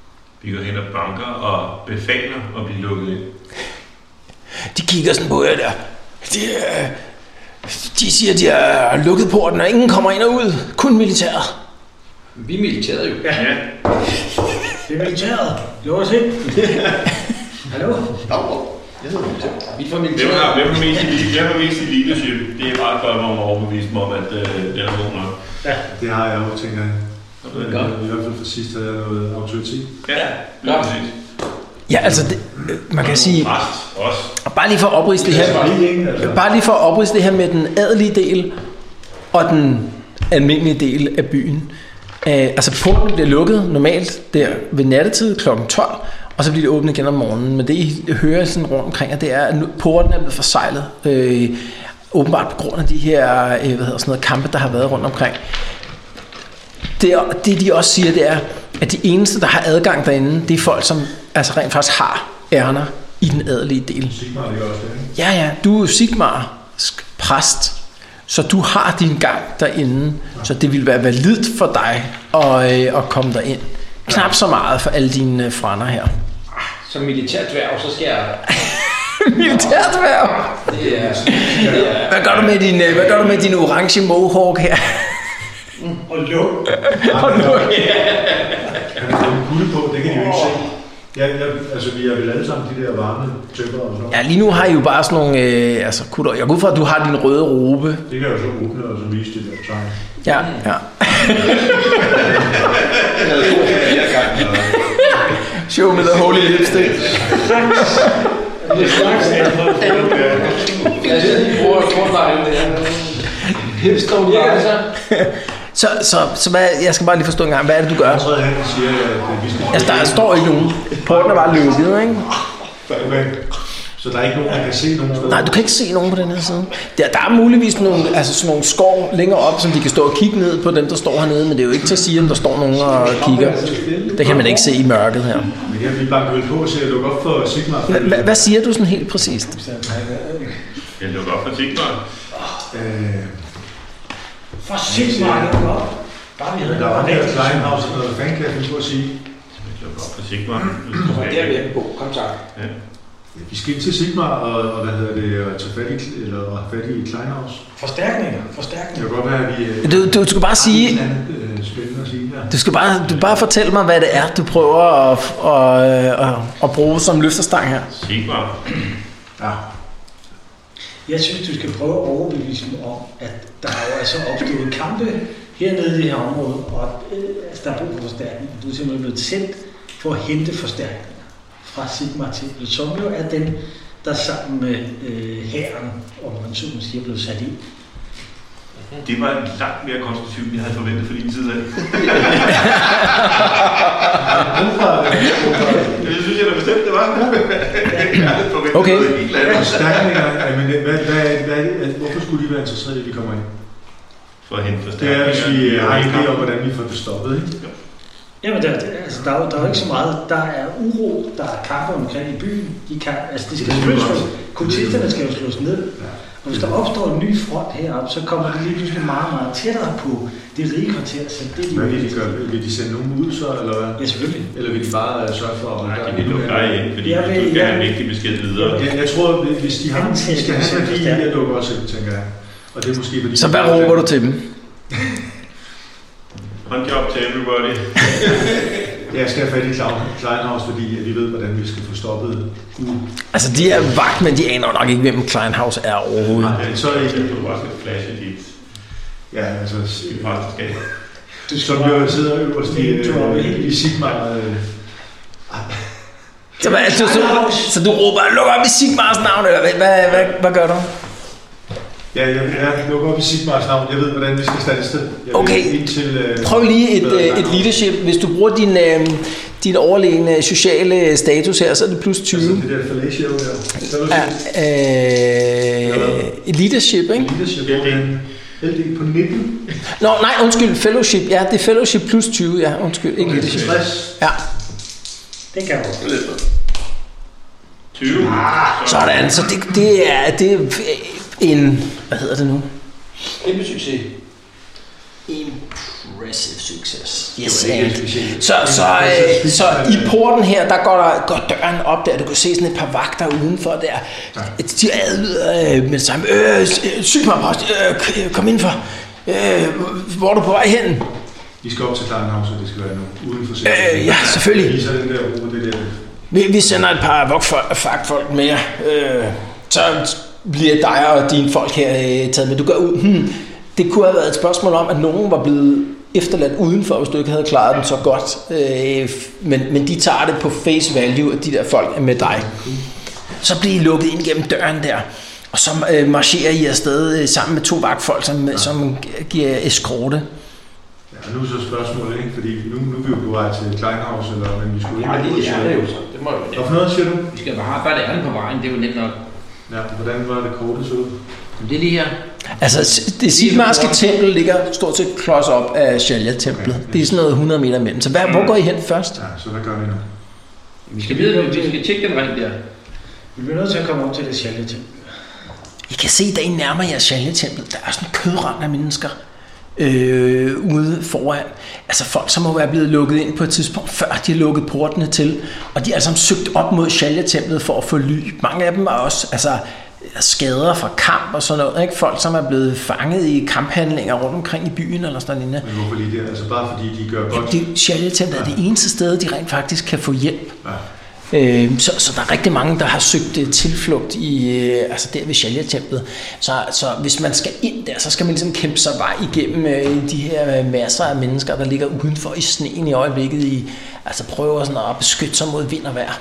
Vi går hen og banker og befaler at blive lukket ind. De kigger sådan på jer der. De, øh, de siger, de har lukket porten, og ingen kommer ind og ud. Kun militæret. Vi er militæret jo. Ja. ja. Det er militæret. Lås ind. Hallo? Vi får Hvem militæret. har, hvem har mest i hvem har mest i leadership? Det er bare godt, om at overbevise mig om, at øh, den er god nok. Ja. Det har jeg jo, tænker jeg. Okay. I hvert fald for sidst havde jeg noget autoritet. Ja, lige præcis. Ja, altså, det, man kan sige... Rest også. Bare lige for at opridse det her... Bare lige for at opridse det her med den adelige del og den almindelige del af byen. Uh, altså, porten bliver lukket normalt der ved nattetid klokken tolv, og så bliver det åbnet igen om morgenen. Men det, I hører sådan rundt omkring, det er, at porten er blevet forsejlet. Øh, åbenbart på grund af de her øh, hvad hedder sådan noget, kampe, der har været rundt omkring. Det, det, de også siger, det er, at de eneste, der har adgang derinde, det er folk, som altså rent faktisk har ærner i den adelige del. Sigmar ligger også derinde. Ja, ja, du er jo Sigmar præst, så du har din gang derinde, så det vil være validt for dig at, øh, at komme derind. Knap så meget for alle dine frænder her. Som militærdværg, så skal jeg... Militærdværg? Det er... Det er Hvad gør du med din, hvad gør du med din orange mohawk her? Og luk. Og luk. Han har fået kulde på, det kan de jo ikke se. Ja, ja, altså vi er vel alle sammen de der varme tøpper og sådan. Ja, lige nu har I jo bare sådan nogle, øh, altså, jeg går ud fra, at du har din røde robe. Det kan jeg jo så åbne og så vise det der tegn. Ja, ja. Show me the holy lipstick. Det er slags jeg synes, de bruger kortvejen der. Hipstone virker det så? Så, så, så hvad, jeg skal bare lige forstå en gang, hvad er det, du gør? Jeg tror, at han siger, at vi skal... Altså, der står ikke nogen. Porten er bare lukket, ikke? Okay. Så der er ikke nogen, der kan se nogen steder? Nej, du kan ikke se nogen på den her side. Der, der er muligvis nogle, altså sådan nogle skår længere op, som de kan stå og kigge ned på dem, der står hernede, men det er jo ikke til at sige, om der står nogen og kigger. Det kan man ikke se i mørket her. Men jeg vil bare vel på at se, at lukke op for Sigmar. Hvad siger du sådan helt præcist? Jeg lukker op for Sigmar. For Sigmar, luk op. Bare vi havde der var der Kleinhaus, og hvad fanden kan jeg finde på at sige? Jeg lukker op for Sigmar. Der vil jeg bo. Kom tak. Ja. Vi skal ind til Sigmar og, og hvad hedder det, og tage fat i, eller og have fat i Kleinhaus. Forstærkninger, forstærkninger. Det kan godt være, at vi... Du, du skal bare sige... Øh, spændende at sige her. Du skal bare, du bare fortælle mig, hvad det er, du prøver at, at, at, at bruge som løfterstang her. Sigmar. Ja. Jeg synes, du skal prøve at overbevise dem om, at der er jo altså opstået kampe hernede i det her område, og øh, altså, der er brug for forstærkning. Du er simpelthen blevet sendt for at hente forstærkninger fra Sigmar-templet, som jo er den, der sammen med øh, hæren, om man så må sige, er blevet sat i. Det var langt mere konstruktivt, end jeg havde forventet for din side af. Det synes jeg da bestemt, det var. Okay. Forstærkninger, men hvad, hvad, hvad, hvorfor skulle de være interesserede i, at vi kommer ind? For at hente Det forstærkninger. er, hvis vi har en idé om, hvordan vi får det stoppet, ikke? Jamen, der, altså, der, er jo, der er jo ikke så meget. Der er uro, der er kampe omkring i byen. De kan, altså, de skal selvfølgelig slås. Kultisterne skal jo slås ned. Og hvis der opstår en ny front heroppe, så kommer de lige pludselig meget, meget tættere på det rige kvarter. Så det, de hvad vil de gøre? Vil de sende nogen ud så, eller hvad? Ja, selvfølgelig. Eller vil de bare sørge for at... Nej, de vil lukke dig ind, fordi Jeg du vil- skal jeg- have en vigtig besked videre. Jeg, jeg tror, hvis de har, de skal have værdi i at lukke os ind, tænker jeg. Og det er måske fordi... Så hvad råber du til dem? Håndjob til everybody. Jeg skal have fat i Kleinhaus, fordi vi ved, hvordan vi skal få stoppet Gud. Altså, de er vagt, men de aner jo nok ikke, hvem Kleinhaus er overhovedet. Nej, så er Jeg det... tror også, at flashe dit Ja, altså... præsteskab. Du skal jo sidder øverst i, øh, i Sigmar... Øh. Så, hvad, så, så, så du råber, luk op i Sigmars navn, eller hvad, hvad, hvad, hvad gør du? Ja, jeg, jeg lukker op i Sigmars navn. Jeg ved, hvordan vi skal stande et sted. Jeg vil Okay. ind til, øh, Prøv lige et, øh, et leadership. Hvis du bruger din, øh, din overlegne sociale status her, så er det plus tyve. Altså det der fellatio der. Ja, øh, et leadership, ikke? Leadership, L D på nitten. Nå, nej, undskyld, fellowship. Ja, det er fellowship plus tyve, ja, undskyld, ikke leadership. tres. Ja, Det kan jo. tyve. sådan. Så det, det, er, det er en, hvad hedder det nu? Kæmpe succes. En Impressive success. Yes, Det var ikke and. specielt. Så, så, øh, så i porten her, der går, der går døren op der. Du kan se sådan et par vagter udenfor der. De adlyder øh, med det samme. Øh, Sygeplejepost, øh, kom indenfor. Øh, hvor er du på vej hen? Vi skal op til Kleinhaus, og det skal være nu uden for scenen. Øh, ja, selvfølgelig. Viser den der ro, det der. Vi, vi sender et par vagtfolk med. Øh, så bliver dig og dine folk her øh, taget med. Du går ud. Hmm. Det kunne have været et spørgsmål om, at nogen var blevet efterladt udenfor, hvis du ikke havde klaret dem så godt. Øh, men, men de tager det på face value, at de der folk er med dig. Så bliver I lukket ind gennem døren der. Og så øh, marcherer I afsted øh, sammen med to vagtfolk, som, ja. som giver eskorte. Ja, nu så spørgsmålet, ikke? Fordi nu, nu er vi jo på vej til Kleinhaus, eller men vi skulle ikke... Nej, det er det jo så. Det må jo være. Hvad for noget siger du? Vi skal bare have bare det andet på vejen, det er jo nemt nok. Ja, hvordan var det kortet så ud? Det er lige her. Altså, det Sigmarske tempel ligger stort set klods op af Shalya-templet. Okay. Det er sådan noget hundrede meter imellem. Så hvad, hvor går I hen først? Ja, så hvad gør vi nu? Vi skal vide, vi skal tjekke den ring der. Vi bliver nødt til at komme op til det Shalya-tempel. I kan se, da I nærmer jer Shalya-templet, der er sådan en kødrand af mennesker øh, ude foran. Altså folk, som må være blevet lukket ind på et tidspunkt, før de har lukket portene til. Og de er altså søgt op mod Shalya-templet for at få ly. Mange af dem er også altså, skader fra kamp og sådan noget. Ikke? Folk, som er blevet fanget i kamphandlinger rundt omkring i byen eller sådan noget. Men hvorfor lige det? Altså bare fordi de gør godt? Ja, Shalya-templet er det eneste sted, de rent faktisk kan få hjælp. Ja. Øh, så, så der er rigtig mange, der har søgt tilflugt i, øh, altså der ved Shalya-templet. Så, så hvis man skal ind der, så skal man ligesom kæmpe sig vej igennem øh, de her masser af mennesker, der ligger udenfor i sneen i øjeblikket. I, altså prøver sådan at beskytte sig mod vind og vejr.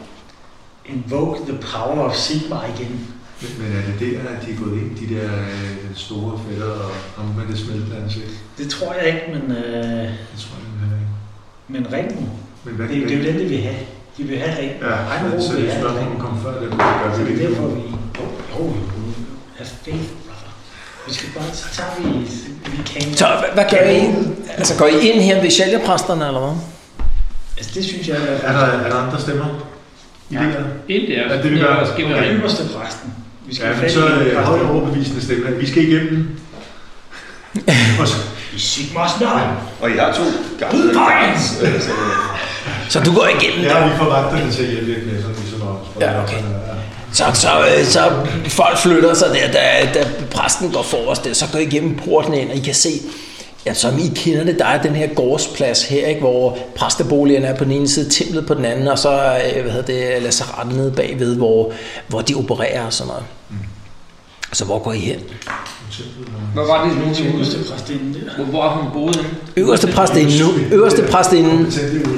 Invoke the power of Sigmar igen. Men er det der, at de er gået ind, de der øh, store fætter og ham med det smeltende ansigt? Det tror jeg ikke, men... Øh, det tror jeg ikke. Men ringen, men hvad, det, det er jo den, de vil have. De vil have ringen. Ja, Ej, men så er det spørgsmål, om kom før, det gør så vi det er ikke. derfor, vi... Jo, jo, have faith, brother. Vi skal bare... Så tager vi... vi kan... Så hvad, hvad gør I? Altså går I ind her ved Shalya-præsterne, eller hvad? Altså det synes jeg... Er, er, der, er der andre stemmer? I ja, det det er ja, det vi gør. Det er den ypperste præsten. Vi skal ja, men så har jeg overbevisende stemme. Vi skal igennem. Og så... I Sigmars navn. Og jeg har to gamle guards. Så du går igennem der? Ja, vi får vagterne til at hjælpe lidt med, sådan ligesom også. Ja, okay. Så, så, så folk flytter sig der, da, da præsten går forrest der, så går I igennem porten ind, og I kan se, ja, som I kender det, der er den her gårdsplads her, ikke, hvor præsteboligerne er på den ene side, templet på den anden, og så hvad hedder det, lazarettet nede bagved, hvor, hvor de opererer og sådan noget. Mm. Så hvor går I hen? Hvad var det nu? Til øverste præstinden der. Hvor, hvor hun boede? Øverste præstinden nu. Øverste præstinden.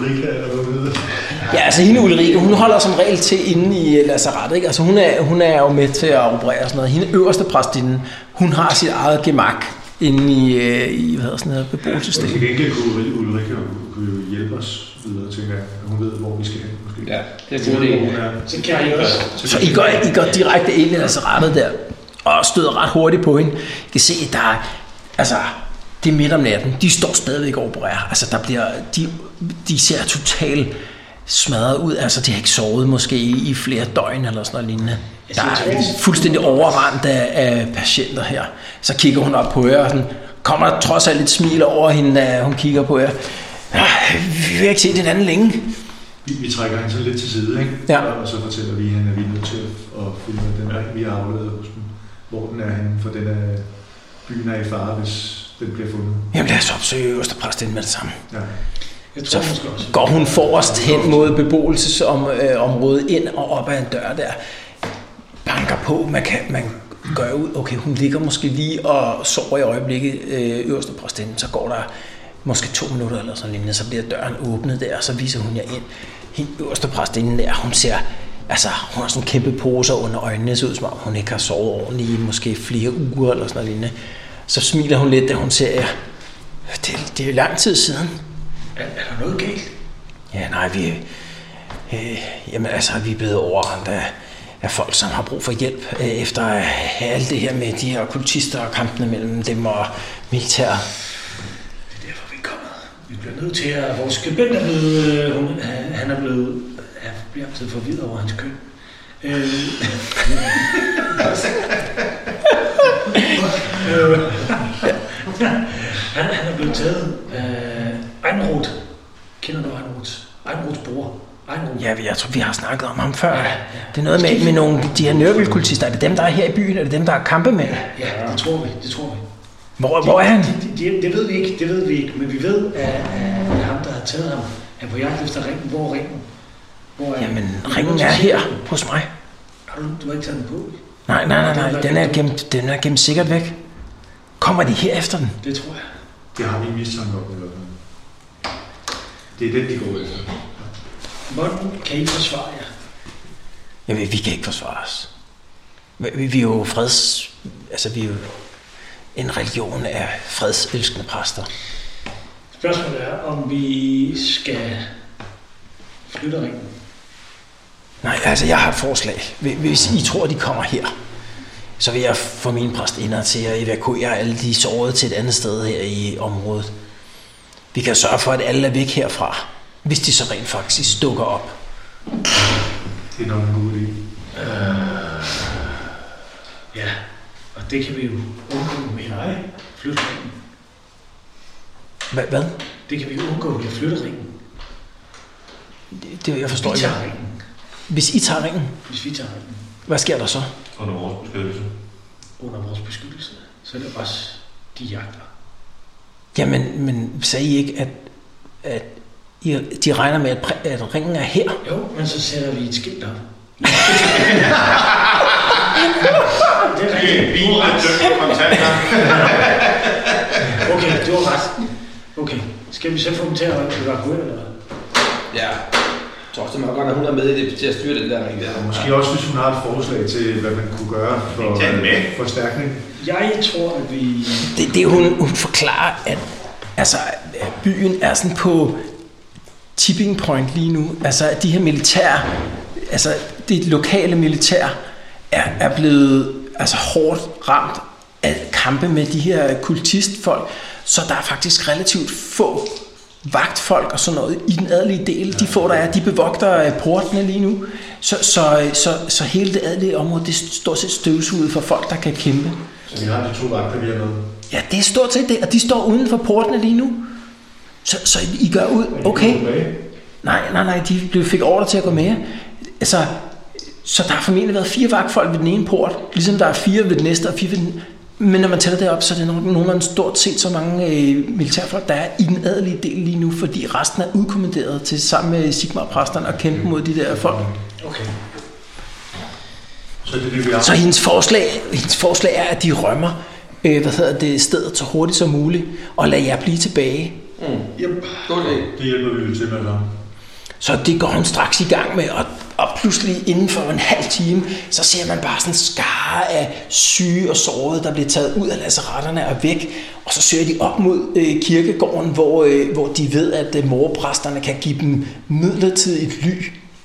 Ja, altså hende Ulrike, hun holder som regel til inde i lazarettet, ikke? Altså hun er, hun er jo med til at operere sådan noget. Hende øverste præstinden, hun har sit eget gemak inde i, i hvad hedder sådan noget, beboelsesstedet. Til gengæld kunne Ulrike kunne hjælpe os videre, tænker jeg. Hun ved, hvor vi skal hen, måske. Ja, det er det. Så kan I også. Så I går, I går direkte ind i lazarettet der, og støder ret hurtigt på hende. I kan se, at der er, altså, det er midt om natten. De står stadigvæk og opererer. Altså, der bliver, de, de ser totalt smadret ud. Altså, de har ikke sovet måske i, i flere døgn eller sådan noget lignende. Der er fuldstændig overrendt af, af patienter her. Så kigger hun op på jer, og sådan, kommer der trods alt et smil over hende, da hun kigger på jer. Ja, vi har ikke set den anden længe. Vi, vi trækker hende så lidt til side, ikke? Ja. Og så fortæller vi hende, at vi er nødt til at finde den ring, vi har afledet hos dem. Hvor den er henne, for den er, byen er i fare, hvis den bliver fundet. Jamen lad os opsøge øverste præstinden med det samme. Ja. Jeg tror, så går hun forrest hen mod beboelsesområdet ind og op ad en dør der. Banker på, man kan man gør ud, okay, hun ligger måske lige og sover i øjeblikket øverste præstinden, så går der måske to minutter eller sådan lignende, så bliver døren åbnet der, og så viser hun jer ind. Hende øverste præstinden der, hun ser, altså hun har sådan en kæmpe poser under øjnene, så ud som om hun ikke har sovet ordentligt i måske flere uger eller sådan noget lignende. Så smiler hun lidt, da hun ser jer. Det, det er lang tid siden. Er, er der noget galt? Ja, nej, vi, øh, jamen, altså, vi er blevet overrendt af, af folk, som har brug for hjælp, øh, efter at have alt det her med de her kultister og kampene mellem dem og militær. Det er derfor, vi er kommet. Vi bliver nødt til at... Vores skribent er blevet... Øh, hun, han er blevet... Jeg bliver altid forvirret over hans køn. Øh, han, han er blevet taget af Einroth. Kender du Einroths? Einroths bror. Einroth. Ja, jeg tror, vi har snakket om ham før. Ja, ja. Det er noget med, med nogle de her nørkelkultister. Er det dem, der er her i byen? Er det dem, der er kampemænd? Ja, det tror vi. Det tror vi. Hvor, de, hvor er han? De, de, de, det ved vi ikke. Det ved vi ikke. Men vi ved, at, at ham, der har taget ham, er på jagt efter ringen. Hvor er ringen? Hvor er, Jamen, ringen er her hos mig. Har du, du har ikke taget den på? Nej, nej, nej, nej. Den er gemt, den er gemt sikkert væk. Kommer de her efter den? Det tror jeg. Det har vi en mistanke om. Det er den, de går efter. Hvordan kan I forsvare jer? Jamen, vi kan ikke forsvare os. Vi, vi er jo freds... Altså, vi er jo en religion af fredselskende præster. Spørgsmålet er, om vi skal flytte ringen. Nej, altså, jeg har et forslag. Hvis I tror, de kommer her, så vil jeg få min præstinder til at evakuere alle de sårede til et andet sted her i området. Vi kan sørge for, at alle er væk herfra, hvis de så rent faktisk dukker op. Det er nok en god idé. Øh, ja, og det kan vi jo undgå med en flytringen. Hvad? Hvad? Det kan vi jo undgå ved at flytte ringen. Det, det jeg forstår vi tager ikke. ringen. Hvis I tager ringen? Hvis vi tager ringen. Hvad sker der så? Under vores beskyttelse. Under vores beskyttelse. Så er det også de jagter. Jamen, men sagde I ikke, at, at I, de regner med, at, præ, at ringen er her? Jo, men så sætter vi et skilt op. Det er rigtigt. Bilen er dømt på kontanter. Okay, du har ret. Okay, skal vi så få dem til at evakuere, eller hvad? Ja. Jeg tror også, det er meget godt, at hun er med i det, til at styre den der ring der. Og måske også, hvis hun har et forslag til, hvad man kunne gøre for forstærkning. Jeg tror, at vi... Det, det hun, hun forklarer, at altså, byen er sådan på tipping point lige nu. Altså, de her militær, altså det lokale militær er, er blevet altså, hårdt ramt af kampe med de her kultistfolk, så der er faktisk relativt få vagtfolk og sådan noget i den adelige del. De få, der er, de bevogter portene lige nu. Så, så, så, så hele det adelige område, det er stort set støvsuget for folk, der kan kæmpe. Så vi har de to vagter, vi har med? Ja, det er stort set det, og de står uden for portene lige nu. Så, så I gør ud, okay? Nej, nej, nej, de blev fik ordre til at gå med. Altså, så der har formentlig været fire vagtfolk ved den ene port, ligesom der er fire ved den næste og fire ved den. Men når man tæller det op, så er det nok nogenlunde stort set så mange øh, militærfolk, der er i den adelige del lige nu, fordi resten er udkommanderet til sammen med Sigmar-præsterne og kæmpe mod de der folk. Okay. Så, det, det, vi har. Så hendes forslag, hendes forslag er, at de rømmer øh, hvad hedder det, stedet så hurtigt som muligt, og lader jer blive tilbage. Mm. Yep. Okay. Det hjælper vi jo til med dig. Så det går hun straks i gang med, og, og pludselig inden for en halv time, så ser man bare sådan en skare af syge og sårede, der bliver taget ud af lazaretterne og væk, og så søger de op mod øh, kirkegården, hvor, øh, hvor de ved, at øh, morpræsterne kan give dem midlertidigt ly.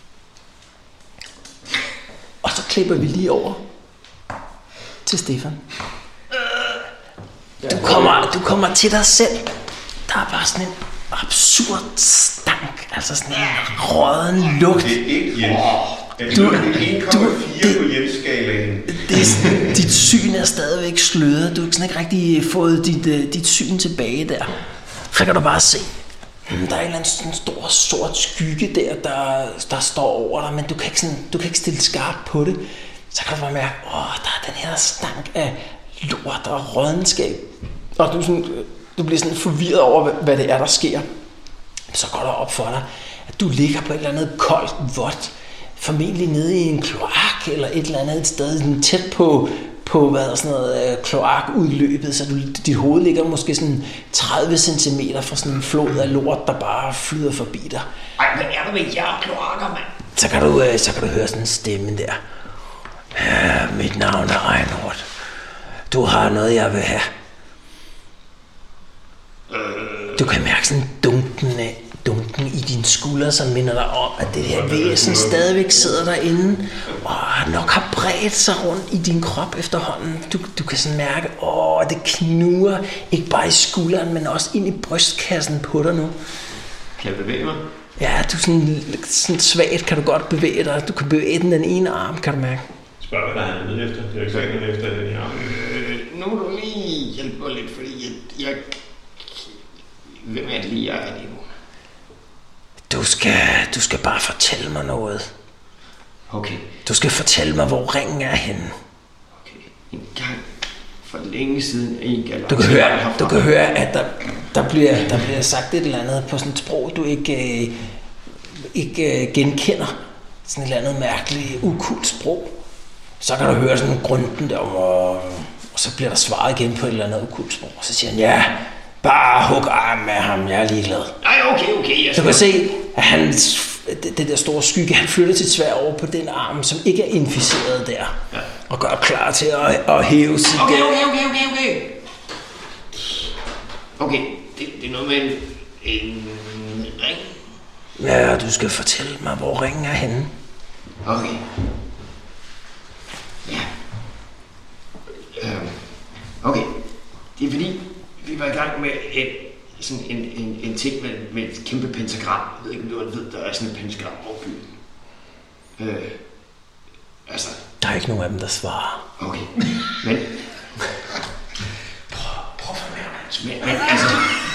Og så klipper vi lige over til Stefan. Du kommer, du kommer til dig selv. Der er bare sådan en absurd stank, altså sådan en rådden lugt. Det er ikke Jens. Du, det er en komma fire på Jens-skalaen. Det er, dit syn er stadigvæk sløret. Du har ikke rigtig fået dit, dit syn tilbage der. Så kan du bare se, der er en eller anden sådan stor sort skygge der, der, der står over dig, men du kan, ikke sådan, du kan ikke stille skarpt på det. Så kan du bare mærke, åh, der er den her stank af lort og rådenskab. Og du, sådan, du bliver sådan forvirret over, hvad det er, der sker. Så går der op for dig, at du ligger på et eller andet koldt, vådt, formentlig nede i en kloak eller et eller andet sted, tæt på, på hvad er sådan noget, kloakudløbet, så du, dit hoved ligger måske sådan tredive centimeter fra sådan en flod af lort, der bare flyder forbi dig. Ej, hvad er der med jer kloakker, mand? Så kan du, så kan du høre sådan en stemme der. Ja, mit navn er Einroth. Du har noget, jeg vil have. Du kan mærke sådan dunken, dunken i dine skuldre, som minder dig om, at det her væsen stadigvæk sidder derinde, og nok har bredt sig rundt i din krop efterhånden. Du, du kan sådan mærke, åh, det knuger, ikke bare i skulderen, men også ind i brystkassen på dig nu. Kan jeg bevæge mig? Ja, du er sådan, sådan svagt, kan du godt bevæge dig. Du kan bevæge den, den ene arm, kan du mærke. Spørg, hvad der er nede efter. Det er jo ikke sådan, efter den her arm. Øh, nu må du lige hjælpe mig lidt, fordi jeg, jeg hvem er det lige, jeg er lige nu? Du skal, du skal bare fortælle mig noget. Okay. Du skal fortælle mig, hvor ringen er henne. Okay. En gang for længe siden i en galakse. Du kan høre, du kan høre at der, der, bliver, der bliver sagt et eller andet på sådan et sprog, du ikke, øh, ikke øh, genkender. Sådan et eller andet mærkeligt, ukult sprog. Så kan du høre sådan en grunden der, og, og så bliver der svaret igen på et eller andet ukult sprog. Og så siger han, ja, bare hug armen med ham, jeg er ligeglad. Nej, okay, okay. Jeg du kan se, at han, det, det der store skygge, han flytter sit sværd over på den arm, som ikke er inficeret der. Ja. Og gør klar til at, at hæve sit... Okay, okay, okay, okay, okay. Okay, det, det er noget med en, en ring. Ja, du skal fortælle mig, hvor ringen er henne. Okay. Ja. Øhm. Okay. Det er fordi, vi var i gang med et, sådan en, en, en ting med, med et kæmpe pentagram. Jeg ved ikke, om du ved, der er sådan et pentagram over byen. Øh. Altså... Der er ikke nogen af dem, der svarer. Okay. Men... Prøv, prøv for mere, men, men altså...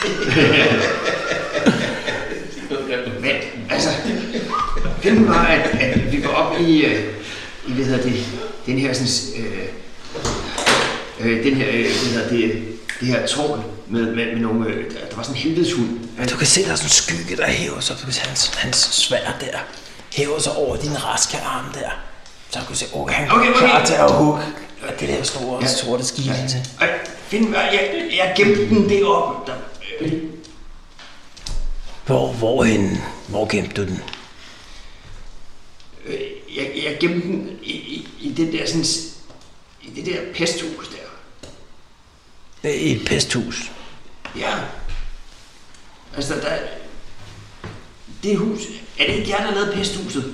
Men altså, det var, at, at vi var oppe i, øh, i, hvad hedder det, den her sådan, øh, øh, den her, øh, hvad hedder det, det her tårn med, med, med nogle, øh, der var sådan en helvedeshund. Du kan se, der er sådan en skygge, der hæver sig, du kan se hans, hans sværd der, hæver sig over din raske arm der. Så du kan se, okay, han er okay, okay. klar til at hugge det der store, ja. sorte skib ja. til. Find, jeg, jeg gemte den deroppe. Der, øh. Hvor, hvorhen, hvor gemte du den? Jeg, jeg gemte den i, i, i det der sådan, i det der pesthus der. I et pesthus? Ja. Altså, der, det hus, er det ikke jer, der lavede pesthuset?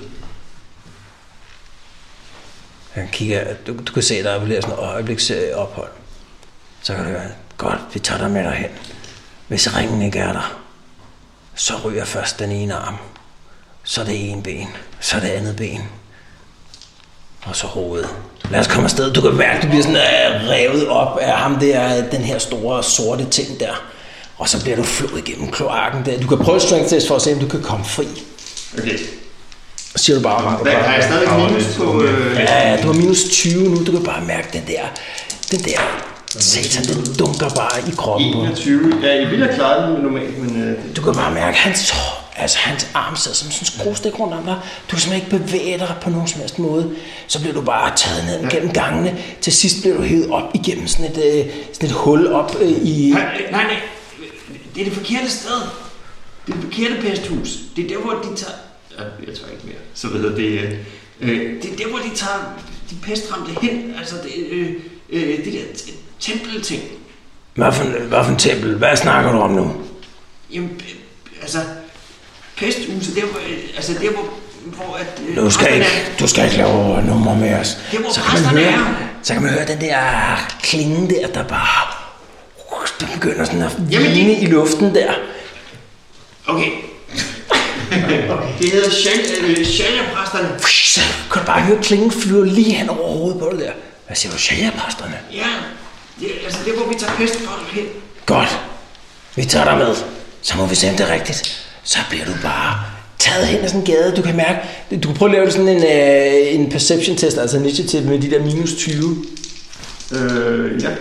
Han kigger, du, du kan se, der er sådan et øjebliksophold. Så kan du høre, godt, vi tager dig med derhen. Hvis ringen ikke er der, så ryger først den ene arm, så det ene ben, så det andet ben, og så hovedet. Lad os komme afsted. Du kan mærke, du bliver sådan uh, revet op af ham der, den her store sorte ting der, og så bliver du flået igennem kloakken der. Du kan prøve strength test for at se, om du kan komme fri. Okay. Så siger du bare, hvad har jeg stadig minus på? Øh... Ja, ja, du har minus tyve nu. Du kan bare mærke den der, den der satan, den dunker bare i kroppen. enogtyve. Ja, jeg ville have klaret den normalt, men... Øh... Du kan bare mærke, hans, altså, hans arm sidder som sådan en skruestik rundt om dig. Du kan simpelthen ikke bevæge dig på nogen som helst måde. Så bliver du bare taget ned ja. gennem gangene. Til sidst bliver du hævet op igennem sådan et, øh, sådan et hul op øh, i... Nej, nej, nej. Det er det forkerte sted. Det er det forkerte pesthus. Det er der, hvor de tager... Jeg tror ikke mere. Så ved jeg, det, øh, det er der, hvor de tager de pestramte hen. Altså, det, øh, øh, det der tempelting. Hvad for, hvad for en tempel? Hvad snakker du om nu? Jamen, altså, pesthuset, der hvor, altså, der hvor, hvor at... Øh, du, skal ikke, du skal ikke lave nummer med os. Der, hvor så, kan man høre, er. så kan man høre den der klinge der, der bare... Den begynder sådan at vine i luften der. Okay. Okay. Det hedder Sharia-præsterne. Så kan du bare høre klingen flyver lige hen over hovedet på det der. Hvad siger du, Sharia-præsterne? Ja, det, altså det er, hvor vi tager pestfolk hen. Godt. Vi tager dig med. Så må vi se, om det er rigtigt. Så bliver du bare taget hen ad sådan en gade. Du kan mærke, du kan prøve at lave sådan en, uh, en perception test, altså initiativ med de der minus tyve. Øh, ja.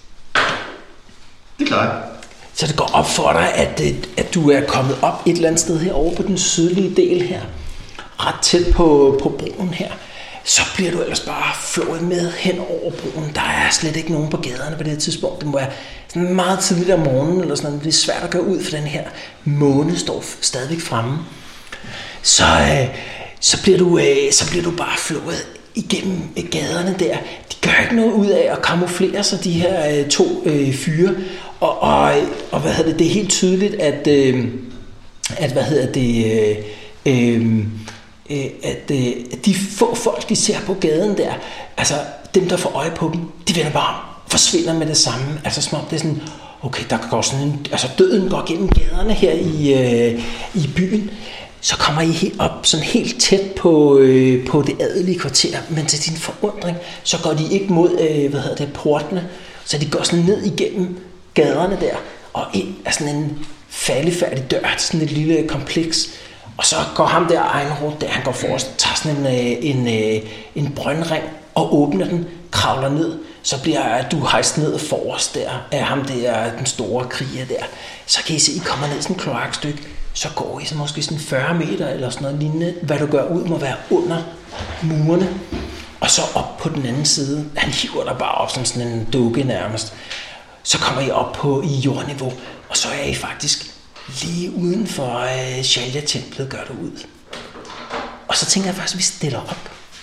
Det klarer jeg. Så det går op for dig, at, at du er kommet op et eller andet sted herovre på den sydlige del her. Ret tæt på, på broen her. Så bliver du ellers bare flået med hen over broen. Der er slet ikke nogen på gaderne på det her tidspunkt. Det må være sådan meget tidligt om morgenen eller sådan noget. Det er svært at gå ud, for den her måne står stadigvæk fremme. Så, øh, så, bliver du, øh, så bliver du bare flået igennem gaderne der. De gør ikke noget ud af at kamuflere sig, de her øh, to øh, fyre. Og, og, og hvad hedder det, det er helt tydeligt, at, øh, at hvad hedder det, øh, øh, at, øh, at de få folk, de ser på gaden der, altså dem, der får øje på dem, de vender bare om, forsvinder med det samme. Altså som om det er sådan, okay, der går sådan en, altså døden går gennem gaderne her i, øh, i byen. Så kommer I helt op sådan helt tæt på, øh, på det adelige kvarter, men til din forundring, så går de ikke mod, øh, hvad hedder det, portene, så de går sådan ned igennem gaderne der, og ind af sådan en faldefærdig dør, sådan et lille kompleks. Og så går ham der Einrod, der han går forrest, tager sådan en, en, en brøndring og åbner den, kravler ned. Så bliver du hejst ned forrest der af ham der, den store kriger der. Så kan I se, I kommer ned sådan et kloakstykke. Så går I så måske sådan fyrre meter eller sådan noget lignende. Hvad du gør ud må være under murene. Og så op på den anden side. Han hiver dig bare op som sådan en dukke nærmest. Så kommer I op på i jordniveau. Og så er I faktisk lige uden for uh, Shalya-templet, gør du ud. Og så tænker jeg faktisk, at vi stiller op.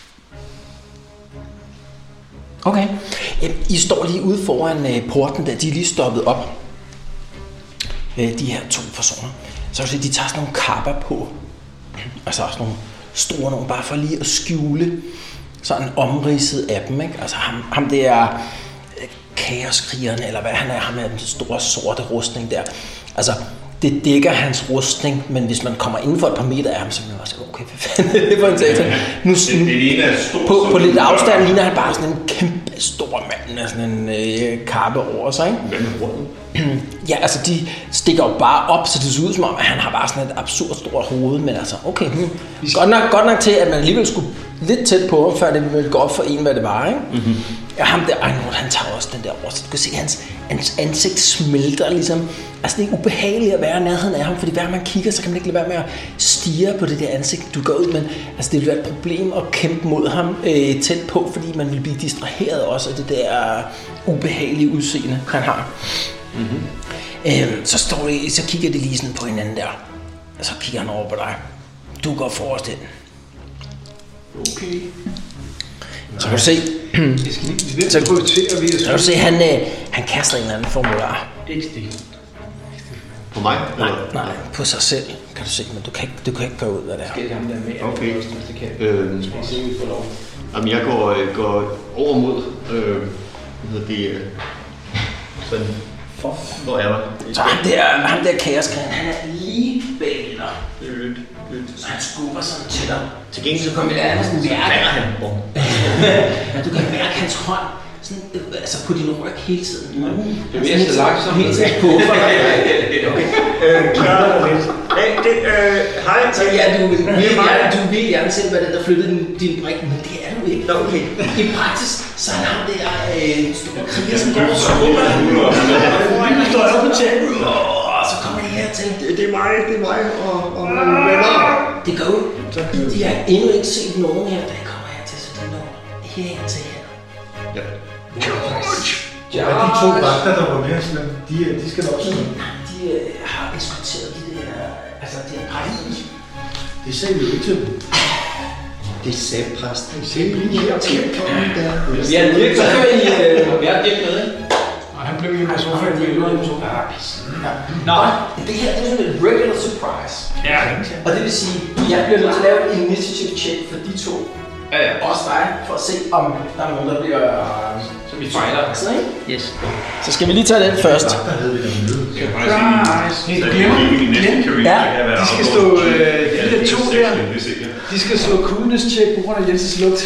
Okay. I står lige ude foran uh, porten der. De er lige stoppet op. Uh, de her to personer. Så vil de tager sådan nogle kapper på. Altså også nogle store nogle, bare for lige at skjule sådan omridset af dem, ikke? Altså ham, ham der kaoskrigeren, eller hvad han er, ham med den store sorte rustning der. Altså, det dækker hans rustning, men hvis man kommer inden for et par meter af ham, så bliver man også, okay, hvad fanden er det for en satan? Nu, nu, på, på lidt afstand ligner han bare sådan en kæmpe stor mand med sådan en øh, kappe over sig, ikke? Hvad med rundt? Ja, altså de stikker jo bare op, så det ser ud som om, at han har bare sådan et absurd stort hoved, men altså, okay, hmm. godt, nok, godt nok til, at man alligevel skulle lidt tæt på ham, før det ville gå op for en, hvad det var, ikke? Mm-hmm. Ja, ham der, Einrod, han tager også den der over, så du kan se, at hans, hans ansigt smelter ligesom. Altså, det er ubehageligt at være nærheden af ham, fordi hver man kigger, så kan man ikke lade være med at stirre på det der ansigt, du går ud, men altså, det vil være et problem at kæmpe mod ham øh, tæt på, fordi man vil blive distraheret også af det der ubehagelige udseende, han har. Mm-hmm. Øhm, så, står I, så kigger de lige sådan på hinanden der, og så kigger han over på dig. Du går forrest ind. Okay. Så kan du se, så, så kan du se, han, øh, han kaster en eller anden formular. Ikke stil. På mig? Nej, nej, på sig selv, kan du se, men du kan ikke, du kan ikke gøre ud, hvad det er. Skal det ham der med? Okay. Det kan. Øhm, Skal vi se, om vi får lov? Jamen, jeg går, går over mod, øh, hvad hedder det, øh, sådan, for, hvor er der? Så ham der, ham der kaoskrigen, han er lige bag dig. Lyt, lyt. Så han skubber sådan til dig. Til gengæld Så kommer der sådan mærke. han. Ja, du kan mærke hans hånd sådan, altså på din ryg hele tiden. Mm. Det er mere så langsomt. Helt tiden på for dig. Okay. Øh, klarer dig lidt. Hey, det, øh, hej. Så ja, du vil gerne, du vil gerne selv være den, der flyttede din, din brik, men det er du ikke. Nå, okay. I praksis, så er ham der øh, store kriger, som går og skubber dig. Du står op på tænden, og så kommer de her til. Det, det er mig, det er mig, og, og mine venner. Det går ud. De har endnu ikke set nogen her, der kommer her til, så de når herind til her. Ja. Ja, de to vagter, der var mere slemme, de, de skal også sådan. De øh, har eskorteret de der, altså de her præster. Det sagde vi jo ikke til dem. Det sagde præsten. Det sagde vi lige her til dem. Vi har virkelig, så kører I, vi har virkelig med, ikke? Og han blev hjemme på sofaen. Nå, det her det er sådan et regular surprise. Ja. Og det vil sige, jeg bliver nødt til at lave en initiative check for de to. Ja, ja. Også dig, for at se, om der er nogen, der bliver... Så vi fejler. Sådan, ikke? Yes. Så skal vi lige tage den først. Der havde vi der møde. Ja, de skal stå, øh, de der to der, de skal slå coolness-check på grund af Jenses lugt.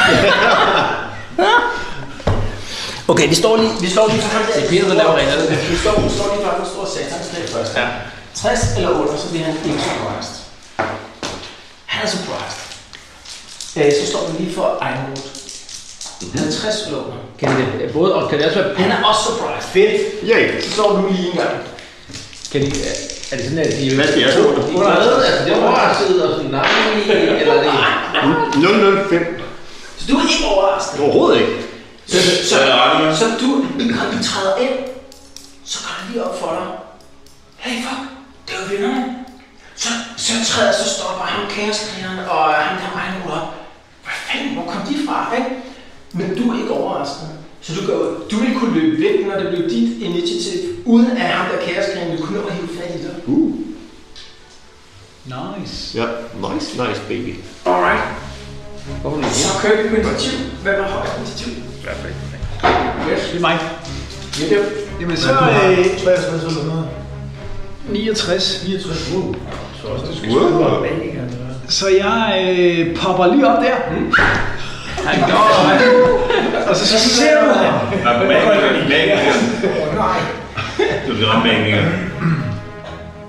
Okay, vi står lige, vi står lige for ham der. Det er Peter, der laver reglerne. Vi står, vi står lige for den store satansnæk først. Ja. tres eller otte, så bliver han ikke surprised. Han er surprised. Øh, så står vi lige for Einrod. halvtreds eller otte. Kan det både, og kan det også være... Han er også surprised. Fedt. Yay. Så står du lige en gang. Kan de, er det sådan, at de... Hvad skal jeg så? Under hvad? Altså, det er overrasket og sådan, nej, eller det... nul nul fem. Så du er ikke overrasket. Overhovedet ikke. Så, så, så, så du, når du træder ind, så går det lige op for dig. Hey fuck, det er jo vinderne. Så, så træder, så stopper ham kaoskrigeren og ham der Einrod op. Hvad fanden, hvor kom de fra, ikke? Men du er ikke overrasket. Så du, går, du vil kunne løbe væk, når det bliver dit initiativ, uden at ham der kaoskrigeren vil kunne nå at hive fat i dig. Uh. Nice. Ja, nice, nice baby. Alright. Så kører vi på initiativ. Hvem har højst initiativ? Perfekt. Yes. Det er mig. Yep, yep. Jamen så øh, treogtres eller noget. niogtres. niogtres. Wow. Så også det skulle wow. Så jeg øh, popper lige op der. Mm. Han går og så, så ser du her. Nej, magiker. Magiker. Nej. Du er ramt magiker.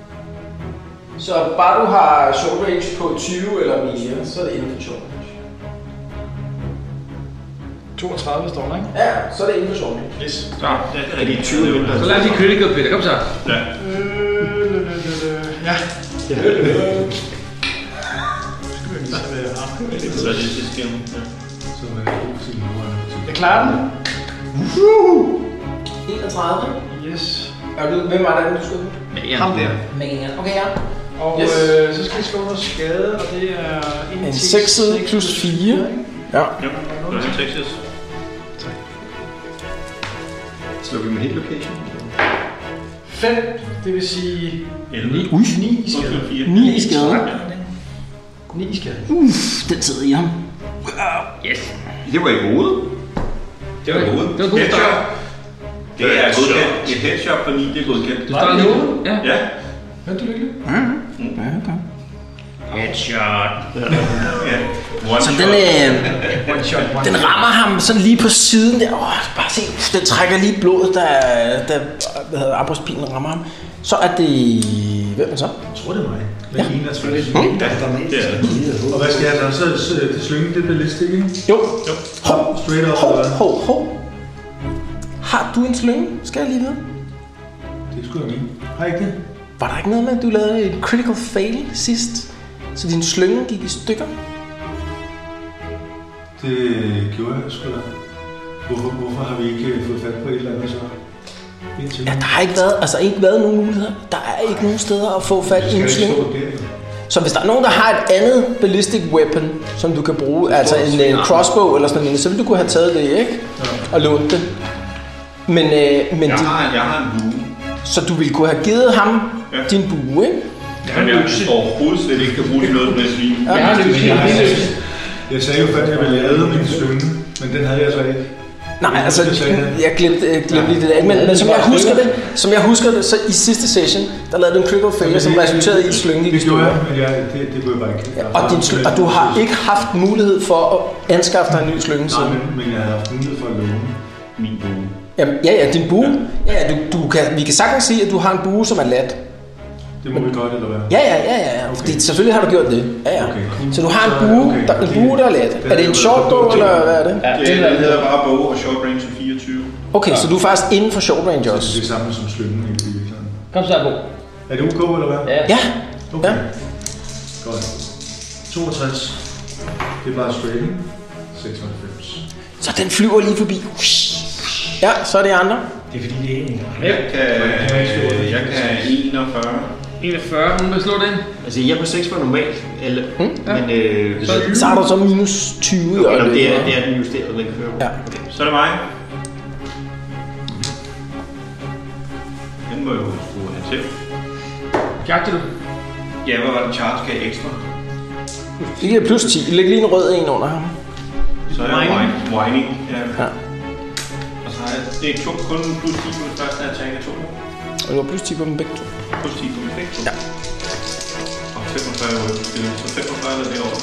Så bare du har short range på tyve eller mere, så er det inden for short range. toogtredive står der, ikke? Ja, så er det inden for short range. Yes. Så, Det er de tyve minutter. så lad os lige critical, Peter. Kom så. Ja. Ja. Ja. Skal vi lige se, hvad jeg har. Så er det sidste game. Ja. Så man er god til nu. Jeg klarer den. enogtredive. Yes. Er du, hvem var det, du skulle? Ham der. Megan. Okay, ja. Og Yes. øh, så skal vi slå noget skade, og det er en, En seksside plus fire. Ja. Ja, det var en Texas. Slår vi med hit location? fem, det vil sige elleve. Ui. ni i skade. fire. ni i skade. ni i skade. Uff, den sidder i ham. Yes. Det var i hovedet. Det var, det var en god Headshot. start. Det er godkendt. Et headshot på ni, det er godkendt. Du starter lige nu. Ja. Ja. Hørte du lykkelig? Ja, okay. Headshot. Ja. One Så shot. den, øh, One shot, one den rammer ham sådan lige på siden der. Åh, bare se, uff, den trækker lige blodet, da, da hvad hedder, armbrystpilen rammer ham. Så er det... Hvem er så? Jeg tror, det er mig. Med Ja. enogtres. Ja, det er det. Og hvad skal jeg så? Så så det slynge, det ballistik, ikke? Jo. Jo. Hov, Straight up, hov, eller hvad? hov, hov. Har du en slynge? Skal jeg lige vide. Det skulle jeg mene. Har jeg ikke det? Var der ikke noget med, at du lavede en critical fail sidst? Så din slynge gik i stykker? Det gjorde jeg sgu da. Hvorfor, hvorfor har vi ikke fået fat på et eller andet så? Indtil Ja, der har ikke været, altså ikke været nogen muligheder. Der er ikke nogen steder at få fat i en slynge. Så hvis der er nogen, der har et andet ballistic weapon, som du kan bruge, altså en, en crossbow eller sådan noget, så vil du kunne have taget det, ikke? Og lånt det. Men, øh, men Jeg de, har, jeg har en bue. så du ville kunne have givet ham Ja. din bue, ikke? Som jeg overhovedet slet ikke kan bruge til noget med svin. Ja. Jeg har en løs. Jeg har en løs. Jeg sagde jo først, at jeg ville lade min slynge, men den havde jeg så ikke. Nej, altså, Det sagde han. jeg glemte, jeg glemte lige det der. Men, men som jeg husker det, som jeg husker det, så i sidste session, der lavede du en critical failure, som resulterede i et slynge i Det gjorde stykker. jeg, men jeg, det, det kunne jeg bare ikke. Ja, og, din, sly- og du har ikke haft mulighed for at anskaffe dig en ny slynge Nej, siden. men, men jeg havde haft mulighed for at låne. Min bue. Jamen, ja, ja, din bue. Ja, ja, du, du kan, vi kan sagtens sige, at du har en bue, som er lat. Det må vi godt, eller hvad? Ja, ja, ja, ja. Okay. Fordi selvfølgelig har du gjort det. Ja, ja. Okay, cool. Så du har en Så, bue, okay, der, en okay. bue, der er lat. Den Er det en er short bow, jo- eller hvad er det? Ja, Det, det det hedder bare bow og short range til fireogtyve. Okay, så du er faktisk inden for short range Det er også. det samme som slyngen i virkeligheden. Kom så, Bo. Er det OK, eller hvad? Ja. Ja, Okay. ja. Godt. toogtres. Det er bare straight, ikke? seksoghalvfems. Så den flyver lige forbi. Ja, så er det andre. Det er fordi, det er en. Jeg kan, øh, jeg kan enogfyrre. enogfyrre. Hun vil slå den. Altså, jeg er på seks for normalt, eller, Mm. men øh, Så- Så har du så minus tyve i okay, nå, øjeblikket. det, er, det er den justerede, den kører på. Ja. Okay. Så er det mig. Den må jeg jo skrue her til. Jagter du? Ja, hvad var det? Charge gav ekstra. Det giver plus ti. Læg lige en rød en under ham. Så er jeg Whining. whining. whining. Ja. Ja. Og så har jeg, det er to, kun plus ti på det første attack af to. Og du har plus ti på dem begge to. Plus ti på det begge to. Ja. Og femogfyrre ryg. Så femogfyrre eller derovre.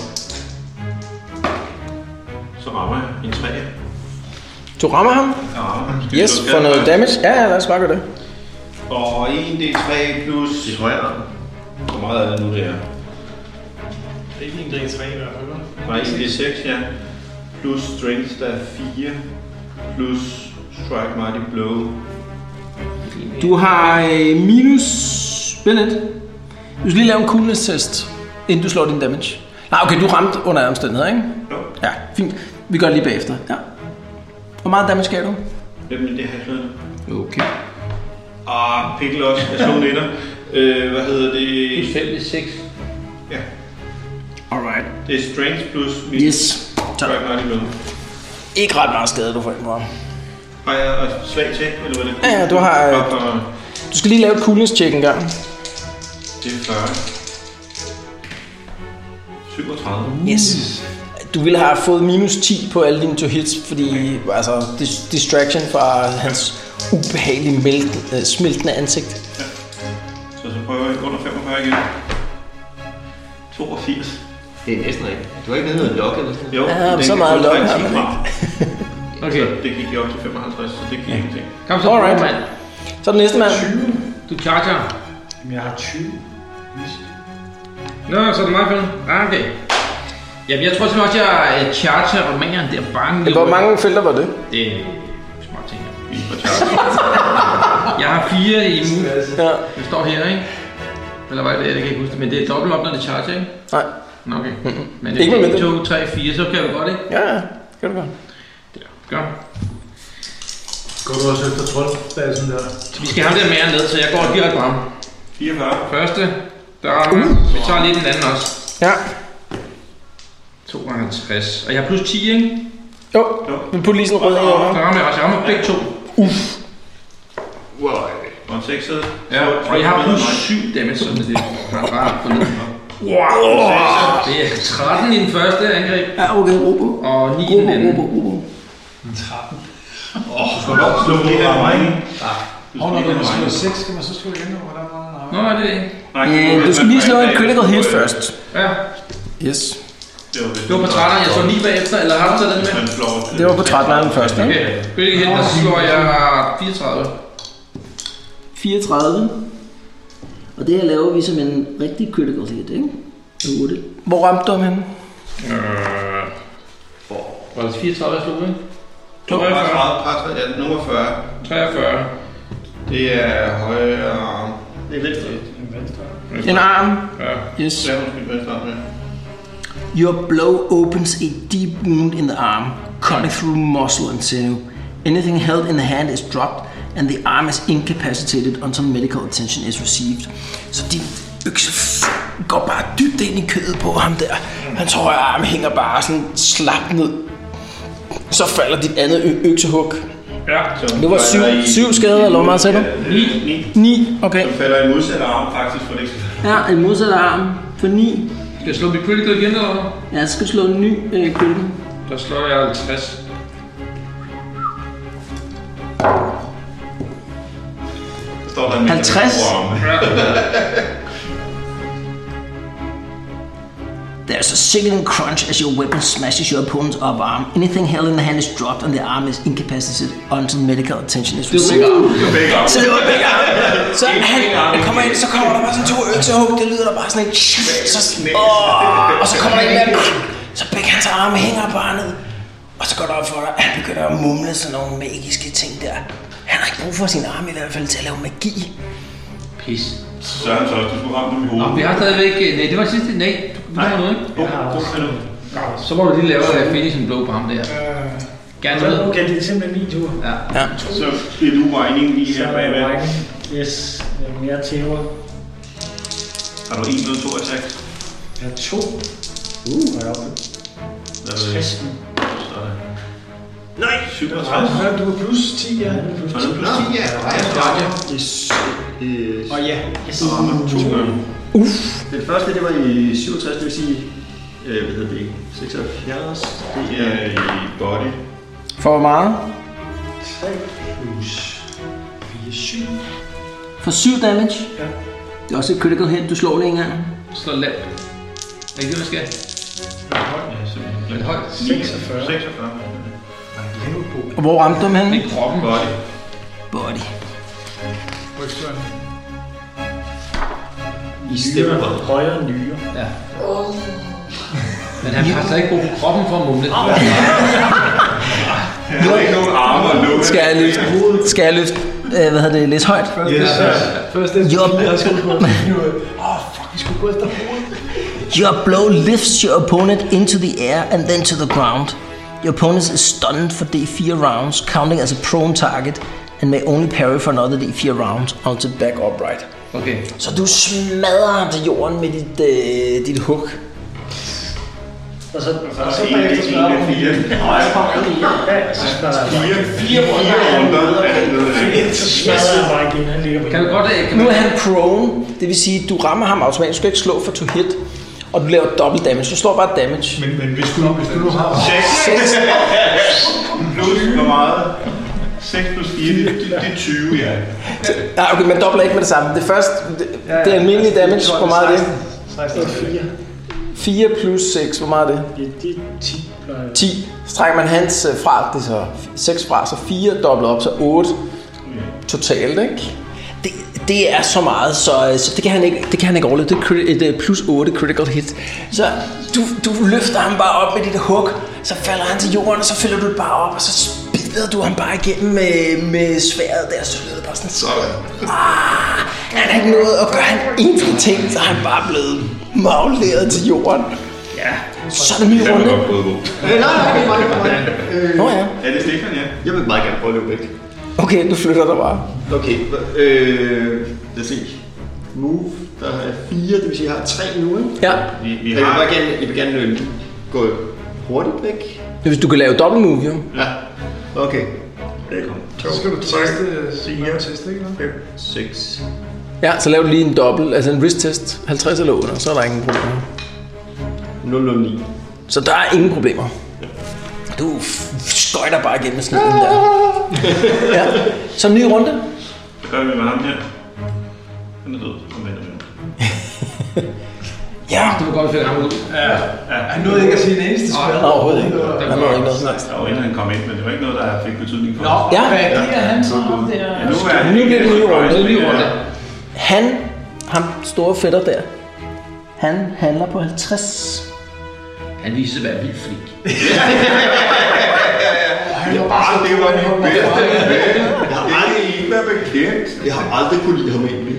Så rammer jeg en tre. Du rammer ham. Jeg rammer. Yes, for noget damage. Ja, ja, lad os bare gøre det. Og en D tre plus... Det er højre arm. Hvor meget er det nu, det er? Det er ikke en D tre i hvert fald, hva'? Nej, en D seks, ja. Plus strength, der er fire. Plus strike mighty blow. Du har øh, minus... Vent lidt. Du skal lige lave en coolness test, inden du slår din damage. Nej, okay, du ramte under alle omstændigheder, ikke? Jo. Ja, fint. Vi gør det lige bagefter. Ja. Hvor meget damage gav du? Jamen, det har jeg slået. Okay. Ah, pikkel også. Jeg slog en etter. Øh, hvad hedder det? Plus fem, det er seks. Ja. Alright. Det er strength plus min Yes. Så strike mighty blow. ikke ret meget skade, du får ind på ham. Har jeg et svag til, eller hvad er det? Ja, ja, du har, øh, Bare for- Du skal lige lave et coolness check en gang. Det er fyrre. syvogtredive. Yes. Du ville have fået minus ti på alle dine to hits, fordi altså, dis- distraction fra hans ubehagelige melt- øh, smeltende ansigt. Så så prøver jeg under femogfyrre igen. toogfirs. Det er næsten rigtigt. Du har ikke noget lock eller sådan noget? Jo, Ja, den så kan meget kun lock trække har ti man fra. Okay. Så det gik jeg op til femoghalvtreds, så det giver ingenting. Kom så, Alright. mand. Så er den næste mand. Du charger. Jamen, jeg har tyve. Nå, så er det mig film. Ah, okay. Jamen, jeg tror simpelthen også, jeg er charger og manger der bange. Hvor mange felter var det? Det er smart ting. Jeg har fire i immun. Ja. Det står her, ikke? Eller hvad er det? Jeg kan ikke huske det. Men det er dobbelt op, når det charger, ikke? Nej. Nå, okay. Mm-hmm. Men det er en, to, tre, fire, så kan vi godt, ikke? Ja, ja. Skal du gøre. Det gør. Går du også efter troldbasen der? Vi skal have det mere ned, så jeg går direkte på ham. fireogfyrre. Første. Der er uh. Vi tager lidt den anden også. Ja. tooghalvtreds. Og jeg har plus ti, ikke? Jo, men putte lige sådan en rød ind under. Der rammer jeg også. Jeg rammer begge to. Uff. Wow. Og en seks sæde. Ja, og jeg har plus syv damage, så det er bare på ned. Wow. Det er tretten i den første angreb. Ja, okay, Robo. Og ni i den anden. Robo, Robo. tretten. Åh, du skal nok slå det her mig. Og når du slår seks, skal man så slå igen, hvordan var Nå, er det ikke? Øh, du skal lige slå en critical hit først. Ja. Yes. Det var, det var på tretten, jeg slår ni bagefter, eller har du taget den med? Det var på tretten af den første, ikke? Okay, critical hit, der slår jeg fireogtredive. fireogtredive. Og det her laver vi som en rigtig critical hit, ikke? otte. Hvor ramte du ham henne? Øh... Var det fireogtredive, jeg slog, ikke? treogfyrre. Ja, nummer fyrre. treogfyrre. Det er højre arm. Det er venstre. En arm. Ja. Yes. Det er måske venstre arm, ja. Your blow opens a deep wound in the arm, cutting through muscle and sinew. Anything held in the hand is dropped, and the arm is incapacitated until medical attention is received. Så din økse går bare dybt ind i kødet på ham der. Hans højre arm hænger bare sådan slap ned. Så falder dit andet ø- øksehug. Ja. Det var syv, syv skader, eller hvor meget sagde du? ni. ni, okay. Så falder en modsat arm faktisk for det ikke. Ja, en modsat arm for ni. Skal jeg slå mit critical igen, eller hvad? Ja, jeg skal slå en ny øh, critical. Der slår jeg halvtreds. Står der en halvtreds? There's a sickening crunch as your weapon smashes your opponent's upper arm. Anything held in the hand is dropped, and the arm is incapacitated until medical attention is received. Det var begge arme. Så det var begge arme. Så han, han kommer ind, så kommer der bare sådan to øksehug. Det lyder der bare sådan en... Så, åh, og så kommer der en anden. Så begge hans arme hænger bare ned. Og så går der op for dig, at han begynder at mumle sådan nogle magiske ting der. Han har ikke brug for sin arme i hvert fald til at lave magi. Pis. Så er han så også, du skulle ramme dem i hovedet. Nå, vi har stadigvæk... Nej, det var sidste... Nej, du kommer noget, ikke? Ja, så må du lige lave uh, finishing blow på ham der. Gerne med. Okay, det er simpelthen min tur. Ja. Ja. Så bliver du regning lige her bagved. Yes, jeg tæver. Har du en eller to attack? Jeg har to. Uh, hvad er oppe? tres. Nej, syvogtres. Du var plus ti, ja. Plus ti, ja. Yes. Og ja. Yes. Uff. Den første, det var i syvogtres, det vil sige, øh, hvad hedder det ikke, seksoghalvfjerds. Det er i body. For hvor meget? tre plus fire, syv. For syv damage. Ja. Det er også et critical hit, du slår lige en gang. Slå lavt. Er ikke det, man skal? Men højt. seksogfyrre. seksogfyrre. Og hvor ramte du ham henne? Det er kroppen. Body. Body. Rygstøren. I stemmer højre nyre. Ja. Men han har slet ikke brug for kroppen for at mumle. Han har ikke nogen arme og lukke. Skal jeg løfte? Skal jeg løfte? Øh, hvad hedder det? Lidt højt? Yes. Først efter Jo. jeg skulle gå. Åh, fuck, vi skulle gå efter hovedet. Your blow lifts your opponent into the air and then to the ground. Your opponent is stunned for D four rounds, counting as a prone target, and may only parry for another D four rounds until back upright. Okay. Så du smadrer ham til jorden med dit, øh, dit hug. Og så, Og så bagefter smadrer du fire. Nej, så kommer jeg lige. Ja, så smadrer jeg Fire, fire runder er det noget. Så smadrer jeg bare igen, han ligger på. Kan du godt... Kan Nu man... er han prone, det vil sige, du rammer ham automatisk. Du skal ikke slå for to hit. Og du laver dobbelt damage. Du slår bare damage. Men, men hvis du, hvis du nu har... seks. Plus hvor meget? seks plus fire, det, det, det er tyve, ja. Nej, okay, man dobbler ikke med det samme. Det første, det, det er almindelig damage. Hvor meget er det? seksten. fire. fire plus seks, hvor meget er det? Det er ti. ti. Så trækker man hans øh, fra, det er så seks fra, så fire dobbelt op, så otte totalt, ikke? Det, det er så meget, så, så det, kan han ikke, det kan han ikke overleve. Det er et, et plus otte critical hit. Så du, du løfter ham bare op med dit hug, så falder han til jorden, og så fælder du det bare op, og så spider du ham bare igennem med, med sværet der, så lyder det bare sådan. Sådan. Ah, han har ikke noget at gøre han ingenting, så er han bare blevet magleret til jorden. Ja. Så er det min runde. Nej, nej, det er meget godt. Nå ja. Er det Stefan, ja? Jeg vil meget gerne prøve at løbe væk. Okay, du flytter dig bare. Okay, øh, lad os se. Move, der er fire, det vil sige, jeg har tre nu, ikke? Ja. Vi, vi Jeg vil har... bare gerne, jeg vil gerne øh, gå hurtigt væk. Hvis du kan lave dobbelt move, jo. Ja, okay. Velkommen. Så skal du teste fire test, ikke? fem, seks. Ja, så lav du lige en dobbelt, altså en wrist test. halvtreds eller under, så er der ingen problemer. nul nul ni. Så der er ingen problemer. Du f- skøjter bare igennem sneden der. Ja. Så en ny runde. Hvad gør vi med ham her? Han er død. Kom venter med. Ja. Det var godt, vi fik ham ud. Ja, ja. Han nåede ikke at sige en eneste spil. Overhovedet ikke. Det Han var var ikke godt. noget. Der var inden han kom ind, men det var ikke noget, der fik betydning for Nå, os. Ja. hvad giver han så ham der? Ja, nu er han Nu bliver det en ny runde. Det er en ny runde. Han, ham store fætter der, han handler på halvtreds. Han viser sig at være vildt flink. Han var bare så det var det min bedste. Jeg har aldrig ikke været bekendt. Jeg har aldrig kunne lide ham egentlig.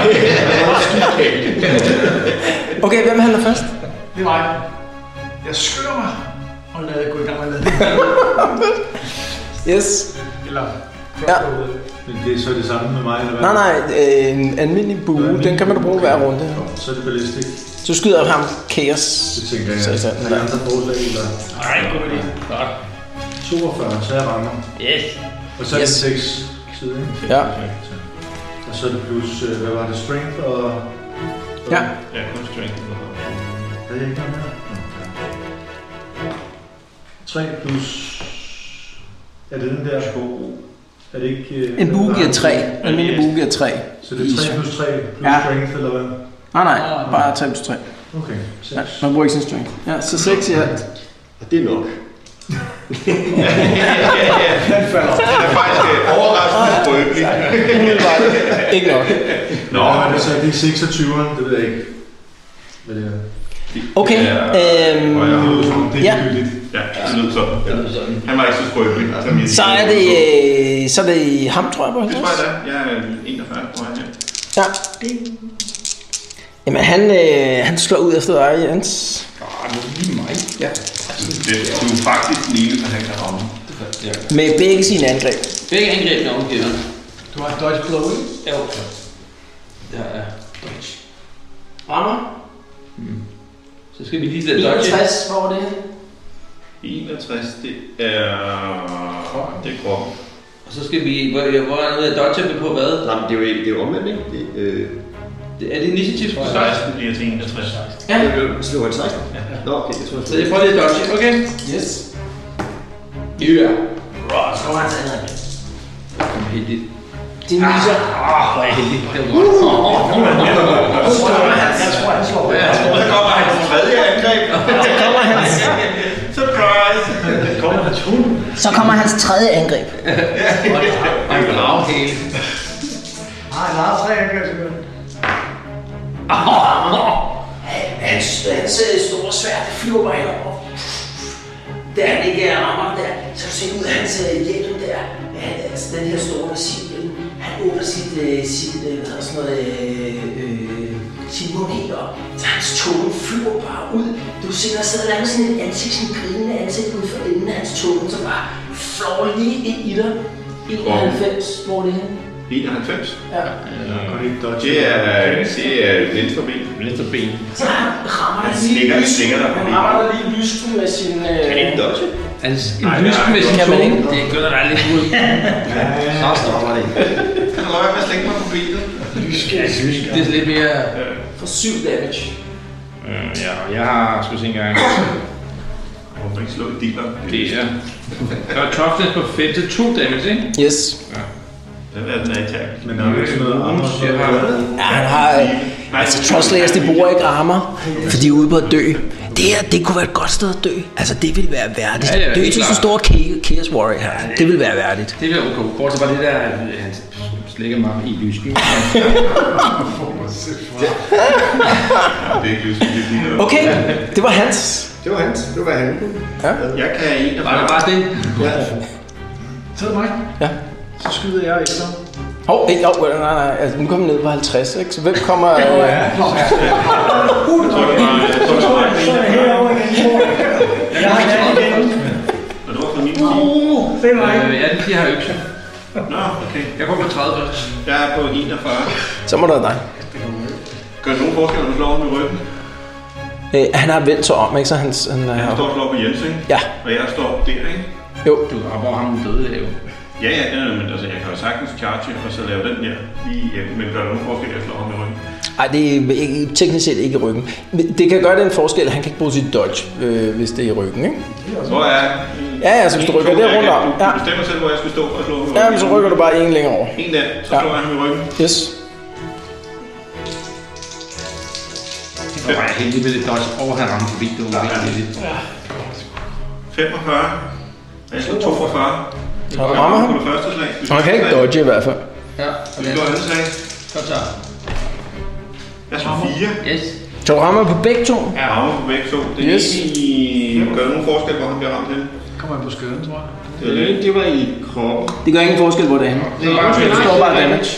Okay, hvem handler først? Det var jeg. Jeg skynder mig og lader gå i gang med at lade det. Yes. Eller Ja. Men det er så det samme med mig, eller hvad? Nej, nej, øh, en almindelig bue, den kan man da bruge hver runde. Så er det ballistik. Så skyder ham chaos. Det tænker jeg. Så, så, Er der andre forslag, eller? Nej, god idé. Godt. toogfyrre, så jeg rammer. Yes. Og så er det Yes. seks side, ikke? Ja. Og så er det plus, øh, hvad var det, strength og... Ja. Ja, kun strength. Er det ikke noget mere? tre plus... Er det den der sko? Er det ikke... øh, En bue der- giver tre. En almindelig bue giver tre. Så det er tre plus tre plus Ja. strength, eller hvad? Nej, nej, bare tre plus tre. Okay, Ja, seks. man bruger ikke sin strength. Ja, så seks i alt. Og det er nok. Den er faktisk øh, overraskende skrøbelig. Umiddelbart ikke nok. Nå, Nå, men så er det seksogtyve, det ved jeg ikke. Hvad det er. Okay, øhm, Hvor jeg har Det ja. er gyldigt. Ja, det lød sådan. Han var ikke så skrøbelig. som jeg Så er siger. det, øh, så er det ham, tror jeg, på Det tror halvtreds. jeg da. Jeg er enogfyrre, tror jeg. Ja. Jamen, han, øh, han slår ud efter dig, Jens. Åh, det er lige mig. Ja. Det er jo faktisk den eneste, han kan ramme. Med begge sine angreb. Begge angreb, når hun giver. Du har dodge blow, ikke? Ja, okay. Det er dodge. Rammer. Så skal vi lige lade dodge. enogtres, hvor var det? enogtres, det er... Det er kroppen. Og så skal vi... Hvor, hvor er noget af dodge på hvad? Nej, men det er jo, ikke- det er jo omvendt, ikke? Det, øh, Det- Er det initiativ på seksten bliver til enogtres. Ja. slår han seksten? Nå, okay, jeg tror, Så jeg prøver lige at dodge, okay? Yes. Ja. Yeah. Så kommer han til andet angreb. Heldigt. Det er Misha. Åh, hvor er jeg heldig. Det var godt. Så kommer han. Jeg tror, han slår. Så kommer hans tredje angreb. Så kommer hans, Surprise! Kommer der to? så kommer hans tredje angreb. Og en gravhæl. Nej, der er tre angreb, simpelthen. Hans, hans øh, store sværd, det flyver bare herover. Da han ikke rammer der, så kan du se ud af hans øh, hjelm der. Han, altså den her store maskinhjelm. Han åbner sit, øh, sit øh, hvad hedder sådan noget, øh, øh, sin mund helt op. Så hans tunge flyver bare ud. Du ser, der sidder der med sådan et ansigt, sådan et grinende ansigt ud for enden af hans tunge, så bare flår lige ind i dig. enoghalvfems, hvor er det henne? enoghalvfems. Ja. Og det er dodge. Det er, det er venstre ben. Venstre ben. Så han rammer dig Han lige slinger- lysken. slinger dig på Han benene. rammer dig lige lysken med sin... Øh... Kan det ikke dodge? Altså, en Nej, lysk nej, med sin kan man tunge, ikke. det gør der lidt ud. Så stopper det. Kan du lade være med at slænge mig på benet? Det er lidt mere... For syv damage. Øh, ja, og jeg har sgu ikke engang... Hvorfor ikke slå i dealer? Det er... Så er toughness på fem til to damage, ikke? Yes. Hvad er den af attack? Men der er jo ikke sådan noget armor, så Jeg har... Ja, han har... Øh, altså, Trustlayers, de bruger ikke armor, for de er ude på at dø. Det her, det kunne være et godt sted at dø. Altså, det ville være værdigt. Ja, ja, Dø helt til så klart. stor Chaos Warrior her. Det ville være værdigt. Det er okay. Bortset fra det der, han slikker mig i lysken. Det er ikke lysken, det er lige Okay, det var hans. Det var hans. Det var han. Ja. Jeg kan en Var det bare det? Ja. Så er det mig. Ja. Så skyder jeg ikke så. Hov, oh, oh, nej, nej, altså nu kommer vi ned på halvtreds, ikke? Så hvem kommer... Øh... Jeg tror, det var... Jeg tror, det var... Så er jeg herovre igen. Jeg har den igen. Og det var fra min side. Uh, fem mig. Øh, ja, de har økse. Nå, okay. Jeg kommer på tredive først. Jeg er på enogfyrre. Så må det være dig. Gør det nogen forskel, når du slår ham i ryggen? Øh, han har vendt sig om, ikke? Så han... han, Han han står og slår på Jens, ikke? Ja. Og jeg står der, ikke? Jo. Du har hvor ham døde af jo. Ja, ja, ja, men altså, jeg kan jo sagtens charge og så lave den der lige hjem, men gør der nogen forskel, at jeg slår ham i ryggen? Ej, det er ikke- teknisk set ikke i ryggen. Men det kan gøre den forskel, at han kan ikke bruge sit dodge, øh, hvis det er i ryggen, ikke? Hvor er... Ja, ja, så hvis du rykker det rundt om. Ja. Ja. Du bestemmer selv, hvor jeg skal stå og slå ham i ryggen. Ja, men så rykker du bare en længere over. En der, så Ja. slår jeg ham i ryggen. Yes. Det var jeg heldig ved det dodge over, han ramte forbi. Det var virkelig lidt. femogfyrre. Og jeg slår toogfyrre. Så du rammer ham. På det første slag. Hvis Han kan ikke dodge i hvert fald. Ja, Du slår andet slag. godt så. Jeg slår fire. Yes. Så du rammer på begge to. Jeg rammer på begge to. Det er Yes. ikke... Gør der nogen forskel, hvor han bliver ramt hen? Kommer jeg på skøden, tror jeg. Det, det var i kroppen. Det gør ingen forskel, hvor det er henne. Det er bare Det står bare damage.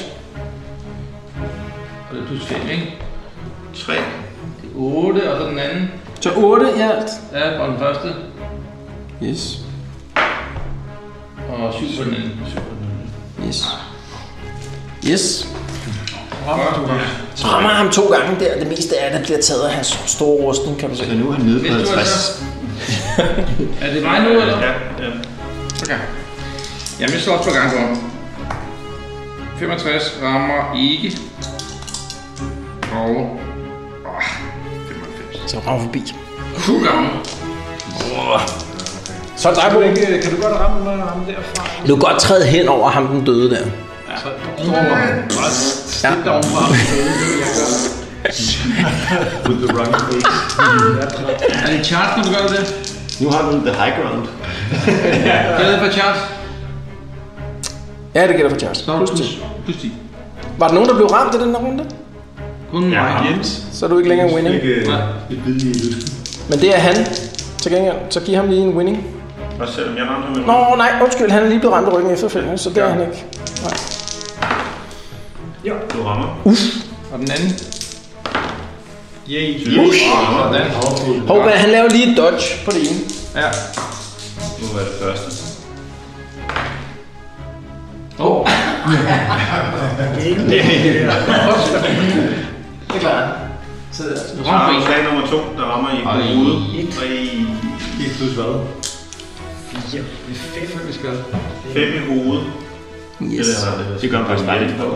Og det er plus fem, ikke? tre. Det er otte, og så den anden. Så otte i alt. Ja, og den første. Yes. Og syv på den anden. Syv på den anden. Yes. Yes. Godt. Så rammer ham to gange der. Det meste af det bliver taget af hans store rustning, kan du se. Så nu er han nede på Hvis du halvtreds. Er det mig nu, eller? Ja, ja. Okay. Jamen, jeg slår også to gange på ham. femogtres rammer ikke. Og... Åh, femoghalvfems. Så rammer forbi. To gange. Så er det dig, Kan du, Bo. ikke, kan du godt ramme mig ramme derfra? Du kan godt træde hen over ham, den døde der. Så ovenfra. Ja. Stik dig ovenfra. With the wrong face. Er det charge, når du gør det? Nu har du the high ground. Gælder det for charge? Ja, det gælder for Charles. Så er Plus det ti. plus, plus ti. Var der nogen, der blev ramt i den her runde? Kun mig. Jens. Så er du ikke længere winning. Ikke øh, Nej. et bid i lysken. Men det er han. Til gengæld, så giv ham lige en winning. Også selvom jeg ramte ham med Nå, nej, undskyld, han er lige blevet ramt i ryggen efterfølgende, så det er han ikke. Nej. Du rammer. Og den anden? Yay. Sådan. Hov, hvad, han laver lige et dodge på det ene. Ja. Nu var det første. Åh. Oh. Det klarer han. Så det er Du Så rammer på har en. slag nummer to, der rammer i Og i hovedet. et. Og i Ikke plus hvad? Fire. Det er fem, vi skal. fem i hovedet. Yes. Det gør han faktisk bare lidt på.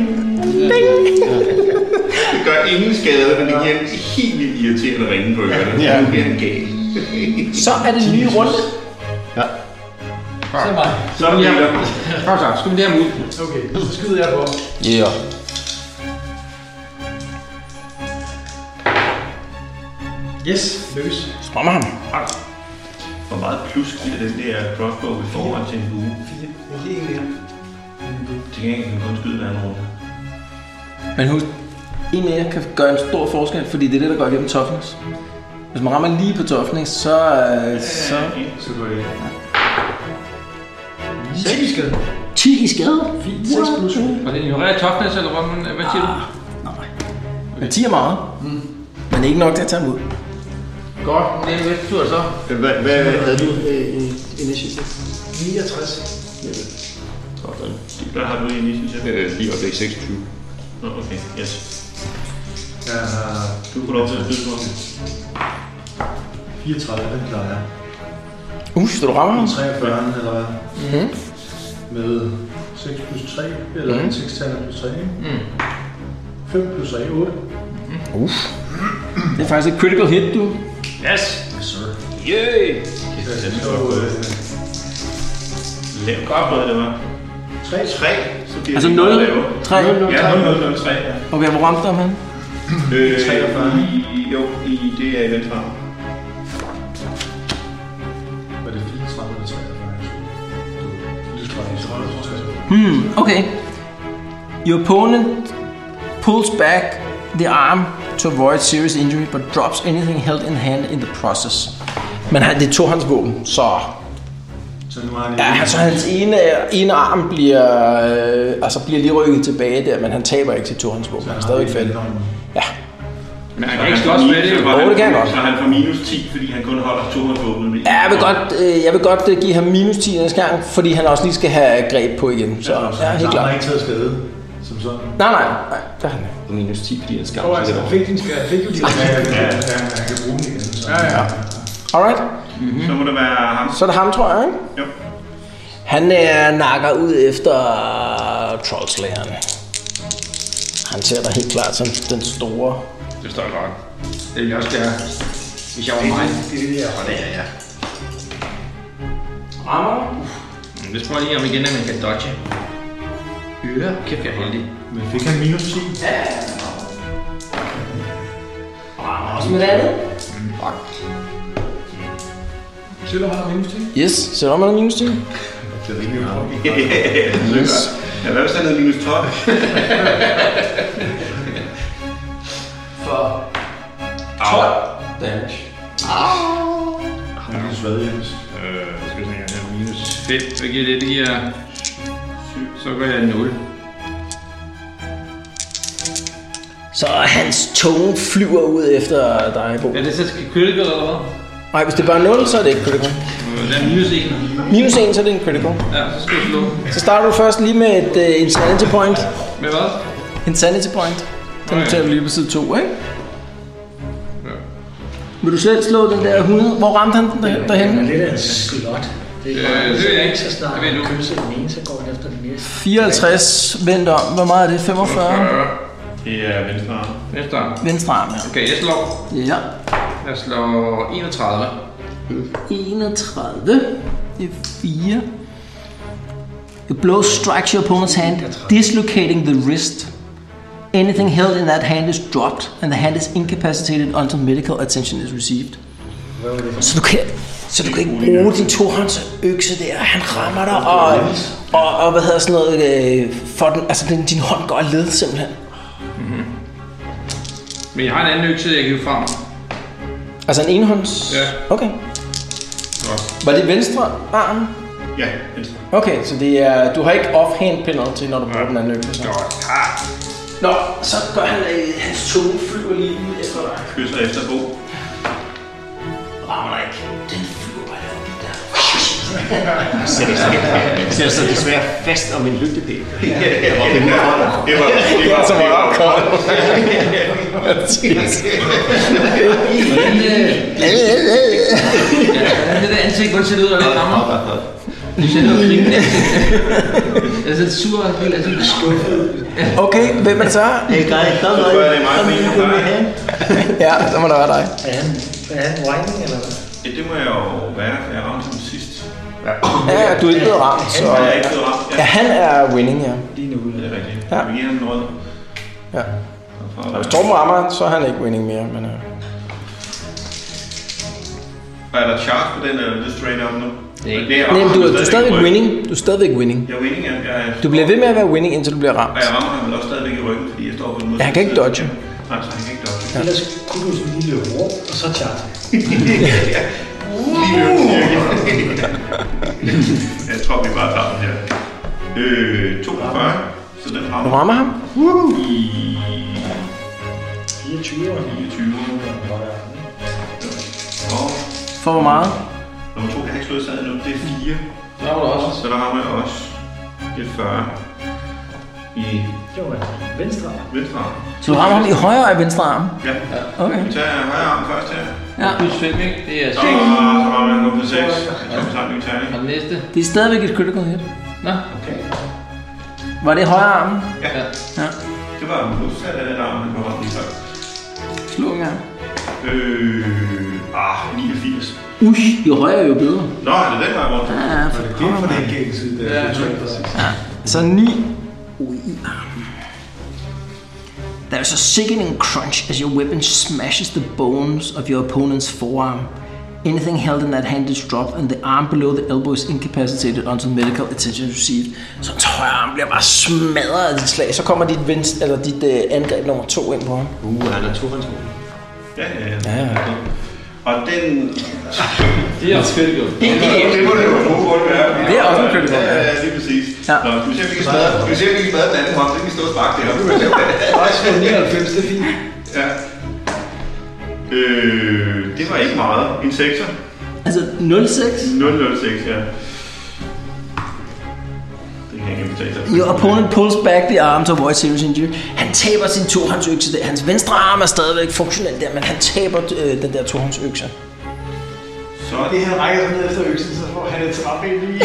Det gør ingen skade, men det giver en helt vildt irriterende ringe på ørerne. Ja. Nu bliver han gal. Så er det en ny runde. Ja. Så er mig. Så er det Peter. Godt så. Skal vi lige have ham ud? Okay, så skyder jeg på. Yeah. Yes, løs. Så rammer ham. Hvor meget plus giver den der crossbow i forhold til en bue? Fire. Jeg er lige en mere. Til gengæld kan man kun skyde hver en runde. Men husk, en mere kan gøre en stor forskel, fordi det er det, der går igennem toughness. Hvis man rammer lige på toughness, så... Øh, så Så går jeg. ti i skade. ti i skade. Fint. seks plus. Og det ignorerer toughness, eller hvad, man, hvad siger du? Nej. Men ti er meget. Mm. Men ikke nok til at tage ham ud. Godt, det er vist tur så. Hvad, hvad havde du øh, initiativ? niogtres. Sådan. Hvad har du i initiativ? Øh, lige op i seksogtyve. Nå, okay, yes. Jeg har Du får lov til at skyde på. fireogtredive, den klarer jeg. Uh, så du rammer ham. treogfyrre, eller hvad? Mhm. Med seks plus tre, eller Mhm. mm. seks taler plus tre, ikke? Mm. fem plus tre, otte. Det er faktisk et critical hit, du. Yes. Yes, sir. Yay! Så jeg slår øh, Lav godt både det var. tre. tre, så bliver Altså det nul, meget lavere. tre. Ja, nul nul nul tre, ja. Okay, hvor ramte der, han? Øh, treogfyrre. i, jo, i, det er i venstre arm. Var det fireogtredive eller treogfyrre? Du lysstreger i tredive, tror jeg. Hmm, okay. Your opponent pulls back the arm to avoid serious injury, but drops anything held in hand in the process. Men han, det er tohåndsvåben, så... Så nu har han Ja, altså hans ene, ene arm bliver, øh, altså bliver lige rykket tilbage der, men han taber ikke sit tohåndsvåben. Han er stadigvæk faldet. Ja. Men han kan ikke slås med det. Så Jo, det kan han godt. Så han får minus ti, fordi han kun holder tohåndsvåbnet med. Ja, jeg vil godt, øh, jeg vil godt øh, give ham minus ti næste gang, fordi han også lige skal have greb på igen. Så ja, helt Han har klart. ikke taget skade, som sådan. Nej, nej, nej, det har han ikke. Og minus ti, fordi han skam. Og altså, han fik, din skade, fik jo din Ja, skade. ja, ja, han kan bruge den igen. Så. Ja, ja. Alright, Mm-hmm. Så må det være ham. så er det ham, tror jeg, ikke? Jo. Han øh, nakker ud efter Trollslayeren. Han ser da helt klart som den store. Det står godt. Det ville jeg også gøre, hvis jeg var mig. Det er det, jeg Og det er jeg. Rammer. Mm, Det spørger jeg lige om igen, at man kan dodge. Ja, kæft, jeg er heldig. Men fik han minus ti? Rammer også med det andet. Selvom han har minus ti. Yes, så er man minus ti. Det er rimelig godt. Yes. Ja, hvad hvis han havde minus tolv? For tolv damage. Han er sved, Jens. Øh, skal vi se, jeg har minus fem. Hvad giver det? Det giver syv. Så går jeg nul. Så hans tunge flyver ud efter dig, Bo. Er det så critical eller hvad? Nej, hvis det er bare nul, så er det ikke critical. Øh, Det er minus en. Minus en, så er det en critical. Ja, så skal du slå. Så starter du først lige med et uh, insanity point. Med hvad? Insanity point. Den Okay. tager du lige på side to, ikke? Ja. Vil du selv slå den der hundrede? Hvor ramte han den der, Det er derhenne? lidt af en slot. Det er Øh, det ved jeg ikke. Så snart Det ved du. man kysser den ene, så går den efter den næste. fireoghalvtreds, vent om. Hvor meget er det? femogfyrre? Det er venstre arm. Næste arm. Venstre arm, ja. Okay, jeg slår. Ja. Jeg slår enogtredive. enogtredive. Det er fire. The blow strikes your opponent's hand, dislocating the wrist. Anything held in that hand is dropped, and the hand is incapacitated until medical attention is received. Så du kan, så du kan ikke bruge din tohåndsøkse der. Han rammer dig, og, og, og hvad hedder sådan noget, øh, for den, altså din, din hånd går led simpelthen. Men jeg har en anden økse, jeg kan hive frem. Altså en enhånds... Ja. Okay. Godt. Var det venstre arm? Ja, venstre. Okay, så det er, du har ikke offhand penalty, når du bruger den anden økse. Så. Godt. Ha! Nå, så gør han, øh, hans tunge flyver lige ud efter dig. Kysser efter Bo. Rammer dig ikke. Den flyver bare forbi der. Sætter sig desværre fast om en lygtepæl. Det var, det var, Så var det koldt. Hvordan er det ansigt, hvordan ser det ud, når det rammer? Du ser noget grine ansigt. Jeg er sådan sur, helt altså skuffet. Okay, hvem er det så? Hey guy, kom Så tror jeg, det er mig, der Kom er med dig. Ja, så må der være dig. Er han, er han whining, eller hvad? Ja, det må jeg jo være, for jeg ramte ham sidst. Ja, du er ikke blevet ramt, så... Så jeg er ikke blevet ramt. Ja, han er winning, ja. Lige nu. Det er rigtigt. Ja. Vi giver ham en rød. Ja. Og Og hvis Torben rammer, så er han ikke winning mere, men... Øh. Og er der charge på den, eller er det straight up nu? Det er ikke. Det er Nej, men du, du er stadigvæk ryggen. winning. Du er stadigvæk winning. Jeg er winning, ja. Jeg er... Du bliver ved med at være winning, indtil du bliver ramt. Og jeg rammer ham vel også stadigvæk i ryggen, fordi jeg står på en måde. Ja, han kan ikke dodge. Nej, så han kan ikke dodge. Ja. Ellers kunne du sådan lige løbe rundt, og så charge. Jeg tror, vi bare tager den her. Øh, toogfyrre, så den Du rammer rammer ham. i fireogtyve år. fireogtyve. Og For hvor meget? nummer to kan jeg ikke slå sig nu, det er fire. Der var du også. Så der rammer jeg også. Det er fyrre. I Det var venstre. venstre arm. Så du rammer ham i højre og venstre arm? Ja. Okay. Vi tager højre arm først her. Ja. Plus fem, ikke? Det er Og seks. så rammer jeg den på seks. Så vi tager en ny terning. Og den næste. Det er stadigvæk et critical hit. Nå. Var det højre arm? Ja. Ja. Det var en plus af den arm, han var ramt lige før. Slå en gang. Øh, ah, niogfirs. Ush, jo højere jo bedre. Nå, er det den vej rundt? Ja, for Det er fra den gængse side, der Ja, er ja. Så ni ud i armen. There's a sickening crunch as your weapon smashes the bones of your opponent's forearm. Anything held in that hand is dropped, and the arm below the elbow is incapacitated until medical attention is received. Så hans højre arm bliver bare smadret af dit slag. Så kommer dit, venstre, eller dit uh, angreb nummer to ind på ham. Uh, han er tohåndsmål. Ja, ja, ja. Ja, ja. Og den... Det er også critical. Det må det jo godt være. Det er også en critical. Ja, ja, lige præcis. Ja. Nå, skal vi se, om vi kan smadre, skal vi se, om vi kan smadre den anden hånd, så kan vi stå og sparke det her. Også for nioghalvfems, det er fint. Ja. Øh, det var ikke meget. En sekser. Altså nul seks? nul nul seks, ja. Det kan jeg ikke betale sig. Your opponent pulls back the arm to avoid serious injury. Han taber sin tohåndsøkse der. Hans venstre arm er stadigvæk funktionel der, men han taber øh, den der tohåndsøkse. Så Det han rækker sig ned efter øksen, så får han et trap ind i.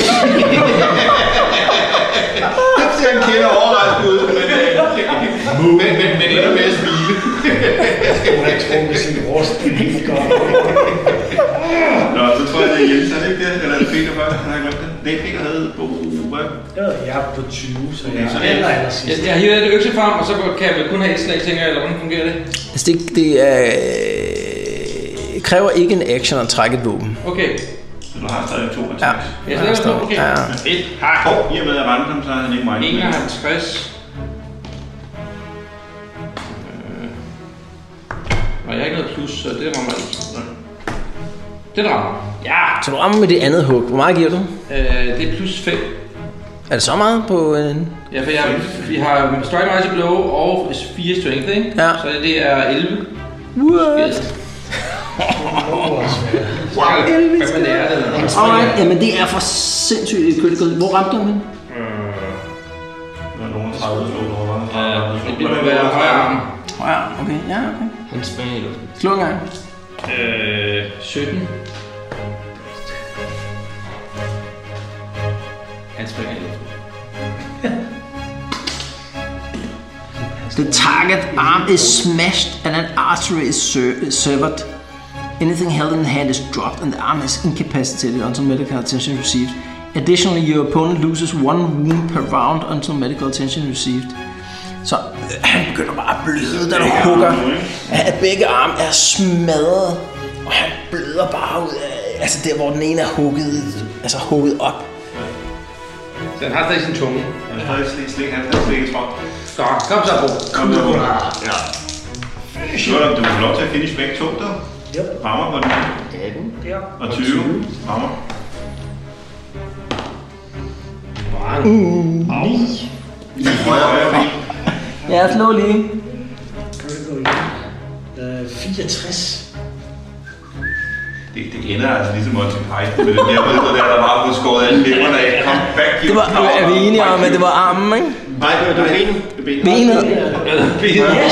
det ser en kende overrasket ud, men, men, men, men ender med at smile. Hun har trukket sin rust helt godt. Nå, så tror jeg, det er Jens, er det ikke det? Eller er det Peter før? Han har glemt det. Nej, Peter havde på hvad? Jeg er på tyve, så jeg så er det er- aller, aller sidst. Jeg, jeg hiver et økse frem, og så kan jeg vel kun have et slag, tænker jeg, eller hvordan fungerer det? Altså det, det er, øh, kræver ikke en action at trække et våben. Okay. Så du har stadig to Ja. attacks. Jeg slæber på, okay. Ja. Fedt. Hej. Hov, i og med at rende ham, så har han ikke mig. enoghalvtreds. Øh. Og jeg har ikke noget plus, så det rammer ikke. Det rammer. Ja! Så du rammer med det andet hug. Hvor meget giver du? Øh, det er plus fem. Er det så meget på en... Ja, for jeg, vi har strike, mighty blow og fire strength, ikke? Ja. Så det er elleve. What? Wow. Hvad man lærer det, eller noget? Alright, jamen det er for sindssygt critical. Hvor ramte du ham? Der er nogen tredive slå over. Ja, det bliver med at højre arm. Ja, okay. Ja, okay. Han springer i luften. Slå en gang. Øh, sytten. Han springer i luften. The target arm is smashed and an artery is ser- severed. Anything held in the hand is dropped and the arm is incapacitated until medical attention is received. Additionally, your opponent loses one wound per round until medical attention is received. Så øh, han begynder bare at bløde, da du hugger. At begge arme er smadret, og han bløder bare ud af, altså der, hvor den ene er hugget, altså hugget op. Så han har stadig sin tunge. Han har stadig slik, slik, han har stadig slik, tror Så, kom så, Bo. Kom så, Bo. Ja. Så er der, du får lov til at finish begge to, der. Yep. Rammer på den. atten. Der. Og tyve. Rammer. Uh, ni. Højre, højre ben. Ja, slå lige. Critical igen. Øh, fireogtres. Det, det ender altså ligesom Monty Python med den der billeder der, der bare blev skåret alle lemmerne af. Come back, Det var, er vi enige om, at det var armen, ikke? Nej, det var benet. Det var Benet. Yes!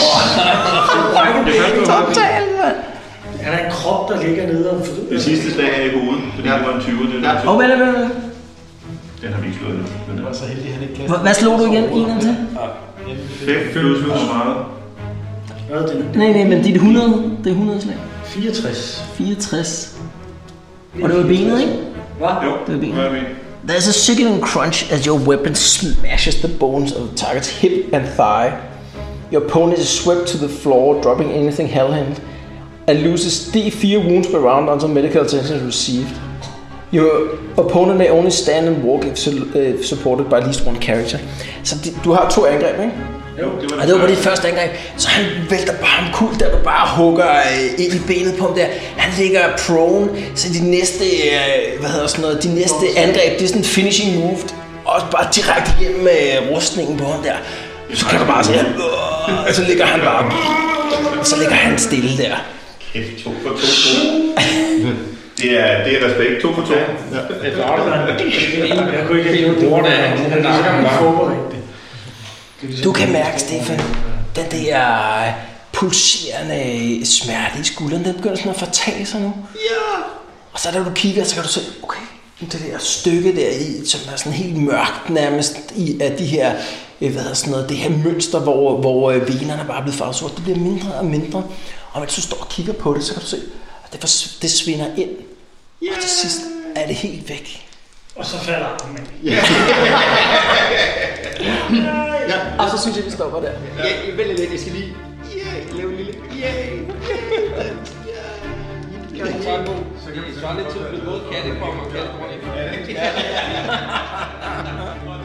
Totalt, mand. Er der en krop, der ligger nede og Det sidste slag er i hovedet, fordi det var en tyve. Det er Åh, vent, vent, vent. Den har vi ikke slået endnu. Men Jeg var så heldig, at han ikke Hvad- kastede. Hvad slog du igen? En gang til? fem plus plus meget. Hvad er det? Nej, nej, men det er hundrede. Det er hundrede slag. fireogtres. fireogtres. Og det var benet, ikke? Hvad? Jo, Det er benet. højre ben. There's a sickening crunch as your weapon smashes the bones of the target's hip and thigh. Your opponent is swept to the floor, dropping anything held him, and loses D four wounds per round until medical attention is received. Your opponent may only stand and walk if su- uh, supported by at least one character. Så de, du har to angreb, ikke? Jo, det var Og det var på dit første angreb, så han vælter bare ham kul, der du bare hugger øh, ind i benet på ham der. Han ligger prone, så de næste, øh, hvad hedder sådan noget, de næste angreb, det er sådan en finishing move, også bare direkte igennem øh, rustningen på ham der. Så kan du bare sige, øh, og så ligger han bare, og så ligger han stille der. Kæft, to for to. to. Det er, det er respekt. To for to. Ja. Det er flot. Jeg kunne ikke have gjort det. Hvor det er, han nakker ham bare. Forberedt det. Du kan mærke, Stefan, den der pulserende smerte i skulderen, den begynder sådan at fortage sig nu. Ja. Og så da du kigger, så kan du se, okay, det der stykke der i, som er sådan helt mørkt nærmest i af de her, hvad hedder sådan noget, det her mønster, hvor, hvor venerne bare er blevet farvet sort, det bliver mindre og mindre. Og mens du står og kigger på det, så kan du se, at det, fors- det svinder ind. Og til sidst er det helt væk. Og så falder armen af. Ja, Og så synes jeg, vi stopper der. ja, vælg lidt. Jeg skal lige yeah, lave en lille... Yeah. Tak, Bo. så kan Det er så lidt til at blive både kattekonge og kattekonge. Ja, det er